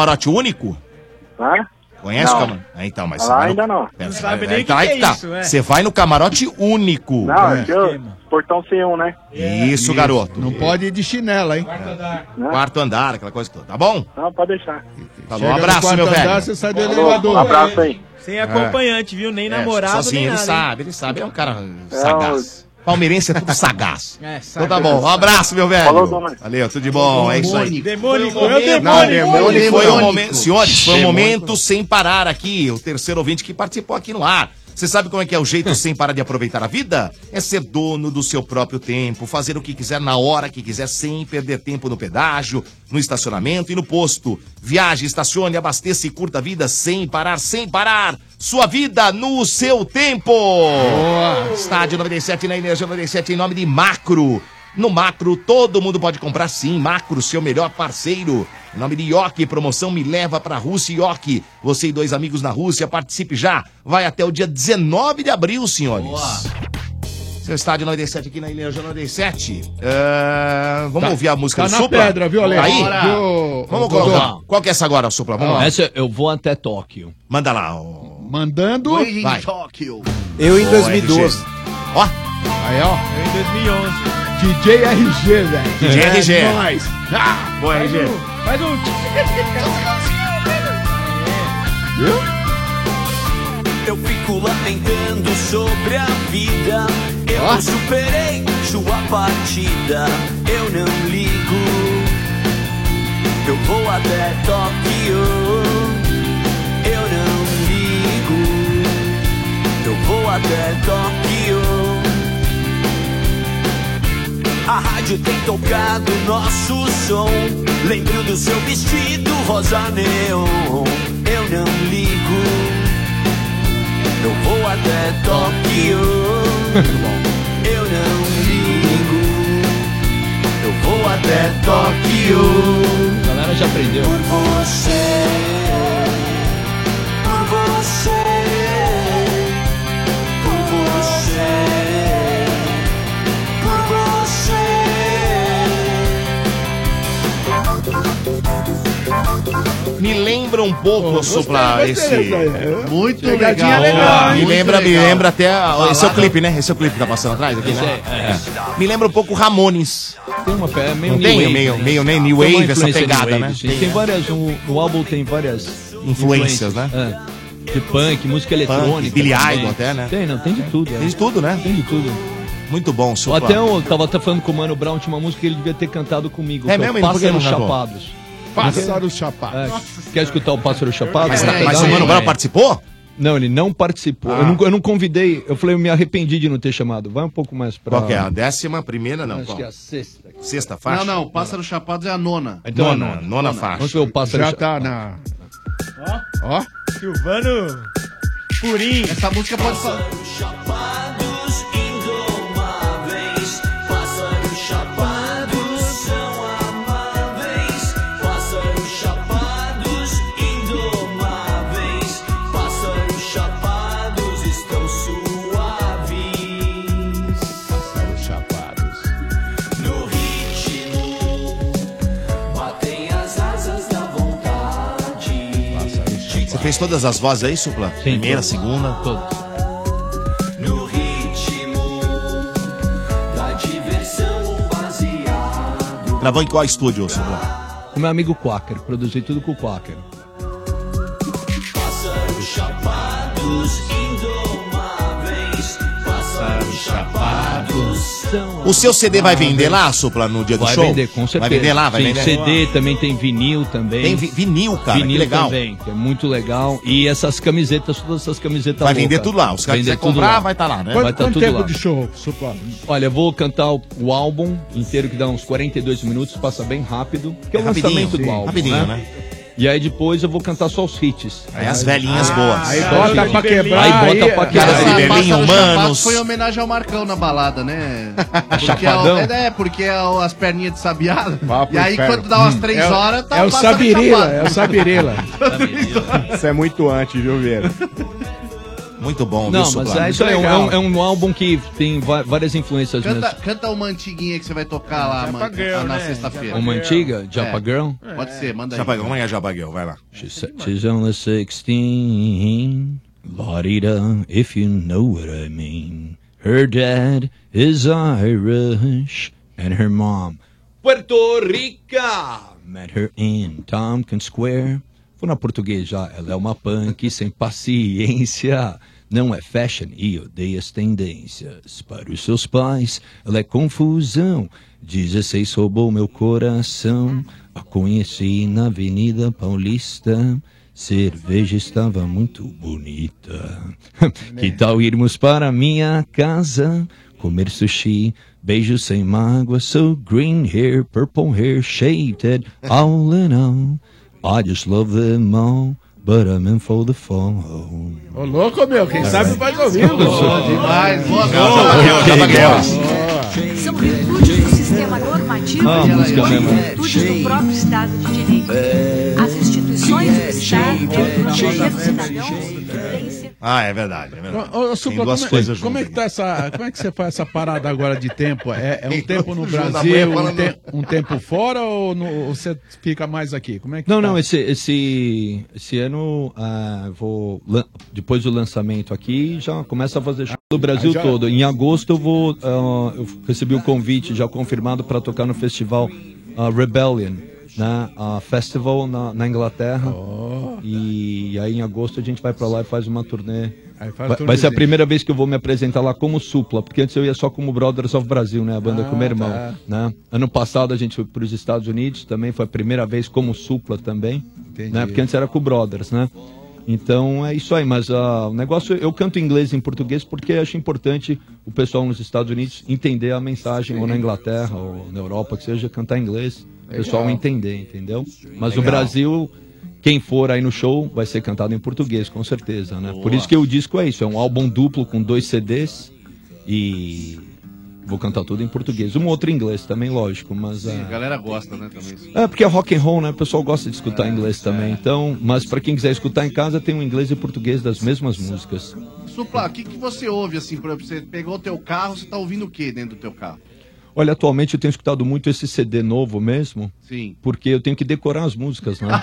camarote único? Hã? Conhece Não. o camarote? Então, mas... Lá você vai ainda não. Pera, Não sabe nem tá o que aí que que é tá. isso, é. Você vai no camarote único. Não, aqui eu, portão C1, né? Isso, garoto. Não pode ir de chinela, hein? Quarto andar, aquela coisa toda. Tá bom? Não, pode deixar. Tá bom, Chega um no abraço, quarto meu andar, velho. você sai do Falou, elevador. um abraço aí. Sem acompanhante, viu? Nem namorado, sozinho, nem ele nada. hein? sabe, ele sabe. É um cara sagaz. Palmeirense é tudo sagaz. É, Então tá bom, um abraço, meu velho. Falou, dona. Valeu, tudo de bom, é isso aí. Demônico, Foi um é o momento- demônico. Foi um momento, senhores, foi um Demônico. momento sem parar aqui. O terceiro ouvinte que participou aqui no ar. Você sabe como é que é o jeito sem parar de aproveitar a vida? É ser dono do seu próprio tempo, fazer o que quiser na hora que quiser, sem perder tempo no pedágio, no estacionamento e no posto. Viaje, estacione, abasteça e curta a vida sem parar, sem parar. Sua vida no seu tempo. Boa. Estádio 97 na Energia 97 em nome de Macro. No Macro, todo mundo pode comprar sim. Macro, seu melhor parceiro. Em nome de Ioki, promoção Me Leva pra Rússia Ioki. Você e 2 amigos na Rússia, participe já. Vai até o dia 19 de abril, senhores. Seu Estádio 97 aqui na Energia 97. Vamos Tá- ouvir a música tá do na Supla? pedra, viu, Ale? Tá aí? Bora. Viu, Vamos Dodô? colocar. Qual que é essa agora, Supla? Vamos lá. Essa eu vou até Tóquio. Manda lá. Mandando. Vai. Eu em Ô, 2012. RG. Ó. Aí, ó. Eu em 2011. DJ RG, velho. DJ RG. É nóis. Boa, RG. Faz um... Eu fico lamentando sobre a vida. Eu não superei sua partida. Eu não ligo. Eu vou até Tóquio. Eu não ligo. Eu vou até Tóquio. A rádio tem tocado nosso som. Lembro do seu vestido rosa neon. Eu não ligo. Eu vou até Tóquio. Eu não ligo. Eu vou até Tóquio. A galera já aprendeu. Por você. Por você. Por você. Me lembra um pouco, Supla, esse... Muito Pegadinha legal. Me lembra até... Esse é o clipe, né? Esse é o clipe que tá passando atrás aqui, Esse né? é. Me lembra um pouco Ramones. Tem uma pé meio Não new tem? wave, Meio né? new Tem uma wave, essa influência pegada, new wave, né? sim. Tem várias, o álbum tem várias Influências, né? É. De punk, música eletrônica. Billy também. Idol até, né? Tem, não, tem de tudo. Tem de tudo, né? Tem de tudo. Muito bom, Supla. Até eu tava até falando com o Mano Brown, tinha uma música que ele devia ter cantado comigo. É que mesmo? o Ele por que Pássaros não cantou? Chapados. Pássaros Chapados. Quer escutar o Pássaro Chapado? Mas, Pra mas pegar o Mano um- Brown participou? Não, ele não participou. Eu não convidei. Eu falei, eu me arrependi de não ter chamado. Vai um pouco mais pra... Qual que é? A 11ª? Não, Acho qual? que é a sexta. Sexta faixa? Não, Pássaro Chapado é a nona. Então, Nona faixa. Vamos ver o Pássaro Já Chapado. tá na. Ó, Ó. Silvano Purim. Essa música pode falar. Chapados indomáveis, pássaros chapados são amáveis, pássaros chapados indomáveis, pássaros chapados estão suaves. Pássaros Chapados. No ritmo, batem as asas da vontade. Você fez todas as vozes aí, Supla? Primeira, todas. segunda? Todos. No ritmo da diversão baseado. Gravou em qual estúdio, Supla? Com meu amigo Quaker. Produzi tudo com o Quaker. Pássaros chapados indomáveis, pássaros chapados são. O seu CD vai vender lá, Supla, no dia do Vai show? vender, com certeza. Vai vender lá, vai Sim, vender? CD também tem vinil também. Tem vinil, cara, vinil que legal. também, que é muito legal. E essas camisetas, todas essas camisetas Vai vender loucas. tudo lá. Os caras Vender quiserem tudo comprar, lá. vai estar lá, né? Vai Quanto, estar quanto tudo tempo lá. de show, Supla? Olha, eu vou cantar o álbum inteiro, que dá uns 42 minutos, passa bem rápido. Que é o rapidinho, lançamento do sim, álbum, rapidinho, né? E aí depois eu vou cantar só os hits. Aí as velhinhas boas. Aí bota pra quebrar. Aí bota pra quebrar. Cara, Berlim, Pássaro Chapado Humanos. foi em homenagem ao Marcão na balada, né? Porque Chapadão? porque é as perninhas de sabiado. Papo E aí inferno. quando dá umas 3 horas, tá É o Pássaro Sabirila, Chapado. é o Sabirila. Isso é muito antes, viu, Vieira? Muito bom, Não, viu, mas Supla? isso aí é um álbum que tem várias influências mesmo. Canta uma antiguinha que você vai tocar lá na sexta-feira. Uma antiga? Japa Girl? Pode ser, manda aí. Japa Girl, como é Japa Girl? Vai lá. She's only 16, Lorita, if you know what I mean. Her dad is Irish, and her mom, Puerto Rica. Met her in Tompkins Square. Vou na portuguesa, ela é uma punk sem paciência. Não é fashion e odeia as tendências. Para os seus pais, ela é confusão. 16 roubou meu coração. A conheci na Avenida Paulista. Cerveja estava muito bonita. Que tal irmos para minha casa? Comer sushi, beijos sem mágoa. So green hair, purple hair, shaved all in all. I just love them all. But I'm in for the fall. Ô, louco, meu, quem sabe faz ouvindo. Demais, São virtudes do sistema normativo e virtudes do próprio Estado de Direito. As instituições do Estado, o poder dos cidadãos, Ah, é verdade. É verdade. Ô, Tem Supla, duas coisas como é juntas. que tá essa. Como é que você faz essa parada agora de tempo? É um tempo no João da Brasil, Manhã falando- um tempo fora ou você fica mais aqui? Como é que Não, tá? não, esse ano vou depois do lançamento aqui já começa a fazer show do Brasil já- todo. Em agosto eu recebi o convite já confirmado para tocar no festival Rebellion, né? Festival na Inglaterra. E aí em agosto a gente vai para lá e faz uma turnê. Vai ser a primeira vez que eu vou me apresentar lá como Supla, porque antes eu ia só como Brothers of Brasil, né? A banda com meu irmão. tá. Né? Ano passado a gente foi para os Estados Unidos, também foi a primeira vez como Supla também. Entendi. Né? Porque antes era com o Brothers, né? Então é isso aí, mas o negócio, eu canto em inglês e em português porque acho importante o pessoal nos Estados Unidos entender a mensagem, ou na Inglaterra, ou na Europa, que seja, cantar em inglês, o pessoal entender, entendeu? Mas no Legal. Brasil, quem for aí no show vai ser cantado em português, com certeza, né? Por isso que o disco é isso, é um álbum duplo com 2 CDs e vou cantar tudo em português. Um outro em inglês também, lógico, mas... A galera gosta, né, também. porque é rock and roll, né? O pessoal gosta de escutar inglês também. Então, mas pra quem quiser escutar em casa, tem um inglês e português das mesmas músicas. Supla, o que você ouve, assim, por exemplo, você pegou o teu carro, você tá ouvindo o que dentro do teu carro? Olha, atualmente eu tenho escutado muito esse CD novo mesmo. Sim. Porque eu tenho que decorar as músicas, né?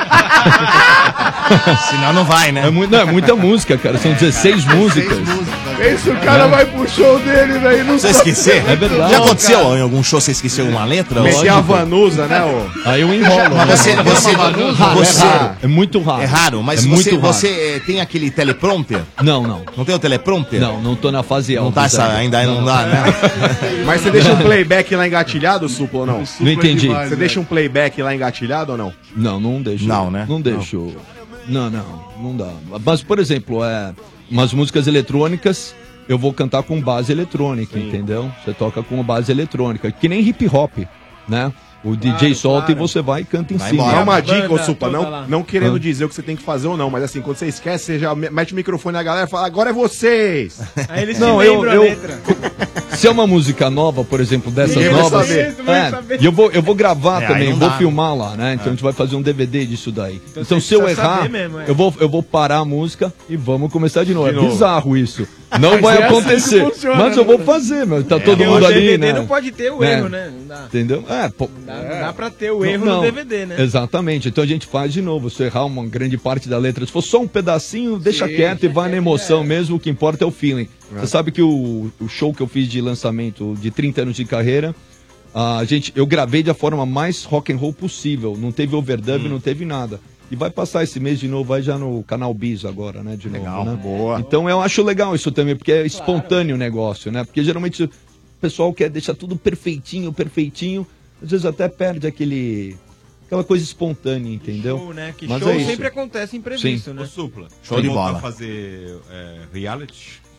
Senão não vai, né? É muita música, cara. São 16 músicas. Esse o cara vai pro show dele, velho. Não Você sabe. esquecer? É verdade. Já aconteceu em algum show você esqueceu uma letra? Meter a Vanusa, né, ô? Aí eu enrolo. Mas você É muito raro. É raro, mas é muito raro. você tem aquele teleprompter? Não, não. Não tem o teleprompter? Não tô na fase Não alta. tá essa, ainda não dá, né? Mas você deixa um playback lá engatilhado, Supla, ou não? Não entendi. Você deixa um playback lá engatilhado ou não? Não deixo. Não, né? Não deixo. Não dá. Mas, por exemplo, umas músicas eletrônicas, eu vou cantar com base eletrônica, entendeu? Você toca com base eletrônica, que nem hip hop, né? O DJ solta e você vai e canta em cima. Dá uma dica, ô Supla, toda lá. não querendo dizer o que você tem que fazer ou não, mas assim, quando você esquece, você já mete o microfone na galera e fala, agora é vocês! Aí eles Não, te lembram a letra. Se é uma música nova, por exemplo, dessas Ninguém vai novas. saber. E eu vou gravar É, aí também, não vou dá, filmar lá, né? Então a gente vai fazer um DVD disso daí. Então você se eu precisa errar, saber mesmo, é. eu vou parar a música e vamos começar de novo. De novo. É bizarro isso. Não Mas vai é assim que acontecer. funciona, Mas eu né? vou fazer, meu. Tá todo Porque mundo o ali, DVD né? não pode ter o É. erro, né? Não dá. Entendeu? Dá pra ter o erro no DVD, né? Exatamente. Então a gente faz de novo. Se eu errar uma grande parte da letra, se for só um pedacinho, deixa quieto e vai na emoção mesmo. O que importa é o feeling. Você sabe que o show que eu fiz de lançamento de 30 anos de carreira, eu gravei da forma mais rock and roll possível. Não teve overdub, não teve nada. E vai passar esse mês de novo, vai já no canal Bis agora, né? De Legal, novo, né? boa. Então eu acho legal isso também, porque é espontâneo o negócio, né? Porque geralmente o pessoal quer deixar tudo perfeitinho. Às vezes até perde aquela coisa espontânea, entendeu? Show, né? Que Mas show é isso. sempre acontece imprevisto, né? Supla. Show de bola. fazer reality?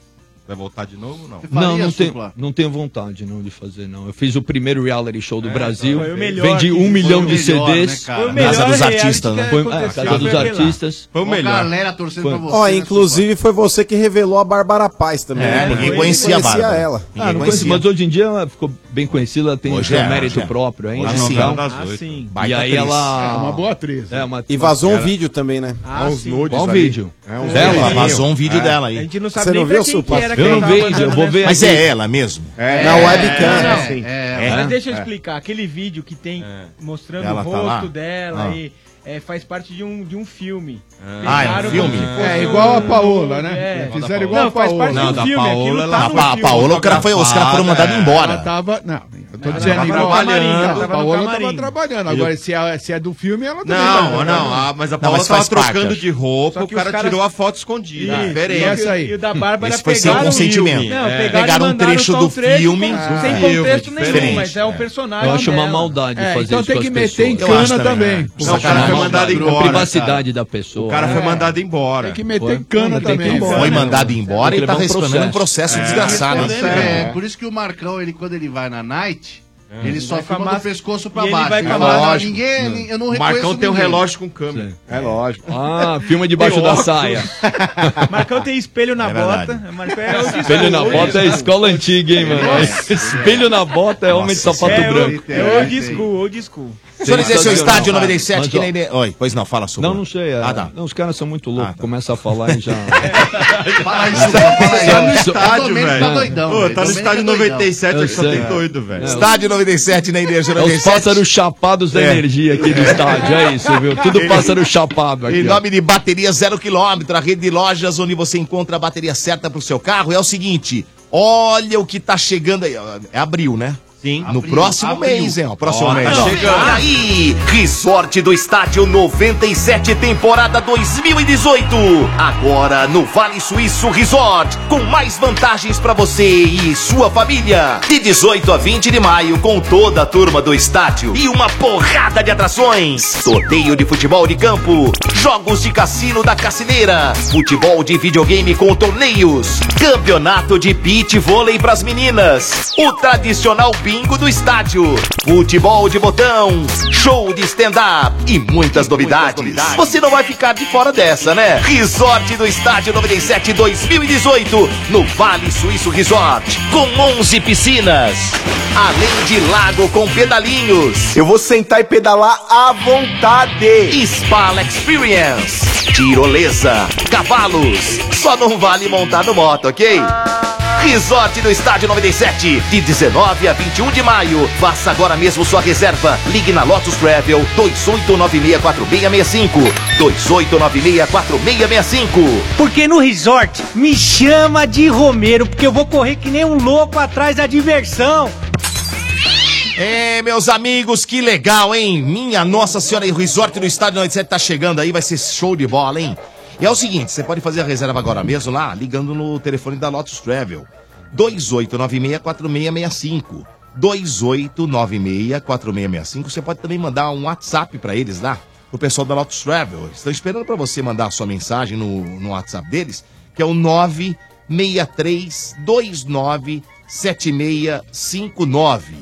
Vai voltar de novo ou não? Não tenho vontade não, de fazer, não. Eu fiz o primeiro reality show do Brasil. Foi o melhor Vendi 1 milhão de CDs. Né, foi o melhor Casa dos reality Artistas, né? que Foi aconteceu. Casa dos Artistas. Foi o melhor. Galera torcendo pra você. Ó, inclusive foi você que revelou a Bárbara Paz também. Ninguém conhecia a Bárbara. ela. Não conhecia. Mas hoje em dia ela ficou bem conhecida, ela tem Hoje seu é, mérito hoje é. próprio ainda. Hoje sim. Então, Sim. e Baita aí atriz. ela... É uma boa atriz. E vazou um vídeo também, né? Uns nudes Qual ali. vídeo? Uns Dela? nudes. Vazou um vídeo dela A aí. gente não sabe Você nem não pra viu, quem Supa? que era que Eu não tava vejo, mandando eu vou ver Mas aqui. é ela mesmo? Na webcam. Não, Sim. Mas deixa eu explicar. Aquele vídeo que tem mostrando Ela o tá rosto lá? dela Ah. e faz parte de um filme. Ah, é um Pegaram filme? como se fosse É igual a Paola, né? É. Fizeram igual Não, a faz Paola. parte Não, do da filme. Paola, Aquilo ela- tá A no Paola, filme. os caras foram mandados embora. Ela tava. Não, eu tô Ela dizendo tava igual no camarim, a ela tava no Paola tava camarim. trabalhando. Agora, se é do filme, ela também tá Não, trabalhando. não, mas a Não, Paola mas tava faz parte, trocando acho. de roupa, Só o que cara os caras- tirou a foto escondida. Isso, Diferente. E essa aí? E o da Bárbara Esse foi sem pegaram consentimento. Não, É. pegaram Pegaram e um mandaram trecho só do um trecho filme. sem Filme, contexto nenhum, diferente. mas é um personagem Eu acho uma dela. maldade fazer Então isso tem com que as meter em pessoas. Eu acho cana também, também. é. Não, o cara foi mandado A embora. privacidade da pessoa. O cara foi mandado embora. Tem que meter Foi. em cana Não, tem que ir também. embora. Foi mandado embora e Tem que tá levar um respondendo um processo. processo desgraçado. Por isso que o Marcão, quando ele vai na night, ele só Vai com a filma do máscara- pescoço e pra ele baixo. vai com a Ele fala, máscara. ninguém, eu não O reconheço Marcão tem um ninguém. relógio com câmera. É lógico. Ah, filma debaixo da saia. Marcão tem espelho na É bota. verdade. Marcão é old Espelho school, na old bota é school. escola antiga, hein, mano? Espelho na bota é homem de sapato É branco. old school, old school. Senhores, esse é o estádio Mas, 97 que ó, nem... Oi, pois não, fala sobre. Não sei. Ah, tá. Não, os caras são muito loucos. Começa a falar e já. Fala isso, fala isso. Tá no O estádio, Domênico velho. tá doidão, Ô, velho. tá no Domênico estádio é doidão. 97, Eu aqui só sei. tem doido, velho. Estádio 97 na Energia É os 97. pássaros chapados da energia aqui do estádio, é isso, viu? Tudo pássaro chapado aqui. Em ó. nome de Bateria 0 km, a rede de lojas onde você encontra a bateria certa pro seu carro. É o seguinte, olha o que tá chegando aí. É abril, né? Sim. No próximo mês, hein? Ó, próximo mês. tá ó. chegando. E aí, Resort do Estádio 97, temporada 2018. Agora no Vale Suíço Resort, com mais vantagens pra você e sua família. De 18 a 20 de maio, com toda a turma do estádio e uma porrada de atrações. Sorteio de futebol de campo, jogos de cassino da Cassineira, futebol de videogame com torneios, campeonato de beach vôlei pras meninas, o tradicional bingo do estádio, futebol de botão, show de stand-up e muitas novidades. Você não vai ficar de fora dessa, né? Resort do Estádio 97 2018, no Vale Suíço Resort, com 11 piscinas, além de lago com pedalinhos. Eu vou sentar e pedalar à vontade. Spala Experience, tirolesa, cavalos. Só não vale montar no moto, ok? Resort do Estádio 97, de 19 a 21 de maio. Faça agora mesmo sua reserva. Ligue na Lotus Travel 28964665. 28964665. Porque no resort me chama de Romero, porque eu vou correr que nem um louco atrás da diversão. É, meus amigos, que legal, hein? Minha Nossa Senhora, e o Resort do Estádio 97 tá chegando aí, vai ser show de bola, hein? E é o seguinte, você pode fazer a reserva agora mesmo lá, ligando no telefone da Lotus Travel. 28964665. 28964665. Você pode também mandar um WhatsApp pra eles lá, pro pessoal da Lotus Travel. Eles estão esperando pra você mandar a sua mensagem no WhatsApp deles, que é o 963297659.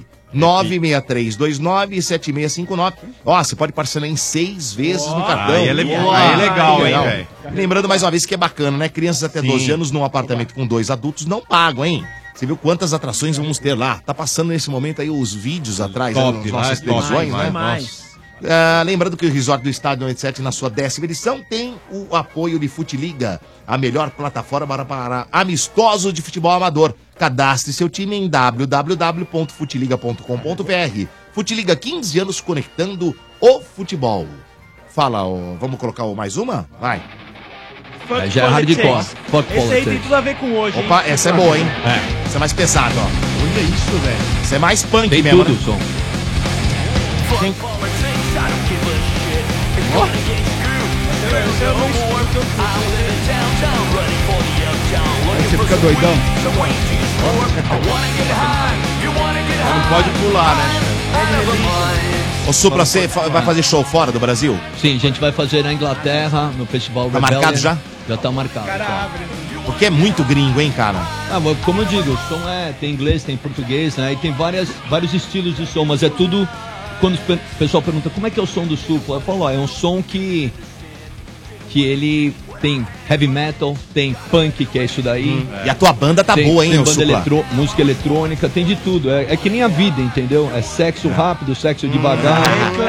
963297659. Ó, você pode parcelar em 6 vezes no cartão. Aí é legal, hein, velho? Lembrando mais uma vez que é bacana, né? Crianças até 12 anos num apartamento com 2 adultos não pagam, hein? Você viu quantas atrações vamos ter lá? Tá passando nesse momento aí os vídeos atrás, Top, né, nas nossas televisões, né? Lembrando que o Resort do Estádio 97, na sua 10ª edição, tem o apoio de Futiliga, a melhor plataforma para amistosos de futebol amador. Cadastre seu time em www.futiliga.com.br. Futiliga, 15 anos conectando o futebol. Fala, vamos colocar mais uma? Vai. Fuck Já é hardcore. politics. Fuck Esse aí tem politics. tudo a ver com hoje, Opa, hein? essa é boa, hein? Essa é mais pesada, ó. Olha isso, velho. Essa é mais punk Tem mesmo, tudo, né? som. Aí você fica doidão. Não pode pular, né? Ô, Supra, você vai fazer show fora do Brasil? Sim, a gente vai fazer na Inglaterra, no Festival Tá Rebellion. marcado já? Já tá marcado. Cara tá. abre. Porque é muito gringo, hein, cara? Ah, mas como eu digo, o som tem inglês, tem português, né? E tem vários estilos de som, mas é tudo... Quando o pessoal pergunta como é que é o som do Supla, eu falo, é um som que ele tem heavy metal, tem punk, que é isso daí. E a tua banda tá boa, hein, tem o banda Supla? música eletrônica, tem de tudo. É que nem a vida, entendeu? É sexo rápido, sexo devagar.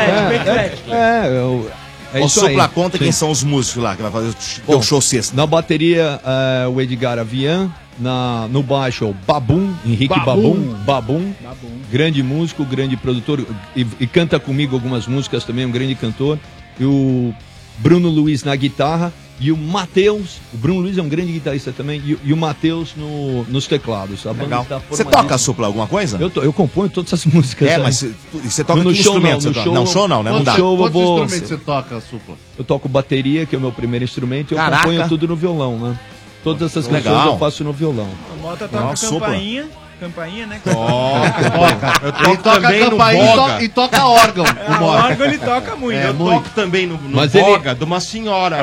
É O isso aí. Supla conta quem Sim. são os músicos lá que vai fazer o show sexta. Na bateria, o Edgar Avian. No baixo, o Babum, Henrique Babum. Grande músico, grande produtor. E canta comigo algumas músicas também, um grande cantor. E o Bruno Luiz na guitarra. E o Matheus. O Bruno Luiz é um grande guitarrista também. E o Matheus nos teclados. A banda Legal. está Você formadíssima. toca, Supla, alguma coisa? Eu componho todas essas músicas. É, mas você toca no que show instrumento? não, Você no toca? Não, show não, né? Não dá. Quantos instrumentos você toca, Supla? Eu toco bateria, que é o meu primeiro instrumento, e eu Caraca. componho tudo no violão, né? Todas essas canções Legal. eu faço no violão. O Mota toca Nossa, campainha, né? Ele toca campainha e toca órgão. O órgão ele toca muito. Eu toco também no Mas boga de uma senhora.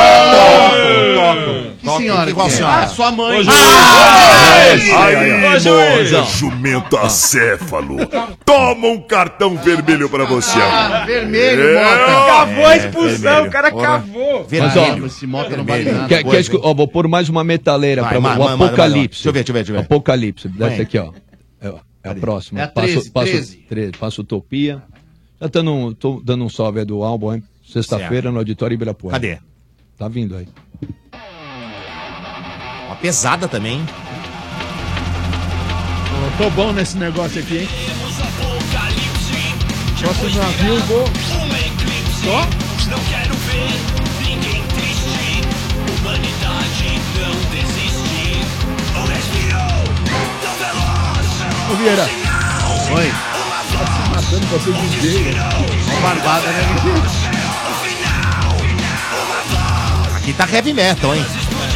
Que senhora? Qual que é? senhora? Ah, sua mãe. Aí, jumento acéfalo. Toma um cartão vermelho pra você. Vermelho, Mota. Cavou a expulsão, o cara cavou. Mas, ó, Esse Mota não vale nada. vou pôr mais uma metaleira Vai, pra você. O manda. Apocalipse. Deixa eu ver. Apocalipse. Desce Põe. aqui, ó. É a próxima. É a 13. Passo Utopia. Já tô dando um salve aí do álbum, hein? Sexta-feira no Auditório Ibirapuera. Cadê? Tá vindo aí. Uma pesada também, hein? Eu tô bom nesse negócio aqui, hein? Próximo navio, vou... Só? Não quero ver ninguém triste. Humanidade não desiste. O respirou tão veloz. Ô, Vieira. Oi. Tá se matando pra ser DJ. Uma barbada, né, Vitinho? Aqui tá heavy metal, hein?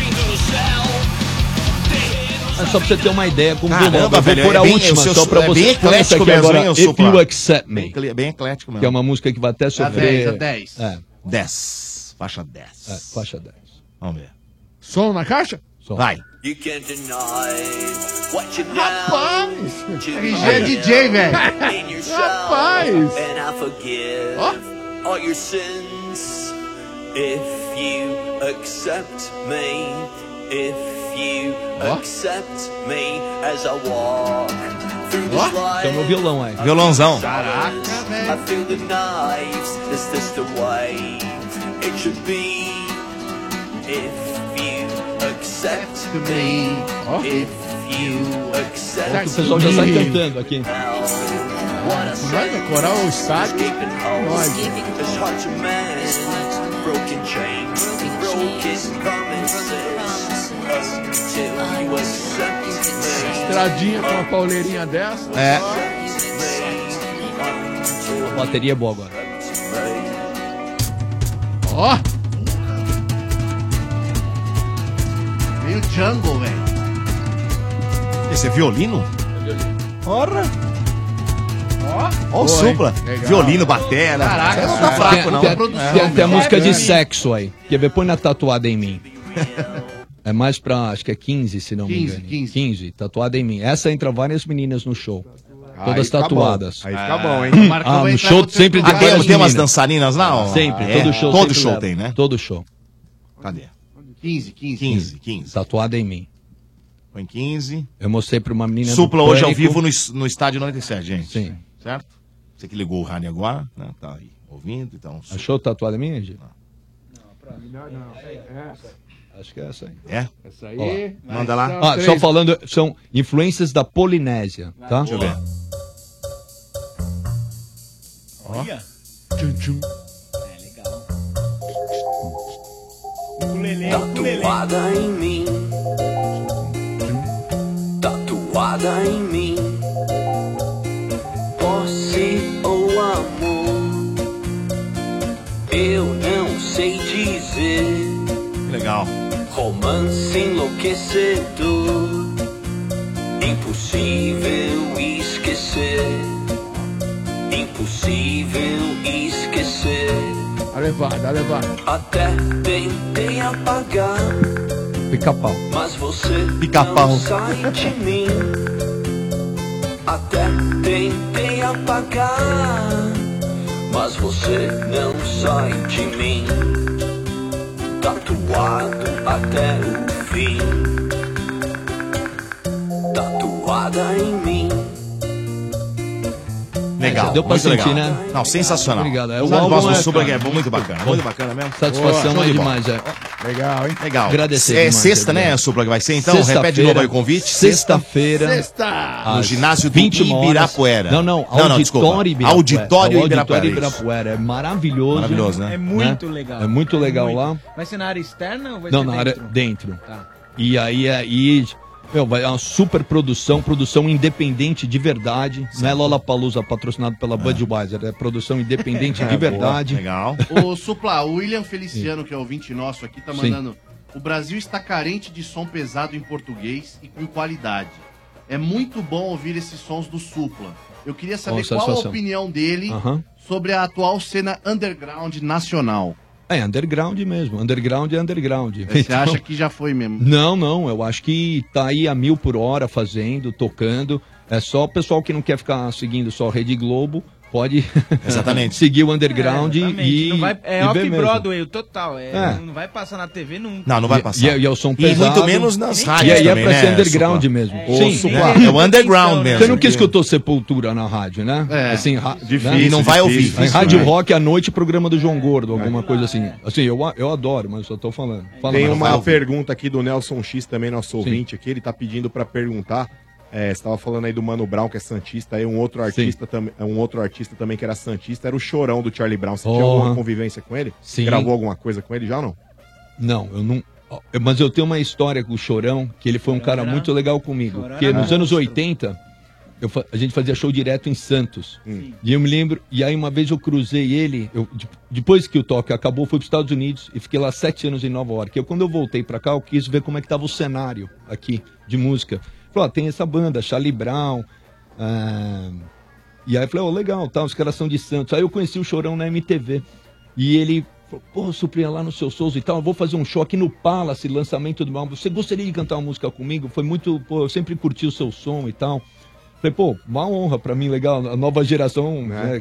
É só pra você ter uma ideia como Caramba, violão. Eu velho, vou pôr a é bem- última, o seu- só pra é você. bem Põe essa eclético aqui mesmo, agora, hein, o If Supla? You Accept Me. Bem eclético mesmo. Que é uma música que vai até sofrer... 10. É, 10. Faixa 10. faixa 10. Vamos ver. Som na caixa? Vai. You can't deny what you know. Rapaz! RG é DJ, velho. In yourself. Rapaz! And I forgive all your sins. If you accept me. If you accept me as I walk through this Esse é o meu life. violão aí. Violãozão. Caraca, velho. I feel the knives. Is this the way it should be? If you accept me. If you accept O pessoal já sai cantando aqui. Vai decorar o estádio. Nós. It's hard to manage. Broken chains, broken promises. Until you accept me. Estradinha com uma pauleirinha dessa. É. A bateria é boa agora. Ó. Meio jungle, velho. Esse é violino? Ora. Ó o Boa, Supla. hein? Legal. Violino, batera. Caraca, Você não tá Supla. fraco, não. Tem a música de sexo aí. Quer ver? Põe na tatuada em mim. É mais pra, acho que é 15, se não me 15, engano. 15. Tatuada em mim. Essa entra várias meninas no show. Todas Aí fica tatuadas. bom. Aí fica bom, hein? O Marcão Ah, vai no entrar show no teu sempre lugar. tem várias Tem umas meninas. dançarinas lá? ó? Sempre, É, todo show. Todo sempre show leva. tem, né? Todo show. Cadê? 15. 15. Tatuada em mim. Põe 15. Eu mostrei pra uma menina. Supla do hoje ao Pânico. vivo no Estádio 97, gente. Sim. Certo? Você que ligou o rádio agora, né? Tá aí ouvindo, então. Achou tatuada em mim, Andy? É. Acho que é essa aí. É? Essa aí. Manda lá. Ah, só falando, são influências da Polinésia, tá? Deixa eu ver. Olha. Tchum, tchum. Tatuada em mim. Tatuada em mim. Posse ou amor? Eu não sei dizer. Legal. Romance enlouquecedor. Impossível esquecer. Impossível esquecer. A levada. Até tentei apagar. Pica-pau. Mas você Pica-pau. não sai de mim. Até tentei apagar, mas você não sai de mim. Tatuado até o fim, tatuada em mim. Legal, Deu pra muito sentir, legal. né? Não, sensacional. Obrigado. O álbum do Supla é muito bacana, muito bacana mesmo. Satisfação Show é de bola. demais, é. Legal, hein? Legal. Agradecer É demais, sexta, Adriano. né, Supla, que vai ser então? Sexta-feira. Repete de novo aí o convite. Sexta-feira. No às ginásio do 21 horas. Ibirapuera. Não, desculpa. Auditório Ibirapuera. Auditório É o Ibirapuera. Ibirapuera. É maravilhoso. Maravilhoso, né? É muito legal. É muito legal Muito. lá. Vai ser na área externa ou vai Não, ser na área dentro? dentro. Tá. E aí vai uma super produção independente de verdade. Não é Lollapalooza patrocinado pela Budweiser, é produção independente de verdade. Legal. Ô, Supla, o William Feliciano, que é ouvinte nosso aqui, tá Sim. mandando. O Brasil está carente de som pesado em português e com qualidade. É muito bom ouvir esses sons do Supla. Eu queria saber qual a satisfação. opinião dele Aham. sobre a atual cena underground nacional. É underground mesmo, underground é underground. Você acha que já foi mesmo? Não, eu acho que tá aí a 1000 por hora fazendo, tocando. É só o pessoal que não quer ficar seguindo só a Rede Globo, pode Exatamente. seguir o underground Exatamente. e Não vai, e é ver off-Broadway, o total. É. Não vai passar na TV nunca. Não, não vai passar. E é o som E pesado. muito menos nas E rádios aí é também, pra ser né, underground Supla? mesmo. Sim, é o underground mesmo. Você nunca escutou Sepultura na rádio, né? É, assim, difícil, né? e não vai ouvir. Em rádio rock à noite, programa do João Gordo, alguma coisa assim. Assim, eu adoro, mas só tô falando. Fala, Tem mas uma fala. pergunta aqui do Nelson X, também nosso ouvinte aqui. Ele tá pedindo pra perguntar. Você estava falando aí do Mano Brown, que é santista, aí um outro artista também que era santista, era o Chorão do Charlie Brown. Você tinha alguma convivência com ele? Sim. Gravou alguma coisa com ele já ou não? Não, eu não. Mas eu tenho uma história com o Chorão, que ele foi um cara muito legal comigo. Chorão Porque era nos anos monstro. 80, a gente fazia show direto em Santos. E eu me lembro, e aí uma vez eu cruzei ele, depois que o toque acabou, fui para os Estados Unidos e fiquei lá 7 anos em Nova York. Quando eu voltei para cá, eu quis ver como é que tava o cenário aqui de música. Falei, tem essa banda, Charlie Brown. E aí eu falei, legal, tá, os caras são de Santos. Aí eu conheci o Chorão na MTV. E ele falou, pô, Suprinha, lá no Seu Souza e tal, eu vou fazer um show aqui no Palace, lançamento do álbum. Você gostaria de cantar uma música comigo? Foi muito, pô, eu sempre curti o seu som e tal. Falei, pô, uma honra pra mim, legal, a nova geração, né,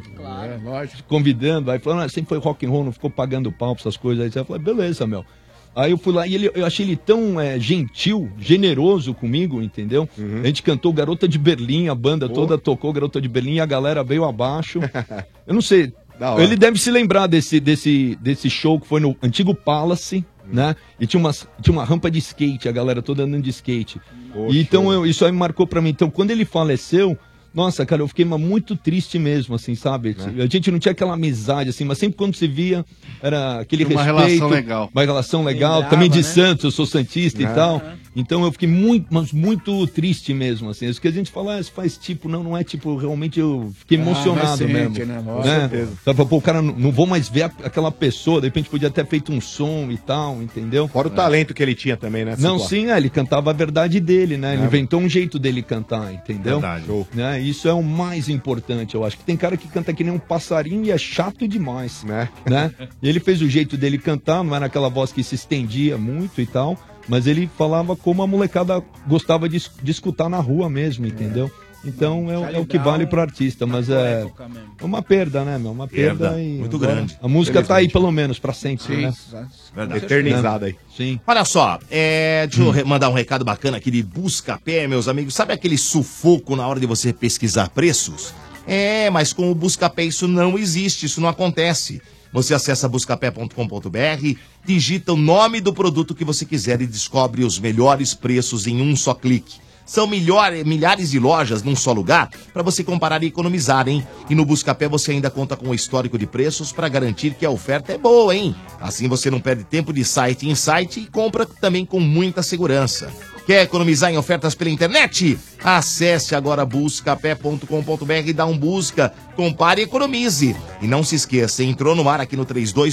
convidando. Aí falando, sempre foi rock and roll, não ficou pagando pau pra essas coisas. Aí eu falei, beleza, meu. Aí eu fui lá e eu achei ele tão gentil, generoso comigo, entendeu? A gente cantou Garota de Berlim, a banda toda tocou Garota de Berlim e a galera veio abaixo. Eu não sei, ele deve se lembrar desse show que foi no antigo Palace, né? E tinha uma rampa de skate, a galera toda andando de skate. E então isso aí me marcou pra mim. Então quando ele faleceu, nossa, cara, eu fiquei muito triste mesmo, assim, sabe? A gente não tinha aquela amizade, assim, mas sempre quando se via, era aquele Uma respeito. relação legal. Uma relação legal. Lembrava, Também de né? Santos, eu sou santista e tal. Então eu fiquei muito triste mesmo, assim. Isso que a gente fala, isso faz tipo, não é tipo, realmente eu fiquei emocionado recente, mesmo. né? Né? Com certeza. Sabe, pô, o cara, não vou mais ver aquela pessoa, de repente podia ter feito um som e tal, entendeu? Fora o talento que ele tinha também, né? Não, Supla? sim, ele cantava a verdade dele, né? Ele É. inventou um jeito dele cantar, entendeu? Verdade. Show. Né? Isso é o mais importante, eu acho. Que tem cara que canta que nem um passarinho e é chato demais, né? E ele fez o jeito dele cantar, não era aquela voz que se estendia muito e tal, mas ele falava como a molecada gostava de escutar na rua mesmo, entendeu? Então é o que vale pro artista, mas é uma perda, né, meu? Uma perda, Perda, e muito agora grande. A música tá aí pelo menos pra sempre, Sim, né? verdade. Eternizada aí. Sim. Olha só, deixa eu mandar um recado bacana aqui de Buscapé, meus amigos. Sabe aquele sufoco na hora de você pesquisar preços? Mas com o Buscapé isso não existe, isso não acontece. Você acessa buscapé.com.br, digita o nome do produto que você quiser e descobre os melhores preços em um só clique. São milhares de lojas num só lugar para você comparar e economizar, hein? E no Buscapé você ainda conta com o histórico de preços para garantir que a oferta é boa, hein? Assim você não perde tempo de site em site e compra também com muita segurança. Quer economizar em ofertas pela internet? Acesse agora buscapé.com.br e dá um busca, compare e economize. E não se esqueça, entrou no ar aqui no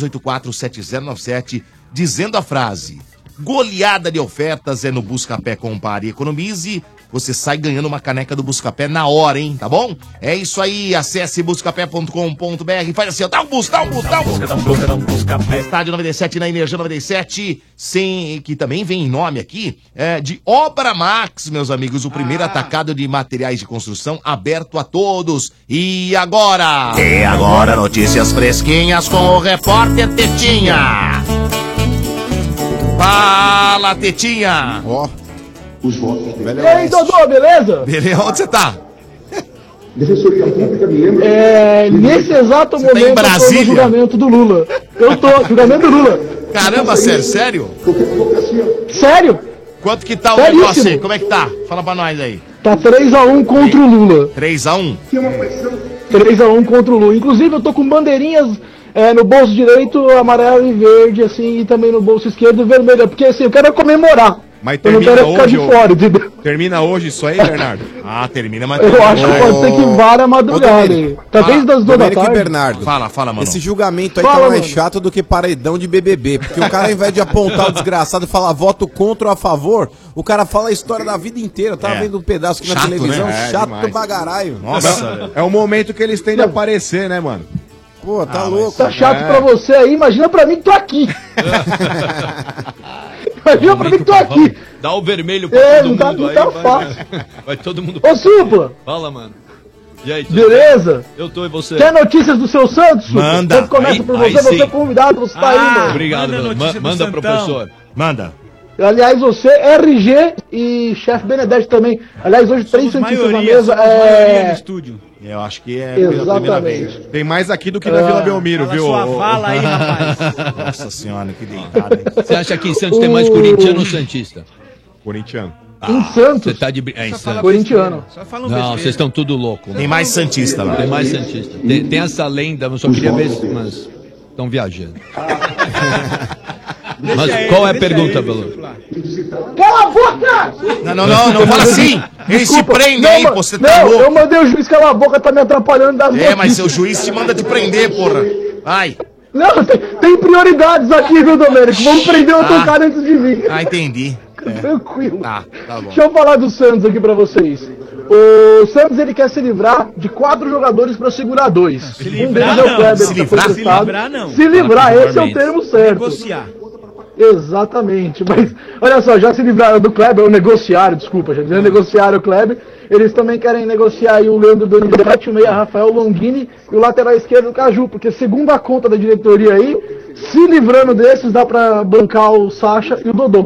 32847097 dizendo a frase: goleada de ofertas é no Buscapé, compare e economize. você sai ganhando uma caneca do Buscapé na hora, hein? Tá bom? É isso aí, acesse buscapé.com.br, faz assim, ó, dá um bus. Estádio 97 na Energia 97, que também vem em nome aqui, de Obra Max, meus amigos, o primeiro atacado de materiais de construção aberto a todos. E agora, notícias fresquinhas com o repórter Tetinha. Fala, Tetinha. Ó. E aí, Dodô, beleza? Beleza, onde você tá? Nesse exato Você tá em momento eu tô Brasília? no julgamento do Lula. Eu tô, julgamento do Lula. Caramba, sério? Sério? Quanto que tá o Seríssimo. negócio aí? Como é que tá? Fala pra nós aí. Tá 3x1 contra o Lula. 3x1? 3x1 contra o Lula. Inclusive, eu tô com bandeirinhas no bolso direito, amarelo e verde, assim, e também no bolso esquerdo, vermelho. Porque, assim, eu quero comemorar. Mas eu não termina quero ficar hoje, de fora, entendeu? Termina hoje isso aí, Bernardo? Termina, mas... Eu acho que pode ser que vá a madrugada aí. Talvez das 2 da Domênico e tarde. Bernardo. Fala, mano. Esse julgamento aí Fala, tá mais mano. chato do que paredão de BBB. Porque o cara, ao invés de apontar o desgraçado e falar voto contra ou a favor, o cara fala a história da vida inteira. Eu tava vendo um pedaço aqui na Chato, televisão. né? Chato Demais. do bagaralho. Nossa. É o momento que eles têm de aparecer, né, mano? Pô, tá louco. Tá chato pra você aí, imagina pra mim que tô aqui. Imagina pra mim que tô aqui. Dá o vermelho pra todo não tá, mundo não aí. tá fácil. Vai todo mundo... Ô, Supla. Fala, mano. E aí, tudo Beleza? bem? Eu tô e você? Quer notícias do seu Santos, Supla? Manda. Sempre começa Aí- por aí você, você sim. é convidado, você tá aí, mano. Obrigado, mano. Manda, professor. Manda. Aliás, você, RG e chefe Benedetti também. Aliás, hoje 3 cientistas na mesa. maioria no estúdio. Eu acho que é pela primeira Exatamente. vez. Tem mais aqui do que na Vila Belmiro, Fala viu? sua fala aí, rapaz. Nossa senhora, que deitado, hein? Você acha que em Santos tem mais corintiano ou santista? Corintiano. Em Santos, Você tá de... É, em Santos. corintiano. Só fala um Não, besteira. vocês estão tudo louco. Tem mais santista lá. Tem mais santista. Tem essa lenda, eu só queria ver se... Mas estão viajando. Mas qual é a pergunta, Belu? Cala a boca! Não fala assim! Eles se prendem aí, pô, você tá não, louco. eu mandei o juiz calar a boca, tá me atrapalhando das Mas seu juiz te manda te prender, porra. Vai. Não, tem prioridades aqui, viu, Domênico? Vamos prender outro cara antes de vir. Entendi. Tranquilo. Tá bom. Deixa eu falar do Santos aqui pra vocês. O Santos, ele quer se livrar de 4 jogadores pra segurar 2. Um deles é o Kleber, Se que livrar? foi Se testado. livrar, não. Se livrar, esse é o termo certo. Negociar. Exatamente, mas olha só, já se livraram do Kleber, ou negociaram, desculpa, já negociaram o Kleber, eles também querem negociar aí o Leandro Donizete, o meia Rafael Longini e o lateral esquerdo o Caju, porque segundo a conta da diretoria aí, se livrando desses dá pra bancar o Sacha e o Dodô.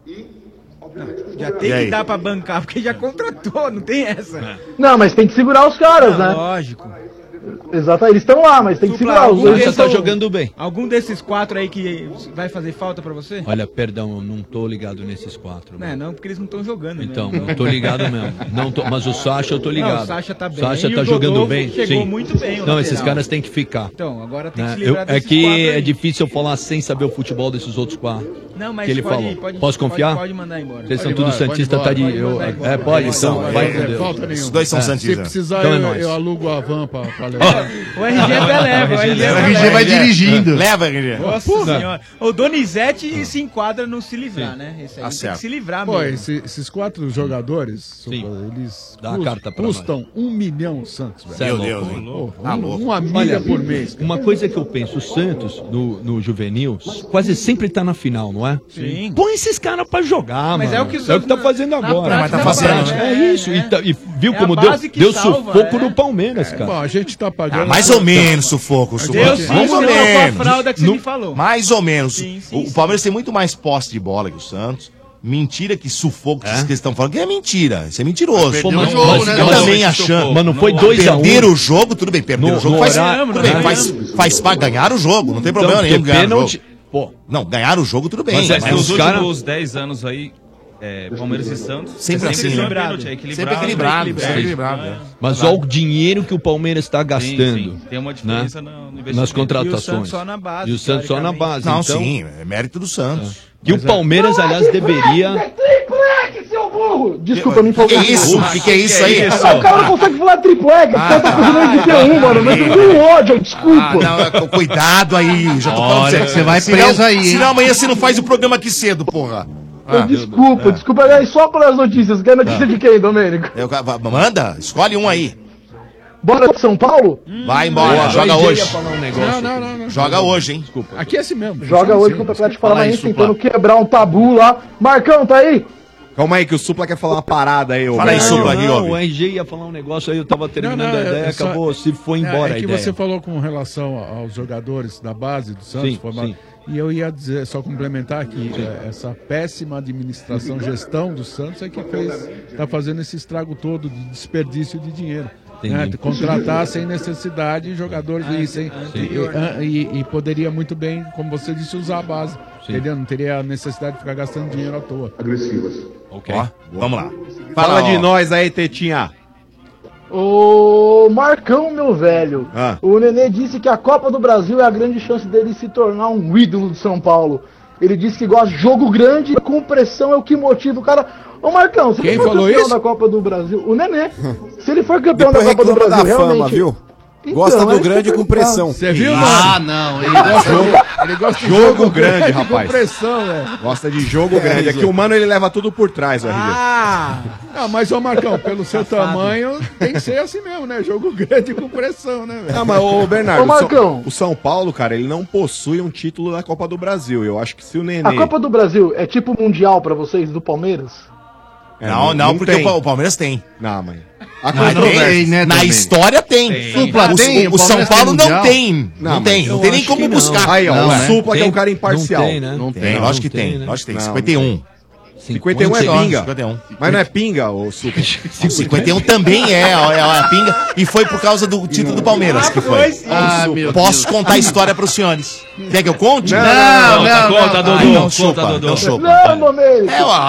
Já tem que dar pra bancar, porque já contratou, não tem essa. Não, mas tem que segurar os caras, né? Lógico. Exato, eles estão lá, mas tem que segurar os algum dois. desses estão- jogando bem. Algum desses 4 aí que vai fazer falta pra você? Olha, perdão, eu não tô ligado nesses 4. Não, porque eles não estão jogando. Então, mesmo. não tô ligado mesmo. Não tô, mas o Sacha eu tô ligado. Não, o Sacha tá bem. Sacha E tá o jogando Dodô bem. chegou Sim. muito bem, o Não, lateral. esses caras têm que ficar. Então, agora tem que Né? se livrar É desses que 4 aí. é difícil eu falar sem saber o futebol desses outros 4. Não, mas que ele pode- falou. pode- Posso confiar? pode mandar embora. Vocês são Pode tudo embora, santista, pode tá de. embora, eu- pode mandar é, embora. pode, então. Vai com Deus. falta nenhuma. Os dois são É. santistas. Se precisar, Então é nóis. eu alugo a van pra levar. O RG até leva, o RG O até RG leva. vai dirigindo. Leva, RG. Nossa senhora. O Donizete se enquadra no se livrar, né? Esse aí Tá tem certo. que se livrar Pô, mesmo. esses 4 jogadores, eles Dá a carta pra custam 1 milhão Santos, velho. Cê é Meu louco. Deus, hein? Pô, Tá louco. uma milha por mês. Uma coisa que eu penso, o Santos, no juvenil, quase sempre tá na final, não é? Sim. Põe esses caras pra jogar, Mas mano. é o que o Santos tá fazendo na agora. prática Mas tá fazendo, É isso. E viu É a como base que deu salva, sufoco é. no Palmeiras, cara. Bom, a gente tá pagando. Mais ou menos sufoco. Deus sim, Mais ou senão com a menos. fralda que você me falou. Mais ou menos. Sim, sim, O Palmeiras tem muito mais posse de bola que o Santos. Mentira que sufoco que vocês estão falando. Que é mentira. Isso é mentiroso. Pô, Mas- mas- mas- eu mas- também mas- achando. mas não foi 2-1. Perder o jogo, tudo bem. Perder No- o jogo no faz, horário- tudo bem, né? faz pra ganhar o jogo. Não tem Então, problema nenhum porque ganhar o pênalti- jogo. Pô. Não, ganhar o jogo tudo bem. Mas é mas que os os caras- últimos 10 anos aí, Palmeiras e Santos, Sempre assim, né? pênalti, é Sempre equilibrado. Sempre equilibrado. é. Mas olha o dinheiro que o Palmeiras está gastando. sim. Tem uma diferença no investimento. Nas E o contratações. Santos só na base, E o Santos só na base. Não, então, sim, é mérito do Santos. Que o Palmeiras, aliás, deveria. Triplec, seu burro! Desculpa, me empolguei. Que isso? Que é isso aí? Ah, o cara não consegue falar triplec, o cara tá fazendo de T1, mano. Mas eu tenho ódio, desculpa. Cuidado aí, já tô falando Olha, sério. você vai Senão- preso aí, hein? Senão amanhã você não faz o programa aqui cedo, porra. Desculpa, aí só pelas notícias. Quer notícia de quem, Domênico? Manda, escolhe um aí. Bora pro São Paulo? Vai embora, joga hoje. Não. Joga hoje, hein? Desculpa. Aqui é assim mesmo. Joga hoje contra o Atlético Paranaense, tentando quebrar um tabu lá. Marcão, tá aí? Calma aí, que o Supla quer falar uma parada aí. Fala aí, Supla, aqui, ó. O RG ia falar um negócio aí, eu tava terminando a ideia, acabou, se foi embora a ideia. É que você falou com relação aos jogadores da base do Santos, sim. E eu ia dizer, só complementar que essa péssima administração, gestão do Santos é que tá fazendo esse estrago todo de desperdício de dinheiro. Né? Contratar sem necessidade jogadores e poderia muito bem, como você disse, usar a base. Entendeu? Não teria necessidade de ficar gastando dinheiro à toa. Agressivas. Ok. Ó, vamos lá. Fala de nós aí, Tetinha. Ô Marcão, meu velho, o Nenê disse que a Copa do Brasil é a grande chance dele se tornar um ídolo de São Paulo. Ele disse que gosta de jogo grande, com pressão é o que motiva o cara. Ô Marcão, se ele for campeão da Copa do Brasil, o Nenê, se ele for campeão da Copa do Brasil, realmente... Fama, viu? Gosta do grande com pressão. Você viu, mano? Não. Ele gosta de jogo grande, rapaz. Com pressão, Gosta de jogo grande. É que o mano, ele leva tudo por trás, o RG. Não, mas, ô Marcão, pelo seu tamanho, tem que ser assim mesmo, né? Jogo grande com pressão, né, velho? Não, mas, ô Bernardo, Ô, Marcão. o São Paulo, cara, ele não possui um título da Copa do Brasil. Eu acho que se o Nenê... A Copa do Brasil é tipo mundial pra vocês, do Palmeiras? Não, porque o Palmeiras tem. Não, mãe. Na história tem. O São Paulo não tem. Não tem nem como buscar. Aí, ó, o Supla que é um cara imparcial. Não tem, lógico que tem. 51. 51 é pinga. 51. Mas não é pinga, ô Supla. 51 também é pinga. E foi por causa do título do Palmeiras que foi. Posso contar a história pros senhores. Quer que eu conte? Conta, Dodô. Não, Domênico.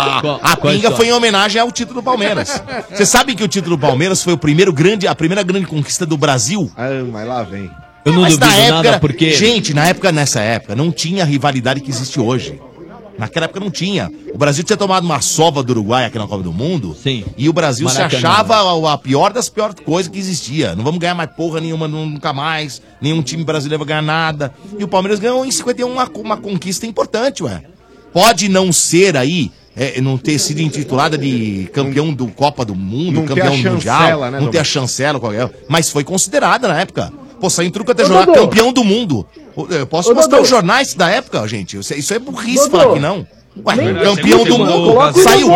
A pinga foi em homenagem ao título do Palmeiras. Você sabe que o título do Palmeiras foi a primeira grande conquista do Brasil? Mas lá vem. Eu não duvido nada, porque... Gente, nessa época, não tinha a rivalidade que existe hoje. Naquela época não tinha. O Brasil tinha tomado uma sova do Uruguai aqui na Copa do Mundo. Sim. E o Brasil se achava a pior das piores coisas que existia. Não vamos ganhar mais porra nenhuma, nunca mais. Nenhum time brasileiro vai ganhar nada. E o Palmeiras ganhou em 51 uma conquista importante, ué. Pode não ser aí, não ter sido intitulada de campeão do Copa do Mundo, campeão mundial. Não ter a chancela, mas foi considerada na época. Pô, saiu em truco até jogar campeão do mundo. Eu posso mostrar os jornais da época, gente. Isso é burrice falar que não. Ué, campeão do mundo. Saiu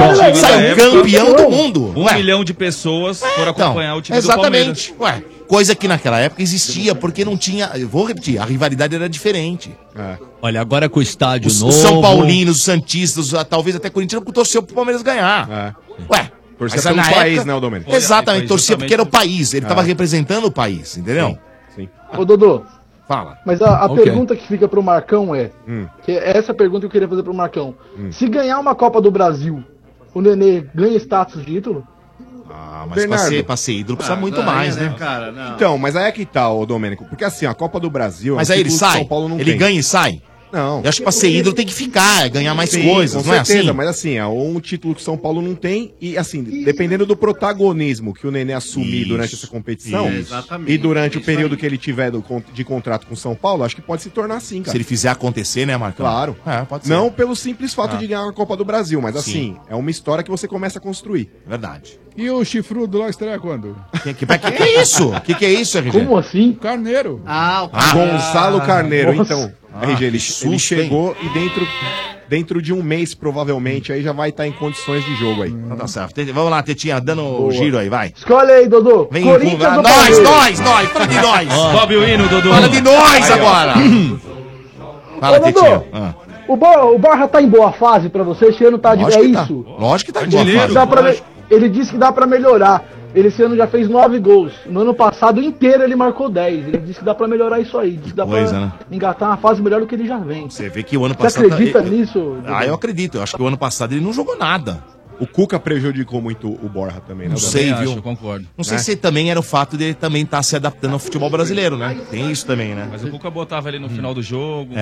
campeão do mundo. 1 milhão de pessoas foram acompanhar o time do Palmeiras. Exatamente. Ué, coisa que naquela época existia, porque não tinha... Eu vou repetir, a rivalidade era diferente. Olha, agora com o estádio novo... Os São Paulinos, os Santistas, talvez até Corinthians, torceu pro Palmeiras ganhar. Ué, torcia pelo país, né, o Domênico? Exatamente, torcia porque era o país. Ele tava representando o país, entendeu? Sim. Ô, Dodô. Fala. Mas a pergunta que fica pro Marcão que é essa pergunta que eu queria fazer pro Marcão. Se ganhar uma Copa do Brasil, o Nenê ganha status de ídolo? Mas pra ser ídolo precisa muito mais, né? Cara, não. Então, mas aí é que tá, ô Domênico. Porque assim, a Copa do Brasil... Mas aí ele sai? São Paulo não ele tem. ganha e sai? Não. Eu acho que pra ser ídolo tem que ficar, ganhar mais coisas, não é assim? Com certeza, mas assim, é um título que o São Paulo não tem e assim, dependendo do protagonismo que o Nenê assumir durante essa competição e durante o período que ele tiver de contrato com o São Paulo, acho que pode se tornar assim, cara. Se ele fizer acontecer, né, Marcão? Claro. Pode ser. Não pelo simples fato de ganhar a Copa do Brasil, mas assim, é uma história que você começa a construir. Verdade. E o chifrudo lá estreia quando? Que é isso? Que é isso, RG? Como assim? Carneiro. Gonçalo Carneiro, nossa. então. RG, ele chegou e dentro de um mês, provavelmente, aí já vai estar em condições de jogo aí. Tá certo. Vamos lá, Tetinha, dando o giro aí, vai. Escolhe aí, Dodô. Vem Corinthians ou nós, Palmeiras? fala de nós. Sobe o hino, Dodô. Fala de nós agora. Fala, Ô, Dodô, Tetinha. o Barra tá em boa fase pra você? Esse ano tá de... Lógico É que tá. isso? Lógico que tá de boa fase. Dá pra Ele disse que dá pra melhorar. Ele esse ano já fez 9 gols. No ano passado inteiro ele marcou 10. Ele disse que dá pra melhorar isso aí. Disse que dá pra engatar uma fase melhor do que ele já vem. Você vê que o ano Você passado... acredita nisso? Eu acredito. Eu acho que o ano passado ele não jogou nada. O Cuca prejudicou muito o Borja também, né? Não sei, viu? Eu concordo. Não sei se também era o fato de ele também estar se adaptando ao futebol brasileiro, né? Tem isso também, né? Mas o Cuca botava ele no final do jogo.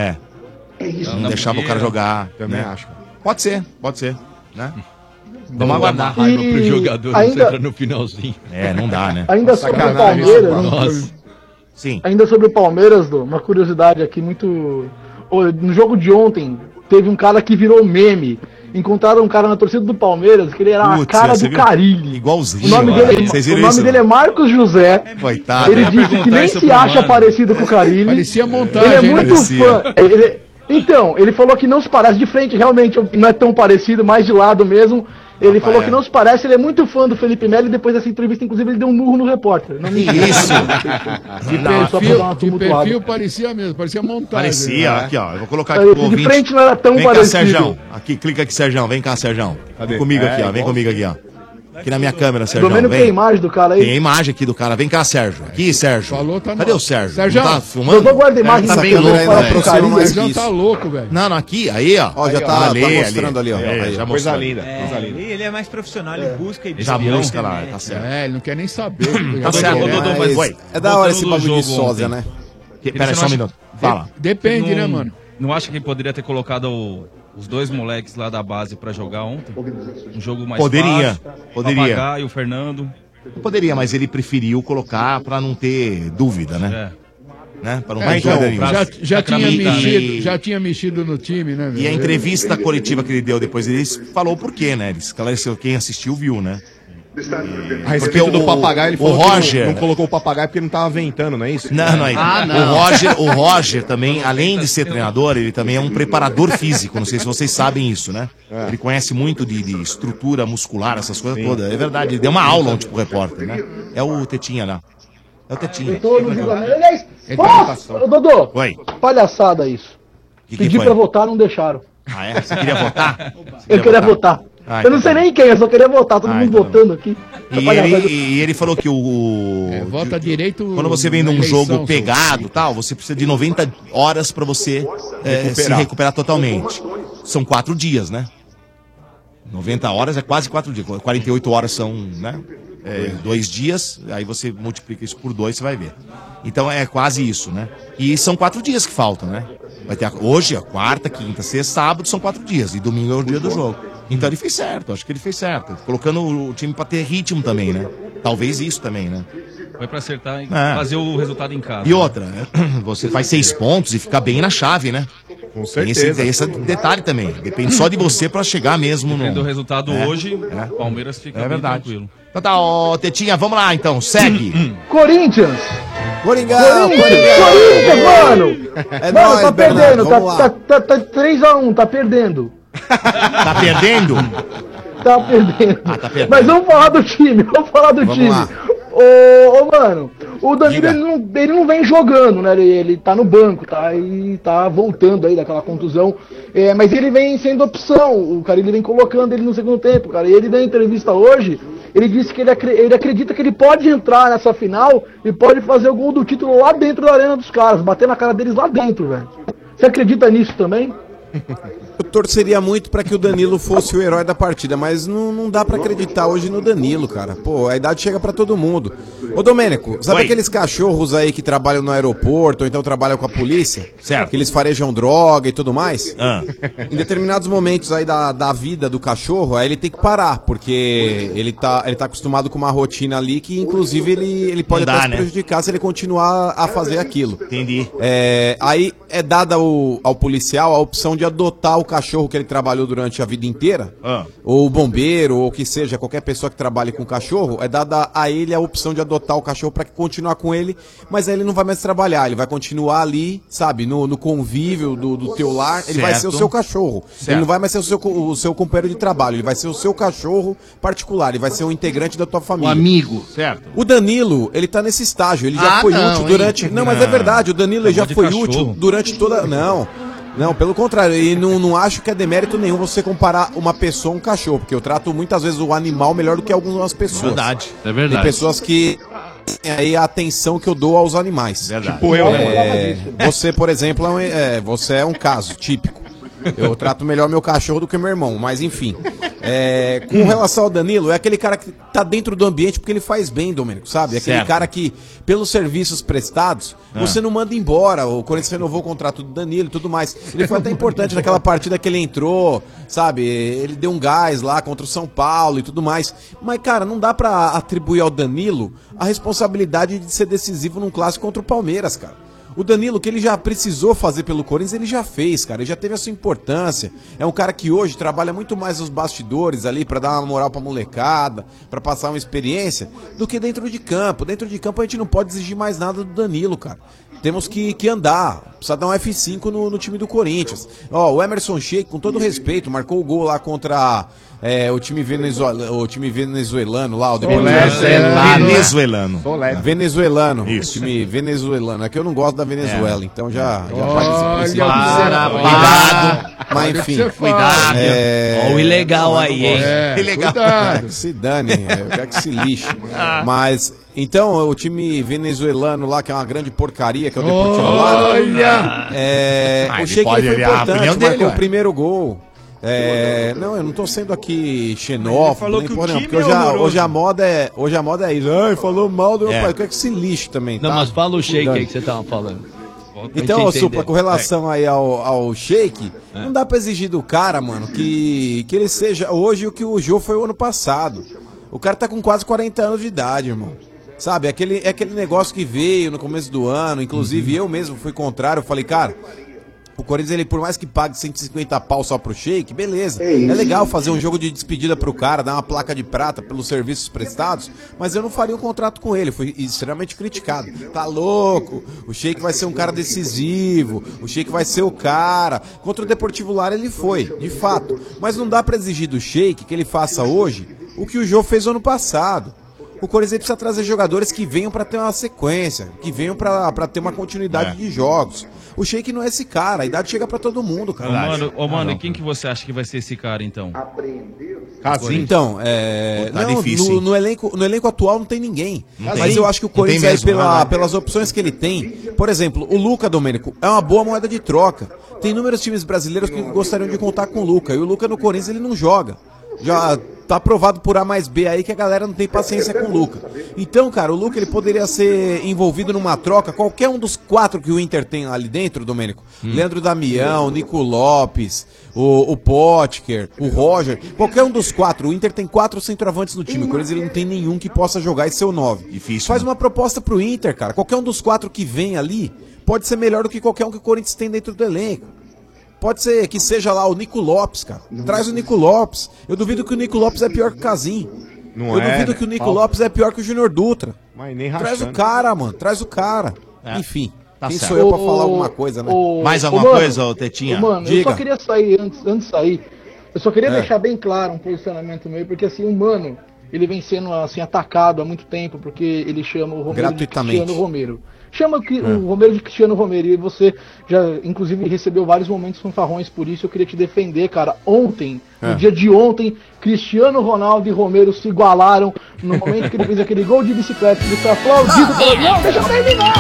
Não deixava o cara jogar. Também acho. Pode ser, né? Vamos aguardar. Raiva pro jogador, ainda... entra no finalzinho. Não dá, né? Ainda sobre o Palmeiras... Nossa. Sim. Ainda sobre o Palmeiras, uma curiosidade aqui muito... No jogo de ontem, teve um cara que virou meme. encontraram um cara na torcida do Palmeiras que ele era a cara do Carille. Igualzinho. O nome dele é Marcos José. Coitado. Ele disse que nem se acha parecido com o Carille. Parecia montagem. Ele é muito fã. Então, ele falou que não se parece de frente, realmente não é tão parecido, mais de lado mesmo. Ele falou que não se parece, ele é muito fã do Felipe Melo e depois dessa entrevista, inclusive, ele deu um murro no repórter. Não me Isso! De perfil parecia mesmo, parecia montagem. Parecia, aqui ó, eu vou colocar aqui pro ouvinte. De frente não era tão vem parecido. Cá, Sérgio. Aqui, clica aqui, Sérgio, vem cá, Sérgio. Vem comigo aqui, ó, vem comigo aqui, ó. Aqui na minha câmera, Sérgio. Domênico tem a imagem do cara aí? Tem a imagem aqui do cara. Vem cá, Sérgio. Aqui, Sérgio. Falou, tá Cadê o Sérgio? Sérgio, não tá filmando? Eu tô guardando a imagem. Tá bem louco, O Sérgio tá louco, velho. Não, aqui, aí, ó. Ó, já tá mostrando ali, ó. Já coisa linda. Ele é mais profissional, ele busca e já busca lá, tá certo. Ele não quer nem saber. Tá certo, mas é da hora esse bagulho de sósia, né? Pera aí só um minuto. Fala. Depende, né, mano? Não acha que poderia ter colocado os dois moleques lá da base pra jogar ontem? Um jogo mais Poderia. fácil. Papagaio, o Fernando. Poderia, mas ele preferiu colocar pra não ter dúvida, né? Né? Pra não ter então, dúvida nenhuma. Já tinha mexido no time, né? E a entrevista coletiva que ele deu depois, ele falou por quê, né? Ele esclareceu, quem assistiu viu, né? A respeito do papagaio, ele falou Roger, que não colocou o papagaio porque não tava ventando, não é isso? Não é isso. O Roger também, além de ser treinador, ele também é um preparador físico. Não sei se vocês sabem isso, né? Ele conhece muito de estrutura muscular, essas coisas todas. É verdade, ele deu uma aula ontem pro repórter, né? É o Tetinha lá. É o Tetinha. Aliás, Dodô, Oi. palhaçada isso. Pedi foi? pra votar, não deixaram. Ah, é? Você queria votar? Eu queria votar. Eu não sei nem quem, eu só queria votar, todo mundo votando aqui. E ele falou que vota direito. Quando você vem num jogo pegado e tal, você precisa de 90 horas pra você se recuperar totalmente. São 4 dias, né? 90 horas é quase 4 dias. 48 horas são, né? 2 dias, aí você multiplica isso por 2, você vai ver. Então é quase isso, né? E são 4 dias que faltam, né? Vai ter hoje, a quarta, quinta, sexta, sábado, são 4 dias. E domingo é o dia do jogo. Então ele fez certo, acho que ele fez certo. Colocando o time pra ter ritmo também, né? Talvez isso também, né? Foi pra acertar e fazer o resultado em casa. E outra, você faz 6 pontos e fica bem na chave, né? Com certeza. Tem esse detalhe também. Depende só de você pra chegar mesmo no... Depende do resultado hoje, o Palmeiras fica bem tranquilo. Então tá, ó, Tetinha, vamos lá então, segue. Corinthians! Coringão, mano! É mano, nóis, tá perdendo, Bernardo, tá 3-1, tá perdendo. Tá perdendo? Tá perdendo. Tá perdendo. Mas vamos falar do time, time. lá. Ô, mano, o Danilo ele não vem jogando, né? Ele tá no banco, tá voltando aí daquela contusão. Mas ele vem sendo opção. O cara ele vem colocando ele no segundo tempo, cara. E ele deu entrevista hoje, ele disse que ele acredita que ele pode entrar nessa final e pode fazer o gol do título lá dentro da arena dos caras, bater na cara deles lá dentro, velho. Você acredita nisso também? Eu torceria muito pra que o Danilo fosse o herói da partida, mas não dá pra acreditar hoje no Danilo, cara. Pô, a idade chega pra todo mundo. Ô, Domênico, sabe aqueles cachorros aí que trabalham no aeroporto ou então trabalham com a polícia? Certo. Que eles farejam droga e tudo mais? Em determinados momentos aí da vida do cachorro, aí ele tem que parar, porque ele tá acostumado com uma rotina ali que, inclusive, ele pode até se prejudicar se ele continuar a fazer aquilo. Entendi. Aí é dada ao policial a opção de adotar o cachorro que ele trabalhou durante a vida inteira, ou o bombeiro, ou o que seja, qualquer pessoa que trabalhe com cachorro, é dada a ele a opção de adotar o cachorro para continuar com ele, mas aí ele não vai mais trabalhar, ele vai continuar ali, sabe, no convívio do teu lar, ele vai ser o seu cachorro. Certo. Ele não vai mais ser o seu companheiro de trabalho, ele vai ser o seu cachorro particular, ele vai ser um integrante da tua família. Um amigo. Certo. O Danilo, ele tá nesse estágio, ele já foi útil durante... Não, mas é verdade, o Danilo já foi útil durante toda... Não, pelo contrário, e não acho que é demérito nenhum você comparar uma pessoa a um cachorro, porque eu trato muitas vezes o animal melhor do que algumas pessoas. Verdade. É verdade. Tem pessoas que têm aí a atenção que eu dou aos animais. Verdade. Tipo eu, você, por exemplo, você é um caso típico. Eu trato melhor meu cachorro do que meu irmão, mas enfim. Com relação ao Danilo, é aquele cara que tá dentro do ambiente porque ele faz bem, Domênico, sabe? É aquele cara que, pelos serviços prestados, você não manda embora. O Corinthians renovou o contrato do Danilo e tudo mais. Ele foi até importante naquela partida que ele entrou, sabe? Ele deu um gás lá contra o São Paulo e tudo mais. Mas, cara, não dá pra atribuir ao Danilo a responsabilidade de ser decisivo num clássico contra o Palmeiras, cara. O Danilo, o que ele já precisou fazer pelo Corinthians, ele já fez, cara. Ele já teve a sua importância. É um cara que hoje trabalha muito mais nos bastidores ali pra dar uma moral pra molecada, pra passar uma experiência, do que dentro de campo. Dentro de campo a gente não pode exigir mais nada do Danilo, cara. Temos que andar. Precisa dar um F5 no time do Corinthians. Ó, o Emerson Sheik, com todo respeito, marcou o gol lá contra o time venezuelano lá. O Venezuelano. Isso. O time venezuelano. É que eu não gosto da Venezuela, então já Cuidado. Mas enfim. Cuidado. Ó, o ilegal aí, hein? Ilegal. Que se dane, eu quero que se lixe. Mas, então, o time venezuelano lá, que é uma grande porcaria, que é o Deportivo Lara. O Sheik foi importante, marcou o primeiro gol. Não, eu não tô sendo aqui xenófobo, nem porra, não, porque hoje a moda é isso. Ai, falou mal do meu pai, eu quero que se lixe também, tá? Não, mas fala o Sheik aí que você tava falando. Então, Supla, com relação aí ao Sheik, não dá pra exigir do cara, mano, que ele seja hoje o que o Jô foi o ano passado. O cara tá com quase 40 anos de idade, irmão. Sabe, é aquele negócio que veio no começo do ano, inclusive eu mesmo fui contrário, eu falei, cara, o Corinthians, ele, por mais que pague 150 pau só pro Sheik, beleza. É legal fazer um jogo de despedida pro cara, dar uma placa de prata pelos serviços prestados, mas eu não faria um contrato com ele, foi extremamente criticado. Tá louco, o Sheik vai ser um cara decisivo, o Sheik vai ser o cara. Contra o Deportivo Lara ele foi, de fato. Mas não dá pra exigir do Sheik que ele faça hoje o que o Jô fez ano passado. O Corinthians precisa trazer jogadores que venham pra ter uma sequência, que venham pra ter uma continuidade de jogos. O Sheik não é esse cara, a idade chega pra todo mundo, cara. Mano, e quem que você acha que vai ser esse cara, então? Casim. Então, Tá não, difícil, no elenco atual não tem ninguém. Não tem. Mas eu acho que o Não tem Corinthians, aí, mesmo, pelas opções que ele tem, por exemplo, o Luca, Domênico, é uma boa moeda de troca. Tem inúmeros times brasileiros que gostariam de contar com o Luca, e o Luca no Corinthians ele não joga. Já tá provado por A mais B aí que a galera não tem paciência com o Luca. Então, cara, o Luca ele poderia ser envolvido numa troca, qualquer um dos 4 que o Inter tem ali dentro, Domênico. Leandro Damião, Nico Lopes, o Potker, o Roger, qualquer um dos 4. O Inter tem 4 centroavantes no time, o Corinthians ele não tem nenhum que possa jogar e ser o 9. Difícil. Faz uma proposta pro Inter, cara. Qualquer um dos 4 que vem ali pode ser melhor do que qualquer um que o Corinthians tem dentro do elenco. Pode ser que seja lá o Nico Lopes, cara. Traz o Nico Lopes. Eu duvido que o Nico Lopes é pior que o Casim. Eu duvido que o Nico Lopes é pior que o Júnior Dutra. Mas nem Traz o cara, mano. Traz o cara. Enfim. Tá Quem certo. sou eu pra falar alguma coisa, né? Mais alguma coisa, ô Tetinha? Mano, eu Diga. só queria sair, antes de sair, eu só queria deixar bem claro um posicionamento meu, porque assim, o Mano, ele vem sendo assim, atacado há muito tempo, porque ele chama o Romero de Gratuitamente. Cristiano Romero. Chama o Romero de Cristiano Romero, e você já, inclusive, recebeu vários momentos fanfarrões, por isso eu queria te defender, cara. Ontem, no dia de ontem, Cristiano Ronaldo e Romero se igualaram no momento que ele fez aquele gol de bicicleta, ele foi aplaudido pelo... Não, deixa eu terminar!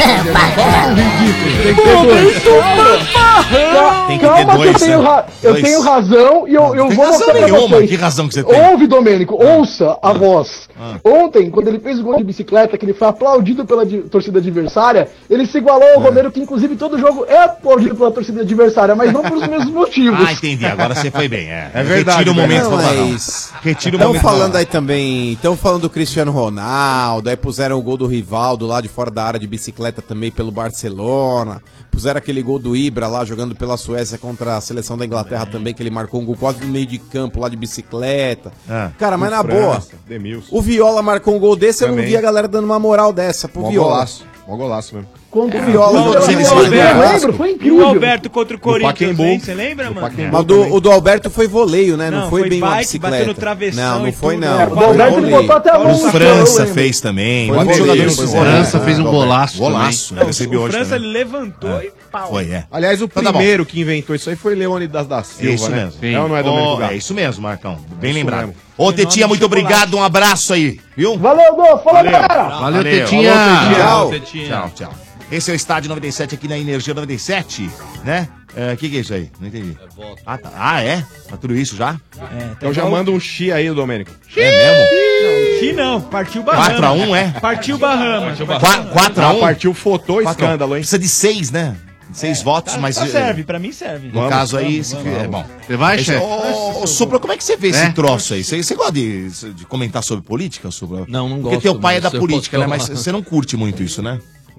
Tem que ter Calma, dois, que eu né? tenho razão e eu Tem vou razão mostrar pra nenhuma. vocês. Que razão que você tem? Ouve, Domênico, ouça a voz. Ontem, quando ele fez o gol de bicicleta, que ele foi aplaudido pela torcida adversária, ele se igualou ao Romero, que inclusive todo jogo é aplaudido pela torcida adversária, mas não pelos mesmos motivos. Ah, entendi. Agora você foi bem. É verdade, Retira o momento Não, fanfarrão. mas... Retira o Estão momento falando fanfarrão. aí também, estão falando do Cristiano Ronaldo, aí puseram o gol do Rivaldo lá de fora da área de bicicleta também pelo Barcelona, puseram aquele gol do Ibra lá jogando pela Suécia contra a seleção da Inglaterra também, que ele marcou um gol quase no meio de campo lá de bicicleta. Cara, mas na boa, o Viola marcou um gol desse, eu não Também. vi a galera dando uma moral dessa pro Mó Viola. golaço mesmo. Contra o Viola, Todos eles eu fizeram lembro, foi E o incrível. Alberto contra o Corinthians, Pacaembu. hein? Você lembra, mano? Mas o do Alberto foi voleio, né? Não, Não, foi foi bem uma bike, bicicleta. bateu no travessão Não e foi tudo. não. É, O Alberto ele botou até a mão O no chão, eu França lembro. fez também. Foi Muitos voleio, jogadores foi fizeram. voleio. França fez um golaço Golaço. Não, Recebi o hoje França também. ele levantou e pau. Foi, é. Aliás, o Então tá bom. primeiro que inventou isso aí foi Leônidas da Silva, É isso né? mesmo. É ou não é, Domênico Oh, Gato? é isso mesmo, Marcão. Bem Isso lembrado. mesmo. Ô, Tetinha, muito obrigado. Um abraço aí, viu? Valeu, Gol, fala galera! Valeu, Tetinha. Tchau. Tetinha. Tchau, tchau. Esse é o Estádio 97 aqui na Energia 97, né? O que é isso aí? Não entendi. Ah, tá. Ah, é? Tá tudo isso já? Então já manda um chi aí, Domênico. É mesmo? Não, partiu Bahamas. 4x1, é? Partiu Bahamas. 4x1? Partiu foto escândalo, hein? Precisa de 6, né? 6 votos, mas... Serve, pra mim serve. No caso aí, é bom. Você vai, chefe? Ô, Supla, como é que você vê esse troço aí? Você gosta de comentar sobre política, Supla? Não gosto. Porque teu pai é da mas eu política, né? posso Mas falar. você não curte muito isso, né?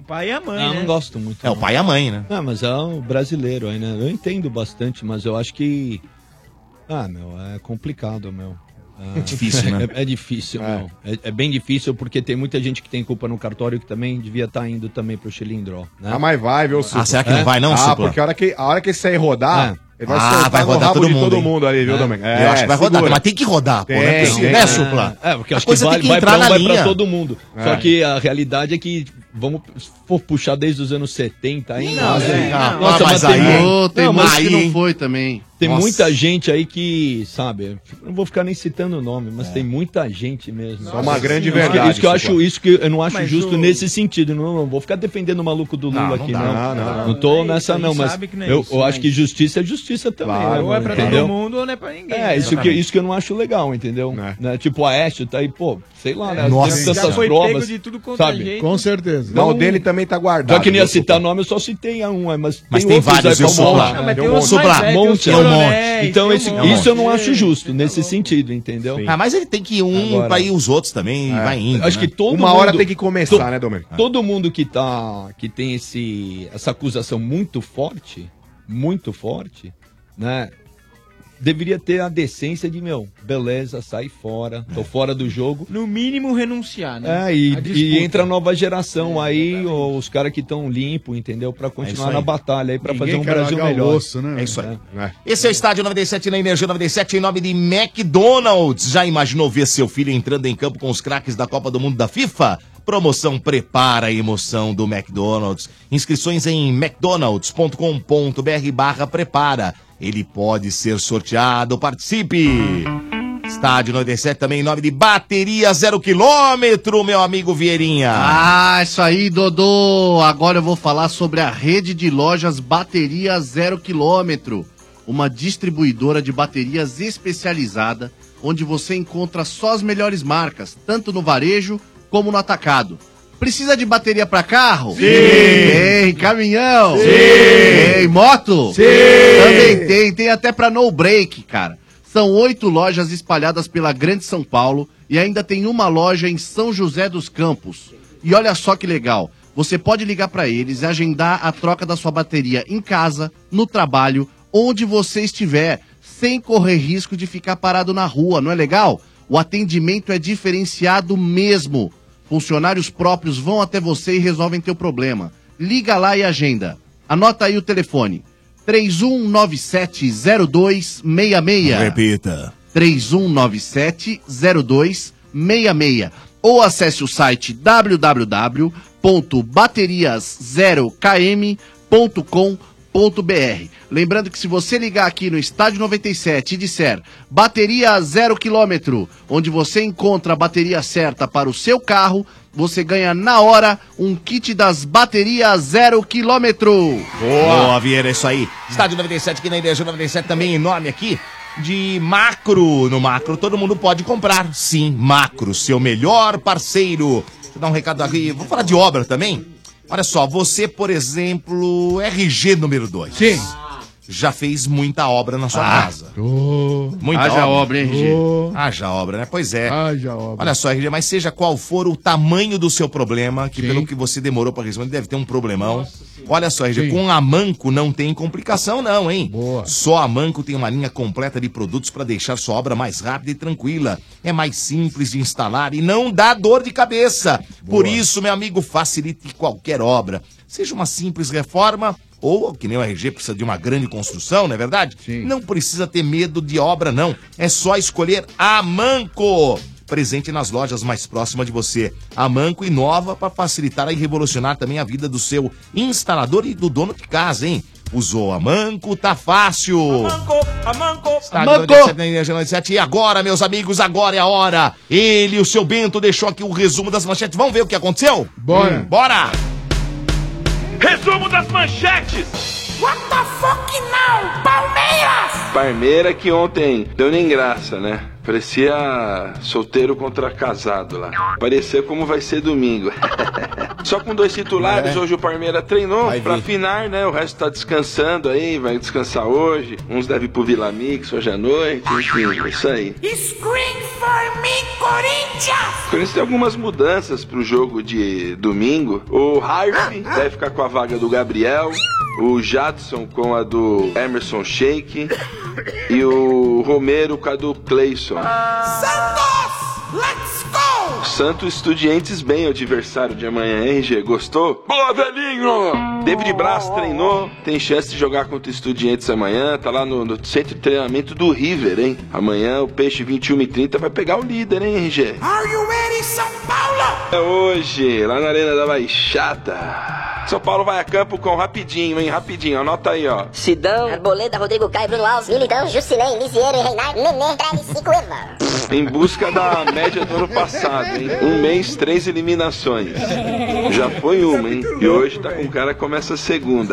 pai e a mãe, Eu né? não gosto muito. É o pai e a mãe, né? Ah, mas é o brasileiro aí, né? Eu entendo bastante, mas eu acho que... Ah, meu, é complicado, meu. É difícil, né? É difícil, meu. É bem difícil porque tem muita gente que tem culpa no cartório que também devia estar indo também pro Chilindró, né? Ah, mas vai, viu, Supla? será que não vai não, Supla? Porque a hora que esse aí rodar... Ele vai soltar vai no rodar rabo todo de mundo, todo hein? mundo ali, viu, Domingo? Eu acho que vai rodar, mas tem que rodar, pô, não é possível, né, Supla? Porque A acho que coisa vai, tem que vai entrar pra um, na vai linha. pra todo mundo. É. Só que a realidade é que, vamos for puxar desde os anos 70 ainda. Nossa, mas aí... tem mais que não foi também. Tem Nossa. muita gente aí que, sabe, não vou ficar nem citando o nome, mas tem muita gente mesmo. Só uma grande Isso que- verdade, Isso que eu Supla. acho, isso que eu não acho Mas justo o- nesse sentido. Não vou ficar defendendo o maluco do Lula Não, aqui, não não. dá, Não tô É nessa, isso, não, a gente mas sabe que não é eu, isso, eu acho mas- que justiça é justiça também. Claro, ou é pra entendeu? todo mundo ou não é pra ninguém. É, isso que eu não acho legal, entendeu? Né? Tipo, a Aécio tá aí, pô, sei lá, né? Tem tantas provas, sabe? Com certeza. Não, o dele também tá guardado. Já que nem ia viu, Supla? citar nome, eu só citei um, mas tem outros vários, aí viu, pra Supla? monte, Ah, né? mas tem uns mais velhos, monte, tem uns Coronéis, Então, tem isso, um monte. isso eu não acho justo, nesse sentido, entendeu? Ah, mas ele tem que ir um Agora- pra ir os outros também e vai indo. Acho né? que todo Uma mundo, hora tem que começar, né, Domênico? Todo mundo que tem essa acusação muito forte, né? Deveria ter a decência de, beleza, sai fora, tô fora do jogo. No mínimo renunciar, né? É, A e disputa. entra a nova geração aí, os caras que estão limpos, entendeu? Pra continuar aí. na batalha aí, pra Ninguém fazer um quer Brasil largar o melhor. osso, né? É isso aí. Esse é o Estádio 97 na Energia 97 em nome de McDonald's. Já imaginou ver seu filho entrando em campo com os craques da Copa do Mundo da FIFA? Promoção Prepara a Emoção do McDonald's. Inscrições em mcdonalds.com.br/prepara. Ele pode ser sorteado. Participe! Estádio 97 também em nome de Bateria 0 km, meu amigo Vieirinha. Ah, isso aí, Dodô. Agora eu vou falar sobre a rede de lojas Bateria 0 km, uma distribuidora de baterias especializada, onde você encontra só as melhores marcas, tanto no varejo como no atacado. Precisa de bateria para carro? Sim. Tem. Caminhão? Sim. Tem. Moto? Sim. Também tem. Tem até para no break, cara. São 8 lojas espalhadas pela Grande São Paulo e ainda tem uma loja em São José dos Campos. E olha só que legal, você pode ligar para eles e agendar a troca da sua bateria em casa, no trabalho, onde você estiver, sem correr risco de ficar parado na rua, não é legal? O atendimento é diferenciado mesmo. Funcionários próprios vão até você e resolvem teu problema. Liga lá e agenda. Anota aí o telefone. 3197-0266. Repita. 3197-0266. Ou acesse o site www.baterias0km.com.br. Lembrando que se você ligar aqui no Estádio 97 e disser Bateria 0 km, onde você encontra a bateria certa para o seu carro, você ganha na hora um kit das baterias 0 km. Boa, Vieira, é isso aí. Estádio 97 aqui na Energia 97 também enorme aqui. De Macro. No Macro todo mundo pode comprar. Sim, Macro, seu melhor parceiro. Deixa eu dar um recado aqui. Vou falar de obra também. Olha só, você, por exemplo, RG número 2. Sim. Já fez muita obra na sua casa. Muita Haja obra, hein, RG? Haja obra, né? Pois é. Haja obra. Olha só, RG, mas seja qual for o tamanho do seu problema, que pelo que você demorou pra responder, deve ter um problemão. Olha só, RG, com a Manco não tem complicação não, hein? Só a Manco tem uma linha completa de produtos para deixar sua obra mais rápida e tranquila. É mais simples de instalar e não dá dor de cabeça. Por isso, meu amigo, facilite qualquer obra. Seja uma simples reforma ou, que nem o RG precisa de uma grande construção, não é verdade? Não precisa ter medo de obra, não. É só escolher a Manco. Presente nas lojas mais próximas de você. A Manco inova para facilitar e revolucionar também a vida do seu instalador e do dono de casa, hein? Usou a Manco, tá fácil. A Manco. Estádio 97 na Energia 97. E agora, meus amigos, agora é a hora. Ele, o seu Bento, deixou aqui o resumo das manchetes. Vamos ver o que aconteceu? Bora. Bora! Resumo das manchetes. What the fuck now? Palmeiras! Parmeira que ontem deu nem graça, né? Parecia solteiro contra casado lá. Parecia como vai ser domingo. Só com 2 titulares, hoje o Parmeira treinou pra afinar, né? O resto tá descansando aí, vai descansar hoje. Uns devem ir pro Vila Mix hoje à noite, enfim, é isso aí. Screen for me, Corinthians! O Corinthians tem algumas mudanças pro jogo de domingo. O Harvey deve ficar com a vaga do Gabriel, o Jadson com a do Emerson Sheik e o Romero com a do Cleison. Santos, let's go! Santos Estudiantes bem o adversário de amanhã, hein, G? Gostou? Boa, velhinho! David Braz treinou, tem chance de jogar contra o Estudiantes amanhã, tá lá no centro de treinamento do River, hein? Amanhã o Peixe 21h30 vai pegar o líder, hein, RG? Are you ready, São Paulo? É hoje, lá na Arena da Baixada. São Paulo vai a campo com rapidinho, hein? Rapidinho, anota aí, ó. Sidão, Arboleda, Rodrigo Caio, Bruno Alves, Militão, Jusilei, Lisieiro, Reinaldo, Nenê, Trellis, Cico, Eva. Em busca da média do ano passado, hein? 1 mês, 3 eliminações. Já foi uma, hein? E hoje tá com o cara que começa a segunda.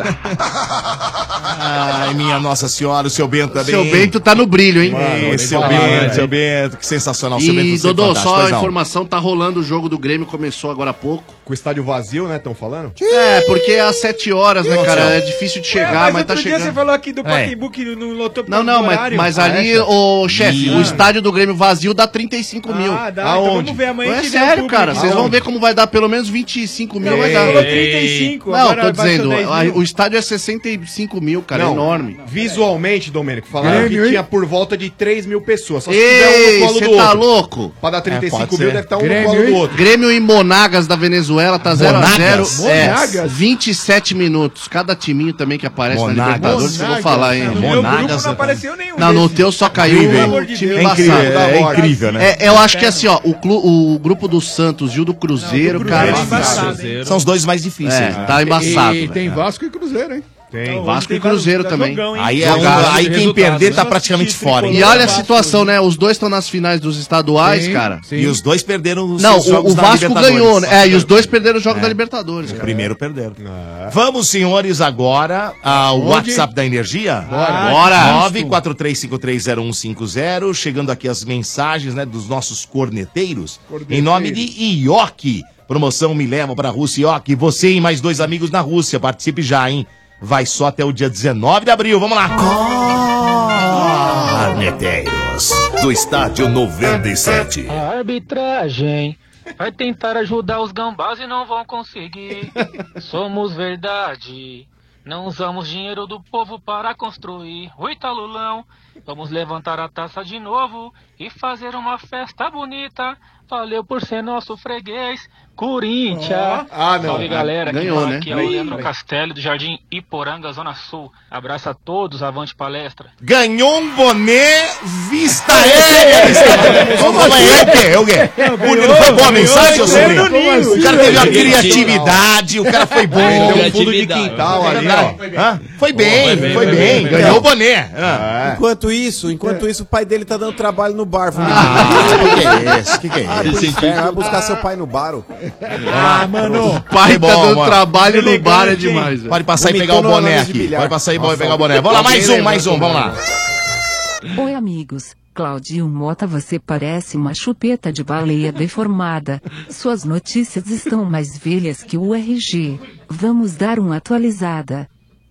Ai, minha Nossa Senhora, o seu Bento também. Seu Bento tá no brilho, hein? Seu Bento, que sensacional. Seu Bento, E, você é Dodô, fantástico. só a Pois não. informação, tá rolando o jogo do Grêmio, começou agora há pouco. Com o estádio vazio, né? Estão falando? É, porque é às 7 horas, né, cara? É difícil de chegar, mas tá outro dia chegando. você falou aqui do Pacaembu que não lotou por Não, causa do mas, horário. mas ali, ô chefe, o estádio do Grêmio vazio dá 35 mil. Ah, dá. Então vamos ver amanhã Não é que vem o sério, público. cara. Vocês vão ver como vai dar pelo menos 25 mil. Não, Vai mas dar. falou 35, Não, agora tô vai dizendo, ser 10 mil. o estádio é 65 mil, cara, é Não, enorme. Visualmente, Domênico, falaram Grêmio, que hein? tinha por volta de 3 mil pessoas. Só se Ei, tiver um no colo cê do outro. tá louco? Pra dar 35 pode mil, ser. deve estar um Grêmio, no colo do hein? outro. Grêmio e Monagas da Venezuela tá 0 a 0. Monagas? 27 minutos. Cada timinho também que aparece Monagas. na Libertadores, eu vou falar, hein? No meu grupo não apareceu nenhum. Não, no teu só caiu, Incrível, velho. pelo amor de Time Deus. embaçado. É incrível, né? Eu acho que assim, ó, o grupo do Santos e o do Cruzeiro, cara. São os dois mais difíceis. Tá embaçado. E velho. tem Vasco e Cruzeiro, hein? Tem. Vasco e Cruzeiro também. Aí, aí quem perder tá praticamente fora. E olha a situação, né? Os dois estão nas finais dos estaduais, cara. E os dois perderam os Não, seus jogos o da Vasco Libertadores. ganhou, né? E os dois perderam os jogos da Libertadores, O cara. primeiro perderam. Vamos, senhores, agora ao WhatsApp da Energia. Bora. 943530150. Chegando aqui as mensagens, né, dos nossos corneteiros. Em nome de Ioki. Promoção Me Leva pra Rússia, Ioki. Você e mais 2 amigos na Rússia. Participe já, hein? Vai só até o dia 19 de abril. Vamos lá. Corneteiros do Estádio 97. A arbitragem vai tentar ajudar os gambás e não vão conseguir. Somos verdade. Não usamos dinheiro do povo para construir. Oi, Talulão. Vamos levantar a taça de novo e fazer uma festa bonita. Valeu por ser nosso freguês. Corinthians. Ah, não. Salve, galera. Ganhou, Aqui, né? aqui é o Leandro Castelli, do Jardim Iporanga, Zona Sul. Abraço a todos. Avante palestra. Ganhou um boné Vista Aérea. Como é o quê? É o quê? Não foi boa a mensagem, seu sobrinho? O cara teve uma criatividade, o cara foi bom. Tem um fundo de quintal ali, ó. Hã? Foi bem. Ganhou o boné. Enquanto isso, o pai dele tá dando trabalho no bar. Que é Ah, isso? vai buscar seu pai no bar. mano. O pai Bom, tá dando mano. trabalho no bar, é Elegante, hein? demais, velho. Pode passar e pegar o Vomitou na boné mesa de aqui. bilhar. Pode passar e pegar o boné. Vamos lá, mais um, vamos lá. Oi, amigos. Claudio Mota, você parece uma chupeta de baleia deformada. Suas notícias estão mais velhas que o RG. Vamos dar uma atualizada.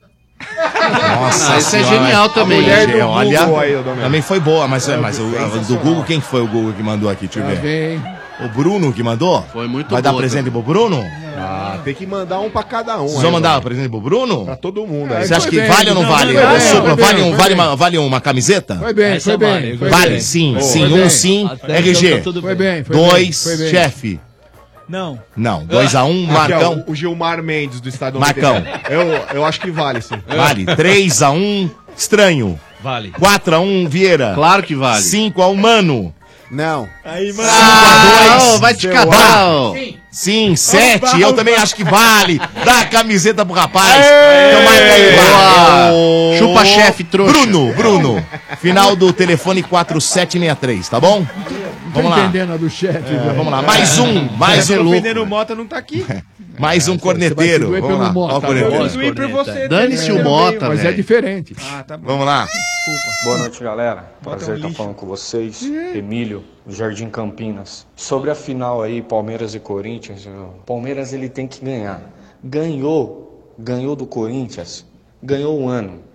Nossa, esse é senhora. genial também. A mulher do Olha, Google aí, Domênico. também foi boa, mas o do Google, quem que foi o Google que mandou aqui? Deixa eu ver. Bem. O Bruno que mandou? Foi muito Vai dar boa, presente pro Bruno? Ah, tem que mandar um pra cada um. Vocês aí, vão mandar Domênico. presente pro Bruno? Pra todo mundo aí. Você acha que bem, vale ou não não, vale? foi bem, Supla, foi vale, bem, um, foi vale, bem. vale uma camiseta? Foi bem, foi bem. Foi Vale bem. sim, Foi sim, bem. um sim. Até RG. então tá tudo Foi bem, foi 2, bem. chefe. Não. Não, 2-1, Marcão. Aqui, ó, o Gilmar Mendes do Estado Marcão. 97. Eu acho que vale, sim. Vale. 3-1, Estranho. Vale. 4-1, Vieira. Claro que vale. 5-1, Mano. Não. Aí, mano. 5-2. Vai te catar, ó. Sim, 7. Eu também acho que vale. Dá a camiseta pro rapaz. Então marca aí, Boa. Chupa, chefe, trouxa. Bruno. Final do telefone 4763, tá bom? Vamos Tô lá. entendendo a do chefe, velho. Vamos lá. Mais um. Defendendo o Mota não tá aqui. Mais um corneteiro. Você vai se doer Vamos lá. pelo Mota, Ó o corneteiro. Eu doei por você. Dane-se o também. Mota, Mas é velho. diferente. Ah, tá bom. Vamos lá. Boa noite, galera. Bota Prazer um estar lixo. falando com vocês. Emílio, do Jardim Campinas. Sobre a final aí, Palmeiras e Corinthians, o Palmeiras ele tem que ganhar. Ganhou do Corinthians, ganhou o ano.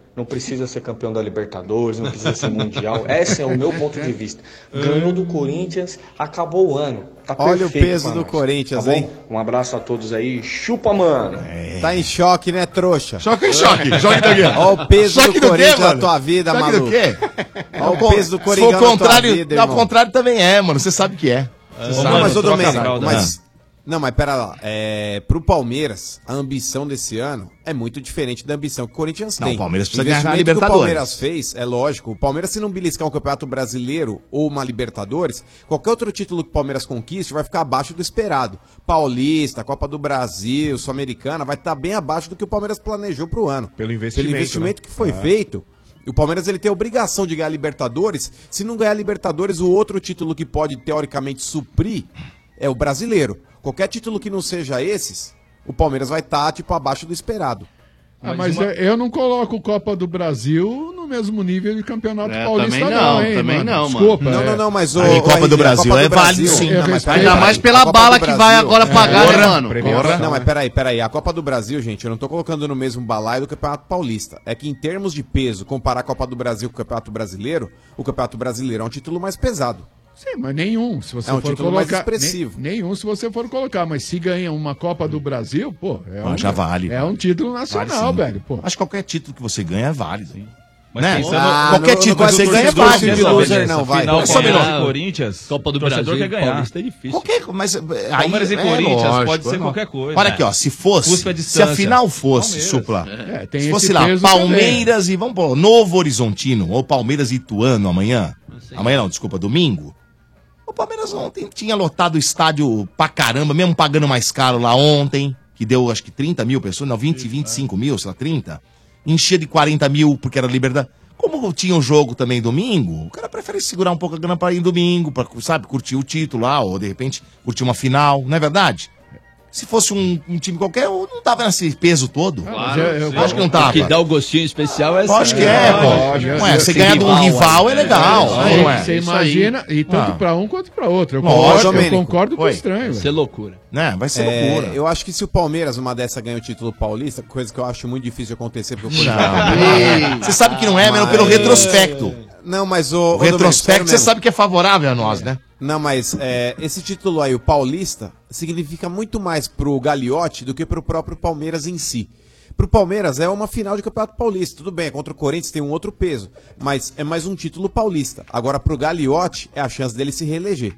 Não precisa ser campeão da Libertadores, não precisa ser Mundial. Esse é o meu ponto de vista. Ganhou do Corinthians, acabou o ano. Tá Olha o perfeito peso pra do nós, Corinthians, tá bom? hein? Um abraço a todos aí. Chupa, mano. Tá em choque, né, trouxa? Choque em choque. Choque do quê? Olha o peso Choque do Corinthians quê, na mano? tua vida, Choque maluco. do quê? Olha o peso do Se Coringão for na tua contrário, vida, ao irmão. contrário também é, mano. Você sabe que é. Não, mas ô Domênico, fralda. mas... Não, mas pera lá. Pro Palmeiras, a ambição desse ano é muito diferente da ambição que o Corinthians Não, tem. o Palmeiras precisa O ganhar a investimento que Libertadores. o Palmeiras fez, é lógico, o Palmeiras se não beliscar um Campeonato Brasileiro ou uma Libertadores, qualquer outro título que o Palmeiras conquiste vai ficar abaixo do esperado. Paulista, Copa do Brasil, Sul-Americana, vai estar bem abaixo do que o Palmeiras planejou pro ano. Pelo investimento, né? que foi feito. O Palmeiras ele tem a obrigação de ganhar a Libertadores. Se não ganhar a Libertadores, o outro título que pode teoricamente suprir é o brasileiro. Qualquer título que não seja esses, o Palmeiras vai estar, abaixo do esperado. Mas eu não coloco Copa do Brasil no mesmo nível de Campeonato Paulista, também não, hein, também mano? não, Desculpa. mano. Não, mas o Aí, Copa do Brasil é válido, sim. Ainda mais pela bala que vai agora pagar, né, mano? Não, mas peraí. A Copa do Brasil, gente, eu não tô colocando no mesmo balaio do Campeonato Paulista. É que em termos de peso, comparar a Copa do Brasil com o Campeonato Brasileiro, o Campeonato Brasileiro é um título mais pesado. Sim, mas nenhum, se você É um for título mais colocar. expressivo. Nenhum, se você for colocar, mas se ganha uma Copa do Brasil, pô, Já vale. É um título nacional, sim. velho. Pô. Acho que qualquer título que você ganha é válido. Mas Né? pensando- Qualquer título que você ganha é válido. Final, Só Palmeiras melhor. e Corinthians, Copa do o torcedor Brasil, quer ganhar. Paulista é difícil. Qualquer, mas aí, Palmeiras e Corinthians lógico, pode ser não. qualquer coisa. Olha aqui, ó, se fosse, Cuspe a se a distância. final fosse, Palmeiras. Supla, tem se esse fosse lá, peso Palmeiras e, vamos pôr, Novo Horizontino, ou Palmeiras e Ituano amanhã, domingo, o Palmeiras ontem tinha lotado o estádio pra caramba, mesmo pagando mais caro lá ontem, que deu acho que 30 mil pessoas, não, 20, 25 mil, sei lá, 30, enchia de 40 mil porque era Liberdade. Como tinha o jogo também domingo, o cara prefere segurar um pouco a grana pra ir domingo, pra, sabe, curtir o título lá, ou de repente curtir uma final, não é verdade? Se fosse um time qualquer, eu não tava nesse peso todo. Eu acho que não tava. O que dá o gostinho especial é Acho que é, pô. Ué, você ganhar de um rival é legal. Você imagina, e tanto pra um quanto pra outro. Eu Lógico, concordo com o Oi. estranho. Isso é loucura. Né? Vai ser loucura. Eu acho que se o Palmeiras, uma dessa, ganha o título paulista, coisa que eu acho muito difícil de acontecer, porque o Corinthians Não. Você sabe que não é, mesmo pelo retrospecto. Não, mas O retrospecto você sabe que é favorável a nós, né? Não, mas esse título aí, o Paulista, significa muito mais pro Gagliotti do que pro próprio Palmeiras em si. Pro Palmeiras é uma final de Campeonato Paulista, tudo bem, contra o Corinthians tem um outro peso, mas é mais um título paulista. Agora pro Gagliotti é a chance dele se reeleger.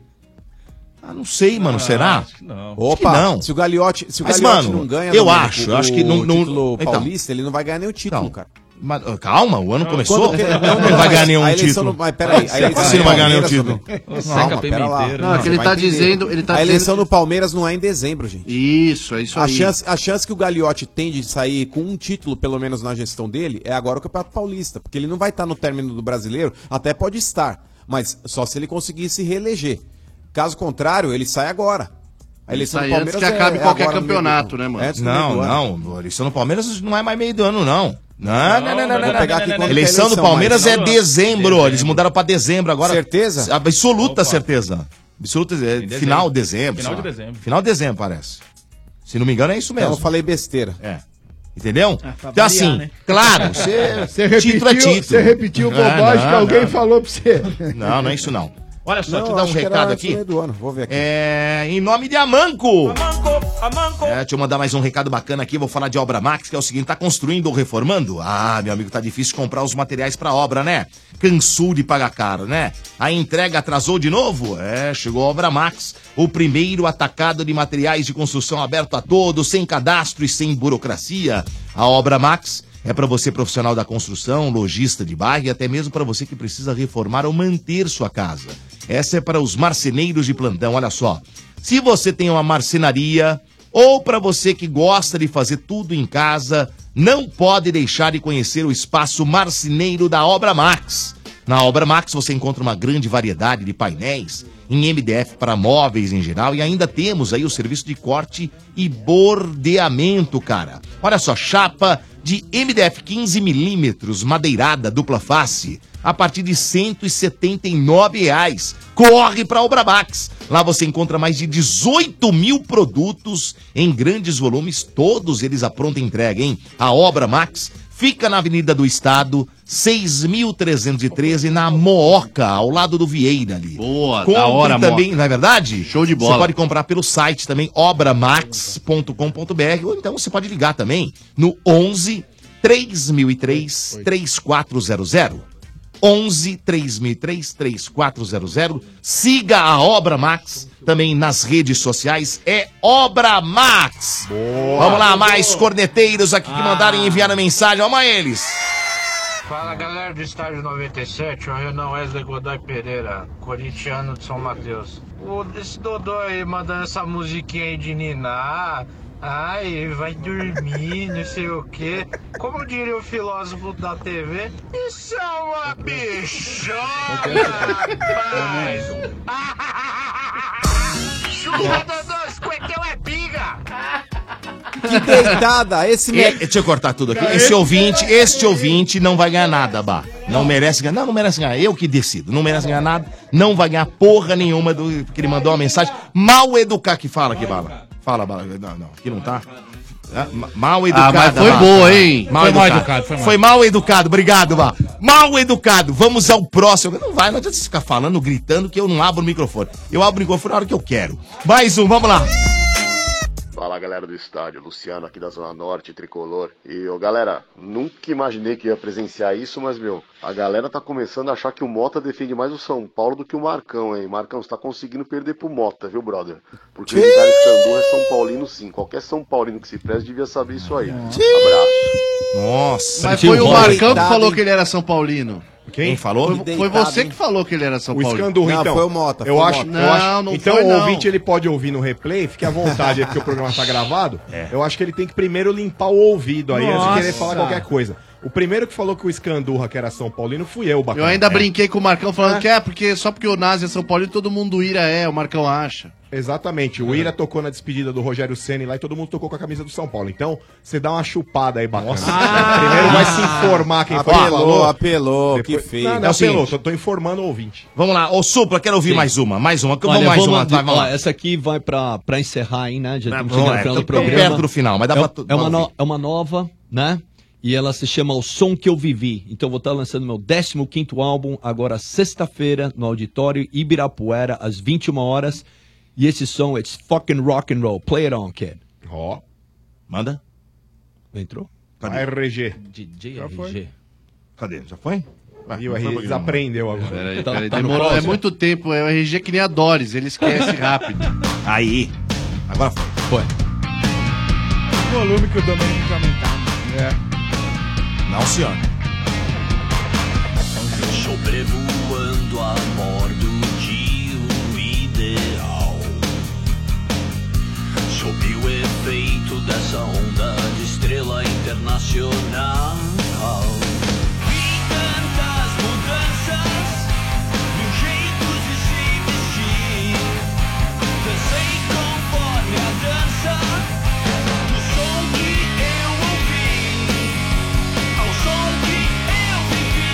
Ah, não sei, mano, será? Acho que não. Opa, Acho que não. se o Gagliotti Mas, Gagliotti mano, não ganha, eu Domênico, acho que não- o título então. paulista, ele não vai ganhar nenhum título, cara. Mas, calma, o ano começou. Quando que- Não vai ganhar nenhum a eleição título. não- mas peraí, a eleição Você não do vai ganhar nenhum Palmeiras, título. Calma, pera lá. Não, é que ele Você tá vai entender. dizendo- ele tá a eleição dizendo- do Palmeiras não é em dezembro, gente. Isso, é isso A aí. chance que o Gagliotti tem de sair com um título, pelo menos na gestão dele, é agora o Campeonato Paulista. Porque ele não vai estar no término do Brasileiro, até pode estar, mas só se ele conseguir se reeleger. Caso contrário, ele sai agora. A eleição do sai antes Palmeiras que acabe qualquer agora no meio campeonato, do- né, mano? é antes do meio do ano. Não, a eleição do Palmeiras não é mais meio do ano, não. Não. Vou pegar aqui quando que é Eleição do eleição, Palmeiras mas- é dezembro. Eles mudaram pra dezembro agora. Certeza? Absoluta certeza. Absoluta, final de dezembro. Final sei de lá. dezembro. Final de dezembro, parece. Se não me engano, é isso mesmo. Então eu falei besteira. É. Entendeu? pra Então, variar, assim, né? claro, título é título. Você repetiu bobagem que alguém falou pra você. Não é isso não. Olha só, Não, te dar um acho que era recado antes aqui. do ano. Vou ver aqui. Em nome de Amanco. Deixa eu mandar mais um recado bacana aqui. Vou falar de Obra Max, que é o seguinte: tá construindo ou reformando? Ah, meu amigo, tá difícil comprar os materiais pra obra, né? Cansou de pagar caro, né? A entrega atrasou de novo? Chegou a Obra Max, o primeiro atacado de materiais de construção aberto a todos, sem cadastro e sem burocracia. A Obra Max é para você profissional da construção, lojista de bairro e até mesmo para você que precisa reformar ou manter sua casa. Essa é para os marceneiros de plantão, olha só. Se você tem uma marcenaria ou para você que gosta de fazer tudo em casa, não pode deixar de conhecer o espaço marceneiro da Obra Max. Na Obra Max você encontra uma grande variedade de painéis em MDF para móveis em geral e ainda temos aí o serviço de corte e bordeamento, cara. Olha só, chapa de MDF 15mm, madeirada, dupla face, a partir de R$ 179,00. Corre para a Obra Max. Lá você encontra mais de 18 mil produtos em grandes volumes, todos eles à pronta entrega, hein? A Obra Max Fica na Avenida do Estado, 6.313, na Mooca, ao lado do Vieira ali. Boa, Compre da hora, também, Mooca. não é verdade? Show de bola. Você pode comprar pelo site também, obramax.com.br, ou então você pode ligar também no 11 3003 3400. 11 3003 3400. Siga a Obra Max também nas redes sociais. É Obra Max. Vamos lá, mais corneteiros aqui que mandaram enviar a mensagem. Vamos a eles. Fala galera do Estádio 97, o Renan Wesley Godoy Pereira, corintiano de São Mateus. Esse Dodô aí mandando essa musiquinha aí de ninar. Ai, vai dormir, não sei o quê. Como diria o filósofo da TV, isso é uma bichona, rapaz. Chupa, Dodô, esse cueteu é pinga. Que deitada, Deixa eu cortar tudo aqui. Este ouvinte não vai ganhar nada, Bah. Não merece ganhar. Não merece ganhar. Eu que decido. Não merece ganhar nada. Não vai ganhar porra nenhuma porque ele mandou uma mensagem. Mal educar que fala aqui, Bala. Fala, Bala. Não, aqui não tá. Mal educado. mas foi boa, hein? Foi mal educado. Foi mal educado. Obrigado, Bala. Mal educado. Vamos ao próximo. Não adianta você ficar falando, gritando que eu não abro o microfone. Eu abro o microfone na hora que eu quero. Mais um, vamos lá. Fala galera do estádio, Luciano aqui da Zona Norte, Tricolor. E galera, nunca imaginei que ia presenciar isso, mas a galera tá começando a achar que o Mota defende mais o São Paulo do que o Marcão, hein? Marcão, você tá conseguindo perder pro Mota, viu, brother? Porque o cara Escandurra é São Paulino sim, qualquer São Paulino que se preze devia saber isso aí. Abraço. Nossa. Mas foi o Marcão que falou que ele era São Paulino. Quem falou? Foi você que falou que ele era São O Paulino. Escandurra, então. foi o Mota. Eu acho. Não então foi, o não. ouvinte ele pode ouvir no replay, fique à vontade, porque o programa tá gravado. Eu acho que ele tem que primeiro limpar o ouvido aí, antes de querer falar qualquer coisa. O primeiro que falou que o Escandurra, que era São Paulino, fui eu, Bacana. Eu ainda brinquei com o Marcão falando que porque só porque o Nazi é São Paulino, todo mundo Ira o Marcão acha. Exatamente, o Ira tocou na despedida do Rogério Ceni lá e todo mundo tocou com a camisa do São Paulo. Então, você dá uma chupada aí, Bacana. Primeiro vai se informar quem foi que falou. Apelou, Depois... que feio. Não, apelou, tô informando o ouvinte. Vamos lá, ô Supla, quero ouvir mais uma. Mais uma, Olha, vamos lá. Vamos lá. Essa aqui vai pra encerrar aí, né? Já estamos chegando no final do tô programa. perto do final, mas dá pra... É uma nova, né? E ela se chama O Som Que Eu Vivi. Então eu vou estar lançando meu 15º álbum agora sexta-feira no Auditório Ibirapuera, às 21 horas. E esse som, it's fucking rock and roll. Play it on, kid. Ó. Manda. Entrou? Cadê? RG. DJ Já RG. foi. Cadê? Já foi? E o RG desaprendeu agora. Peraí, Tá demorou, no é muito tempo. É o RG que nem a Doris, ele esquece rápido. Aí. Agora foi. O volume que o Domênico já aumentava. Não, senhor. Sobrevoando a bordo de um ideal, sob o efeito dessa onda de estrela internacional. Vi tantas mudanças no jeito de se vestir, dancei conforme a dança do som que eu ouvi, ao som que eu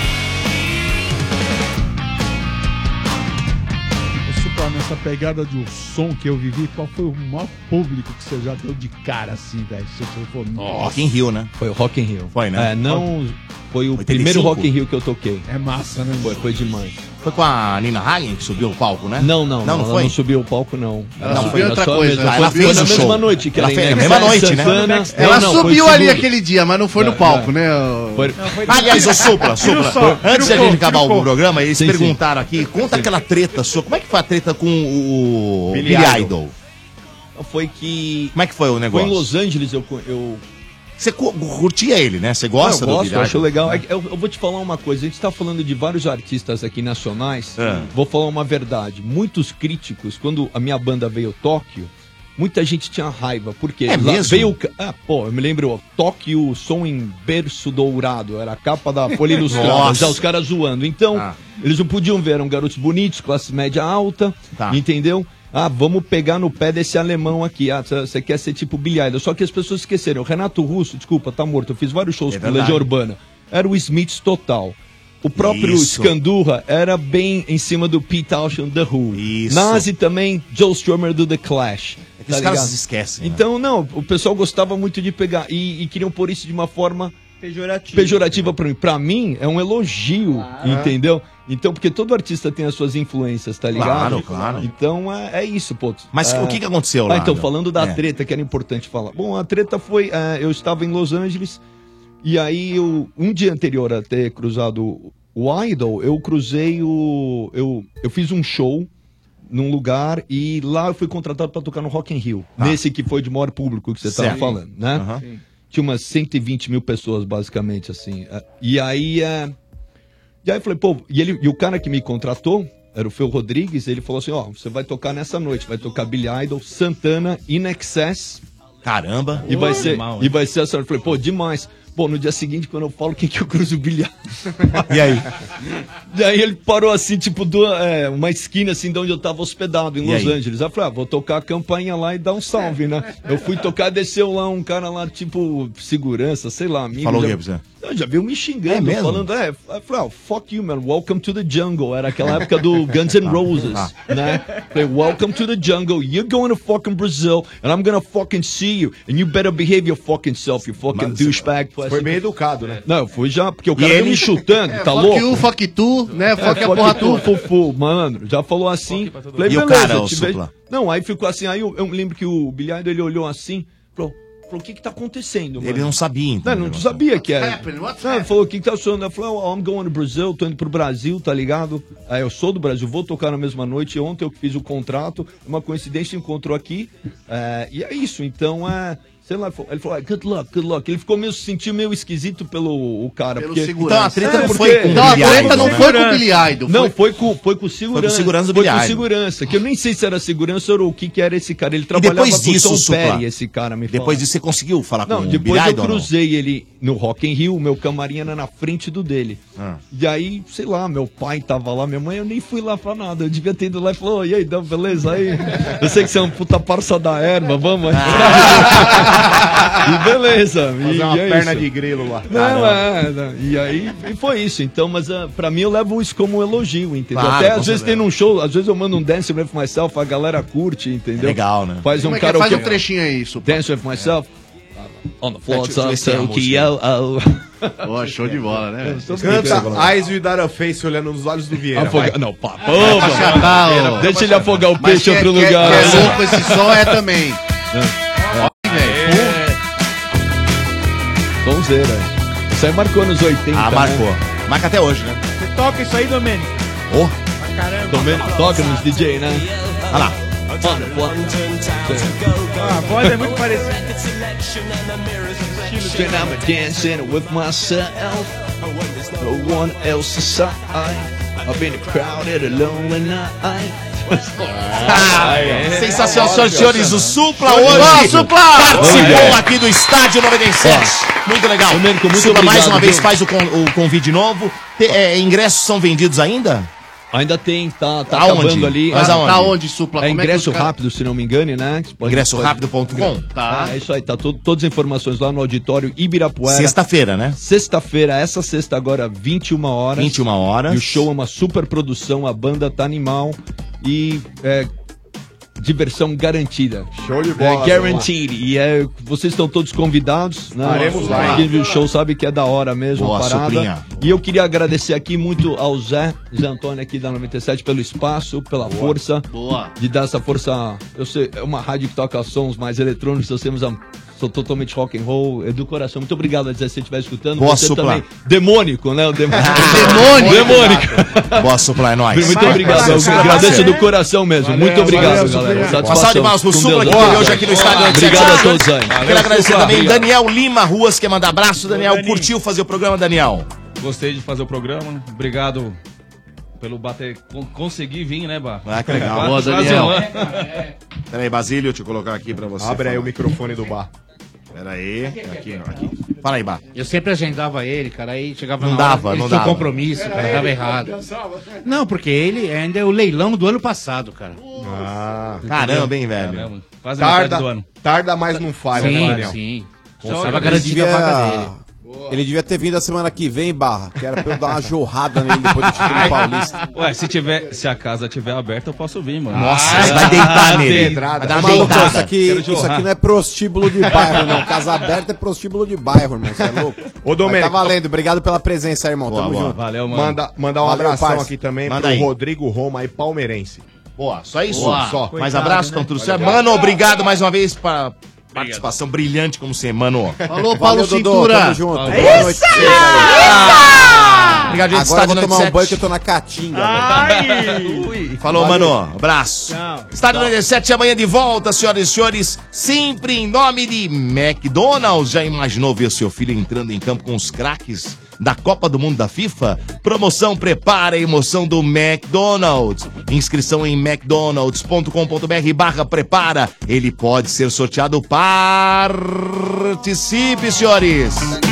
vivi. Supla, nessa pegada do som que eu vivi, qual foi o maior público que você já deu de cara assim, velho? Você falou, nossa. Rock in Rio, né? Foi o Rock in Rio. Foi, né? Foi o 85? primeiro Rock in Rio que eu toquei. É massa, né? Foi demais. Foi com a Nina Hagen que subiu o palco, né? Não Ela foi? Não subiu o palco, não. Ela subiu outra coisa. Ela Foi fez na o show. mesma noite que Ela ela fez na mesma noite, né? Ela subiu ali aquele dia, mas não foi no palco, né? Aliás, ô Supla, antes de a gente acabar o programa, eles Sim, perguntaram aqui, conta aquela treta sua, como é que foi a treta com o Billy Billy Idol? Foi que... Como é que foi o negócio? Foi em Los Angeles, Você curtia ele, né? Você gosta eu gosto, do Billy eu acho Idol? legal. Eu vou te falar uma coisa, a gente está falando de vários artistas aqui nacionais, vou falar uma verdade. Muitos críticos, quando a minha banda veio Tóquio, muita gente tinha raiva, porque É mesmo? veio... eu me lembro, Tóquio, som em berço dourado, era a capa da Folha Ilustrada, Nossa. já os caras zoando. Então, eles não podiam ver, eram garotos bonitos, classe média alta, entendeu? Vamos pegar no pé desse alemão aqui. Você quer ser tipo Billy Idol. Só que as pessoas esqueceram. O Renato Russo, desculpa, tá morto. Eu fiz vários shows com Legião Urbana. Era o Smiths total. O próprio Escandurra era bem em cima do Pete Townshend, The Who. Nazi também, Joe Strummer do The Clash. É que os caras se esquecem. Então, não, o pessoal gostava muito de pegar. E queriam pôr isso de uma forma pejorativa pra mim. Pra mim, é um elogio, entendeu? Então, porque todo artista tem as suas influências, tá ligado? Claro. Então, é isso, pô. Mas o que aconteceu lá? Então, falando da treta, que era importante falar. Bom, a treta foi, eu estava em Los Angeles, e aí, um dia anterior a ter cruzado o Idol, eu cruzei eu fiz um show num lugar e lá eu fui contratado pra tocar no Rock in Rio. Nesse que foi de maior público que você tava falando, né? Tinha umas 120 mil pessoas, basicamente, assim. E aí eu falei, pô, e o cara que me contratou era o Fel Rodrigues, ele falou assim, ó, você vai tocar nessa noite, vai tocar Billy Idol, Santana, In Excess. Caramba. E vai ser essa hora. Eu falei, pô, demais. Pô, no dia seguinte, quando eu falo, quem que eu cruzo o Billy Idol? E aí? E aí ele parou assim, tipo, uma esquina assim de onde eu tava hospedado, em Los Angeles. Aí eu falei, vou tocar a campainha lá e dar um salve, né? Eu fui tocar, desceu lá um cara lá, tipo, segurança, sei lá, amigo. Falou o que pra você? Já veio me xingando, falando, eu falei, fuck you, man, welcome to the jungle. Era aquela época do Guns N' Roses, né? Falei, welcome to the jungle, you're going to fucking Brazil, and I'm gonna fucking see you, and you better behave your fucking self, you fucking douchebag. Foi bem educado, né? Não, eu fui já, porque o cara veio me chutando, tá louco? Fuck you, fuck tu, né? Fuck a porra tu. Fufu, mano, já falou assim. Falei, e o cara, o Supla? Não, aí ficou assim, aí eu lembro que o Billy Idol, ele olhou assim, falou, o que tá acontecendo, mano? Ele não sabia, então. Não sabia que era. Ele falou, o que tá achando? Eu falei, I'm going to Brazil, tô indo pro Brasil, tá ligado? Aí eu sou do Brasil, vou tocar na mesma noite. Ontem eu fiz o contrato, uma coincidência encontrou aqui. E é isso, então sei lá, ele falou, good luck. Ele ficou meio, se sentiu meio esquisito pelo cara. Pelo porque, segurança. Então a treta não foi com o Billy Idol. Não, a treta não foi com o Billy Idol. Não, foi com o segurança. Foi com o segurança do Billy Idol. Foi com segurança, que eu nem sei se era segurança ou o que era esse cara. Ele trabalhava depois disso, com o Tom Supla, Perry, esse cara me falou. Depois disso você conseguiu falar com o Billy Idol? Depois eu cruzei ele no Rock in Rio, meu camarim era na frente do dele. E aí, sei lá, meu pai tava lá, minha mãe, eu nem fui lá pra nada. Eu devia ter ido lá e falou, e aí, Dão, beleza? Aí, eu sei que você é um puta parça da erva, vamos aí. E beleza. Fazer uma perna de grilo lá. Não. E aí foi isso. Então, mas pra mim eu levo isso como um elogio, entendeu? Claro, até às vezes tem num show, às vezes eu mando um Dance With Myself, a galera curte, entendeu? Legal, né? Faz um cara faz um trechinho aí, isso. Dance With Myself. On the floor, Pô, show de bola, né? Canta Eyes Without a Face olhando nos olhos do Vieira. Não, deixa ele afogar o peixe em outro lugar. É louco, esse som também. Sonzeira. Isso aí marcou nos 80. Marcou. Né? Marca até hoje, né? Você toca isso aí, Domênico? Caramba. Domênico toca nos DJ, né? Olha lá. A voz é muito parecida. And I'm dancing with myself. No one else aside. I've been crowded alone and Sensacional, senhoras e senhores, o Supla hoje participou aqui do Estádio 97. Muito legal. Domênico, muito Supla obrigado, mais uma vez viu? faz o convite novo. Ingressos são vendidos ainda? Ainda tem, tá Aonde? acabando ali. Mas aonde? Tá onde, Supla? É Como ingresso que os cara- rápido, se não me engane, né? Ingressorápido.com. Tá. É isso aí, tá todas as informações lá no auditório Ibirapuera. Sexta-feira, né? Sexta-feira, essa sexta agora, 21 horas. 21 horas. E o show é uma super produção, a banda tá animal e diversão garantida. Show de bola. Guaranteed. E vocês estão todos convidados, né? Estaremos lá, Quem viu o show sabe que é da hora mesmo, Boa, a parada. Suplinha. E eu queria agradecer aqui muito ao Zé Antônio aqui da 97 pelo espaço, pela força. Boa. De dar essa força. Eu sei, é uma rádio que toca sons mais eletrônicos, nós temos sou totalmente rock and roll, é do coração. Muito obrigado, Zé, se você estiver escutando. Boa, você Supla. também. Demônico, né? O demônico. Boa, Supla, é nóis. Muito obrigado, eu agradeço do coração mesmo. Muito obrigado, galera. Uma salva de palmas pro Supla que esteve hoje aqui no Estádio 97. Obrigado a todos aí. Quero agradecer também Obrigado. Daniel Lima Ruas, quer mandar abraço. Daniel, curtiu fazer o programa, Daniel? Gostei de fazer o programa. Obrigado pelo conseguir vir, né, Bar? Ah, que legal. Boa, Daniel. Peraí, Basílio, deixa eu colocar aqui pra você. Abre aí falar. o microfone do bar. Peraí, aqui. Fala aí, Bar. Eu sempre agendava ele, cara, aí chegava Não na hora, dava, ele não tinha dava. compromisso, cara, tava errado. Não, porque ele ainda é o leilão do ano passado, cara. Caramba, hein, velho. Quase metade do ano. Tarda, mas não falha, né, Sim, Daniel? sim. Só Tava eles garantida a vaga dele. Ele devia ter vindo a semana que vem, Barra, que era pra eu dar uma jorrada nele depois do título paulista. Ué, se a casa estiver aberta, eu posso vir, mano. Nossa, você vai deitar nele. Vai dar uma deitada. Isso aqui não é prostíbulo de bairro, não. Casa aberta é prostíbulo de bairro, irmão. Você é louco? Ô, Domênico. Tá valendo. Obrigado pela presença, irmão. Tamo junto. Valeu, mano. Mandar um abração parça. aqui também Manda pro aí. Rodrigo Roma aí, palmeirense. Boa, só isso? Boa, só. Mais Coitado, abraço, né? então tudo certo. Valeu. Mano, obrigado mais uma vez pra participação brilhante como sempre, mano. Falou, Paulo Cintura. Tamo junto. Boa Boa noite. Obrigado, gente. Agora eu vou tomar um 97. banho que eu tô na caatinga. Falou, Valeu. mano. Abraço. Tchau. Estádio 97, amanhã de volta, senhoras e senhores. Sempre em nome de McDonald's. Já imaginou ver seu filho entrando em campo com os craques da Copa do Mundo da FIFA? Promoção Prepara a Emoção do McDonald's. Inscrição em mcdonalds.com.br/prepara. Ele pode ser sorteado. Participe, senhores.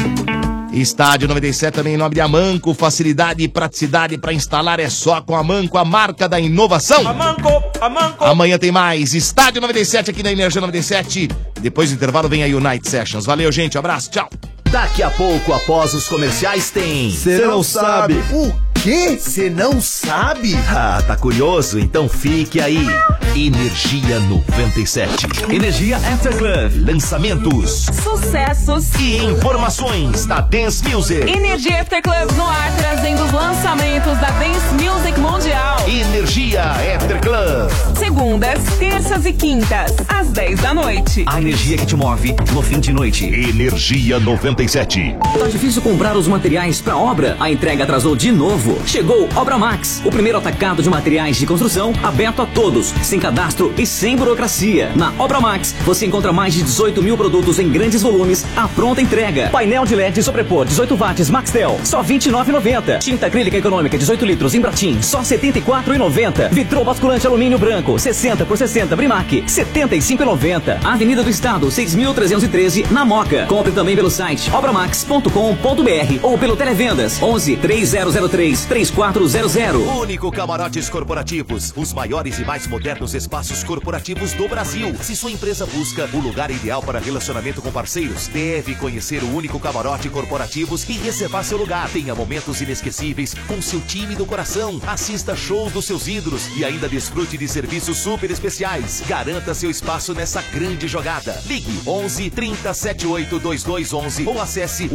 Estádio 97 também em nome de Amanco. Facilidade e praticidade para instalar é só com a Amanco, a marca da inovação. Amanco. Amanhã tem mais Estádio 97 aqui na Energia 97. Depois do intervalo vem a Unite Sessions. Valeu, gente. Abraço. Tchau. Daqui a pouco, após os comerciais, tem... Cê não sabe. O quê? Você não sabe? Ah, tá curioso? Então fique aí. Energia 97. Energia Afterclub. Lançamentos. Sucessos. E informações da Dance Music. Energia Afterclub no ar, trazendo os lançamentos da Dance Music Mundial. Energia Afterclub. Segundas, terças e quintas, às 10 da noite. A energia que te move no fim de noite. Energia 97. Tá difícil comprar os materiais para obra? A entrega atrasou de novo. Chegou Obra Max, o primeiro atacado de materiais de construção aberto a todos, sem cadastro e sem burocracia. Na Obra Max, você encontra mais de 18 mil produtos em grandes volumes à pronta entrega. Painel de LED sobrepor 18 watts Maxtel, só R$ 29,90. Tinta acrílica econômica 18 litros em Bratim, só R$ 74,90. Vitrô basculante alumínio branco 60 por 60 Brimac, R$ 75,90. Avenida do Estado 6.313 na Moca. Compre também pelo site obramax.com.br ou pelo televendas 11 3003 3400. Único Camarotes Corporativos, os maiores e mais modernos espaços corporativos do Brasil. Se sua empresa busca o lugar ideal para relacionamento com parceiros, deve conhecer o Único Camarote Corporativos e reservar seu lugar. Tenha momentos inesquecíveis com seu time do coração. Assista shows dos seus ídolos e ainda desfrute de serviços super especiais. Garanta seu espaço nessa grande jogada. Ligue 11 30 78 2211 ou acesse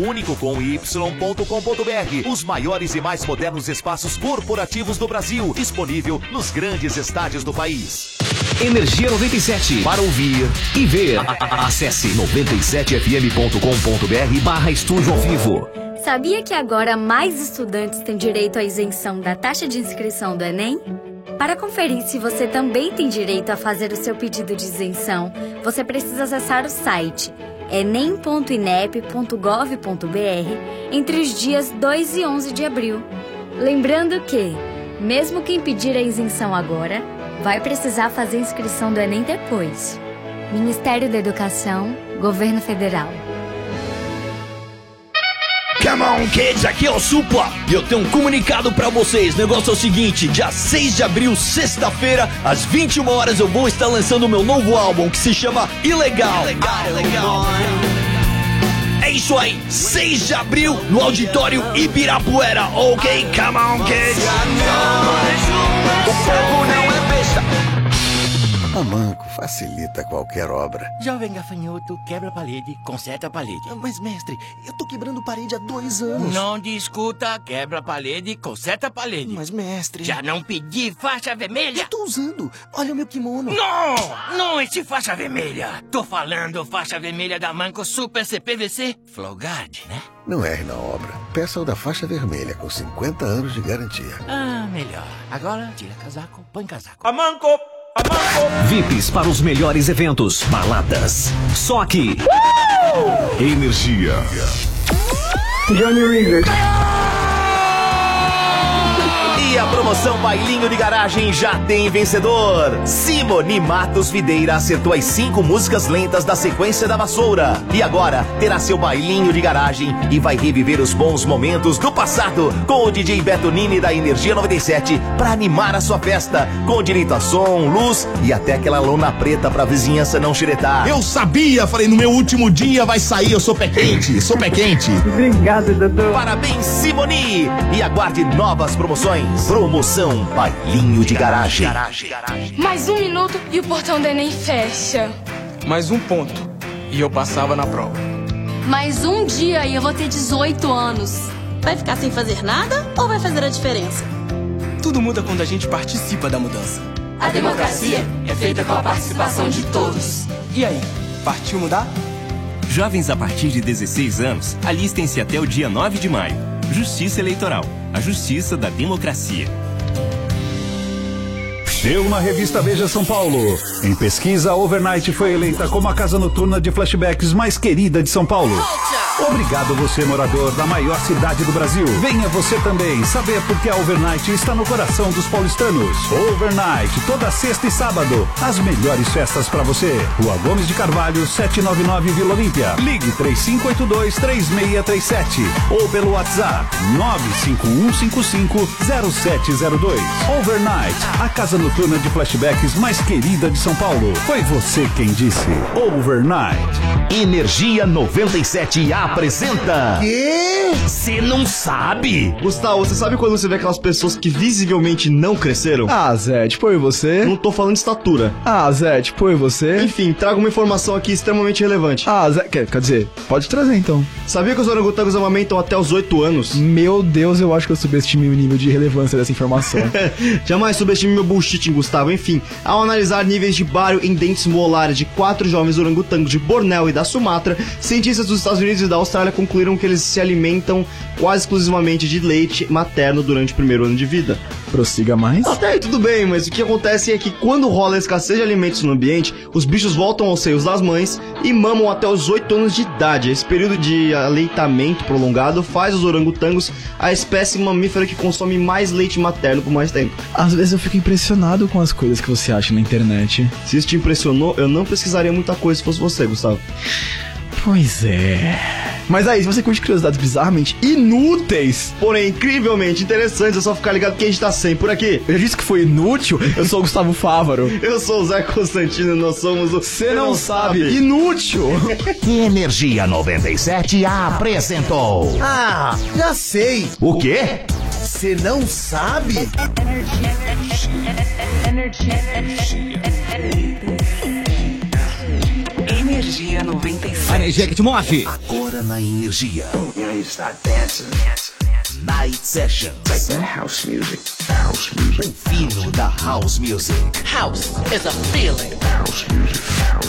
unicocomy.com.br. Os maiores e mais modernos espaços corporativos do Brasil, disponível nos grandes estádios do país. Energia 97. Para ouvir e ver. Acesse 97fm.com.br/estúdio ao vivo. Sabia que agora mais estudantes têm direito à isenção da taxa de inscrição do Enem? Para conferir se você também tem direito a fazer o seu pedido de isenção, você precisa acessar o site enem.inep.gov.br entre os dias 2 e 11 de abril. Lembrando que, mesmo quem pedir a isenção agora, vai precisar fazer a inscrição do Enem depois. Ministério da Educação, Governo Federal. Come on, kids, aqui é o Supla e eu tenho um comunicado pra vocês. O negócio é o seguinte, dia 6 de abril, sexta-feira, às 21 horas, eu vou estar lançando o meu novo álbum, que se chama Ilegal. É isso aí, 6 de abril, no Auditório Ibirapuera, ok? Come on, kids. O povo não é besta. Amanco facilita qualquer obra. Jovem gafanhoto, quebra a parede, conserta a parede. Mas, mestre, eu tô quebrando parede há 2 anos. Não discuta, quebra a parede, conserta a parede. Mas, mestre... Já não pedi faixa vermelha? Eu tô usando. Olha o meu kimono. Não esse faixa vermelha. Tô falando faixa vermelha da Amanco Super CPVC Flowguard, né? Não erre na obra. Peça o da faixa vermelha com 50 anos de garantia. Ah, melhor. Agora, tira casaco, põe casaco. Amanco! VIPs para os melhores eventos, baladas. Só aqui. Energia. Johnny Rivers. E a promoção Bailinho de Garagem já tem vencedor. Simone Matos Videira acertou as 5 músicas lentas da sequência da vassoura. E agora terá seu bailinho de garagem e vai reviver os bons momentos do passado com o DJ Beto Nini da Energia 97 para animar a sua festa, com direito a som, luz e até aquela lona preta pra vizinhança não xeretar. Eu sabia, falei, no meu último dia vai sair, eu sou pé quente, sou pé quente. Obrigado, doutor. Parabéns, Simone! E aguarde novas promoções. Promoção Bailinho de Garagem. Mais 1 minuto e o portão do Enem fecha. Mais 1 ponto e eu passava na prova. Mais um dia e eu vou ter 18 anos. Vai ficar sem fazer nada ou vai fazer a diferença? Tudo muda quando a gente participa da mudança. A democracia é feita com a participação de todos. E aí, partiu mudar? Jovens a partir de 16 anos, alistem-se até o dia 9 de maio. Justiça Eleitoral, a justiça da democracia. Deu na revista Veja São Paulo. Em pesquisa, a Overnight foi eleita como a casa noturna de flashbacks mais querida de São Paulo. Obrigado você, morador da maior cidade do Brasil. Venha você também saber por que a Overnight está no coração dos paulistanos. Overnight, toda sexta e sábado. As melhores festas pra você. Rua Gomes de Carvalho, 799 Vila Olímpia. Ligue 3582-3637 ou pelo WhatsApp 95155-0702. Overnight, a casa noturna de flashbacks mais querida de São Paulo. Foi você quem disse. Overnight. Energia 97 apresenta. Quê? Você não sabe? Gustavo, você sabe quando você vê aquelas pessoas que visivelmente não cresceram? Ah, Zé, tipo eu e você? Não tô falando de estatura. Ah, Zé, tipo eu e você? Enfim, trago uma informação aqui extremamente relevante. Ah, Zé, quer dizer, pode trazer então. Sabia que os orangotangos amamentam até os 8 anos? Meu Deus, eu acho que eu subestimei o nível de relevância dessa informação. Jamais subestime meu bullshit, Gustavo. Enfim, ao analisar níveis de bário em dentes molares de 4 jovens orangotangos de Bornéu e da Sumatra, cientistas dos Estados Unidos e da Austrália concluíram que eles se alimentam quase exclusivamente de leite materno durante o primeiro ano de vida. Prossiga mais. Até aí tudo bem, mas o que acontece é que quando rola a escassez de alimentos no ambiente, os bichos voltam aos seios das mães e mamam até os 8 anos de idade. Esse período de aleitamento prolongado faz os orangotangos a espécie mamífera que consome mais leite materno por mais tempo. Às vezes eu fico impressionado com as coisas que você acha na internet. Se isso te impressionou, eu não pesquisaria muita coisa se fosse você, Gustavo. Pois é. Mas aí, se você curte curiosidades bizarramente inúteis, porém incrivelmente interessantes, é só ficar ligado que a gente tá sempre por aqui. Eu já disse que foi inútil. Eu sou o Gustavo Fávaro. Eu sou o Zé Constantino e nós somos o Você não sabe. Inútil. Energia 97 apresentou. Ah, já sei. O quê? Você não sabe? Energia 97. A energia que te move. Agora na Energia. Night Sessions. Like that house music. House music. O fino da House Music. House is a feeling. House music.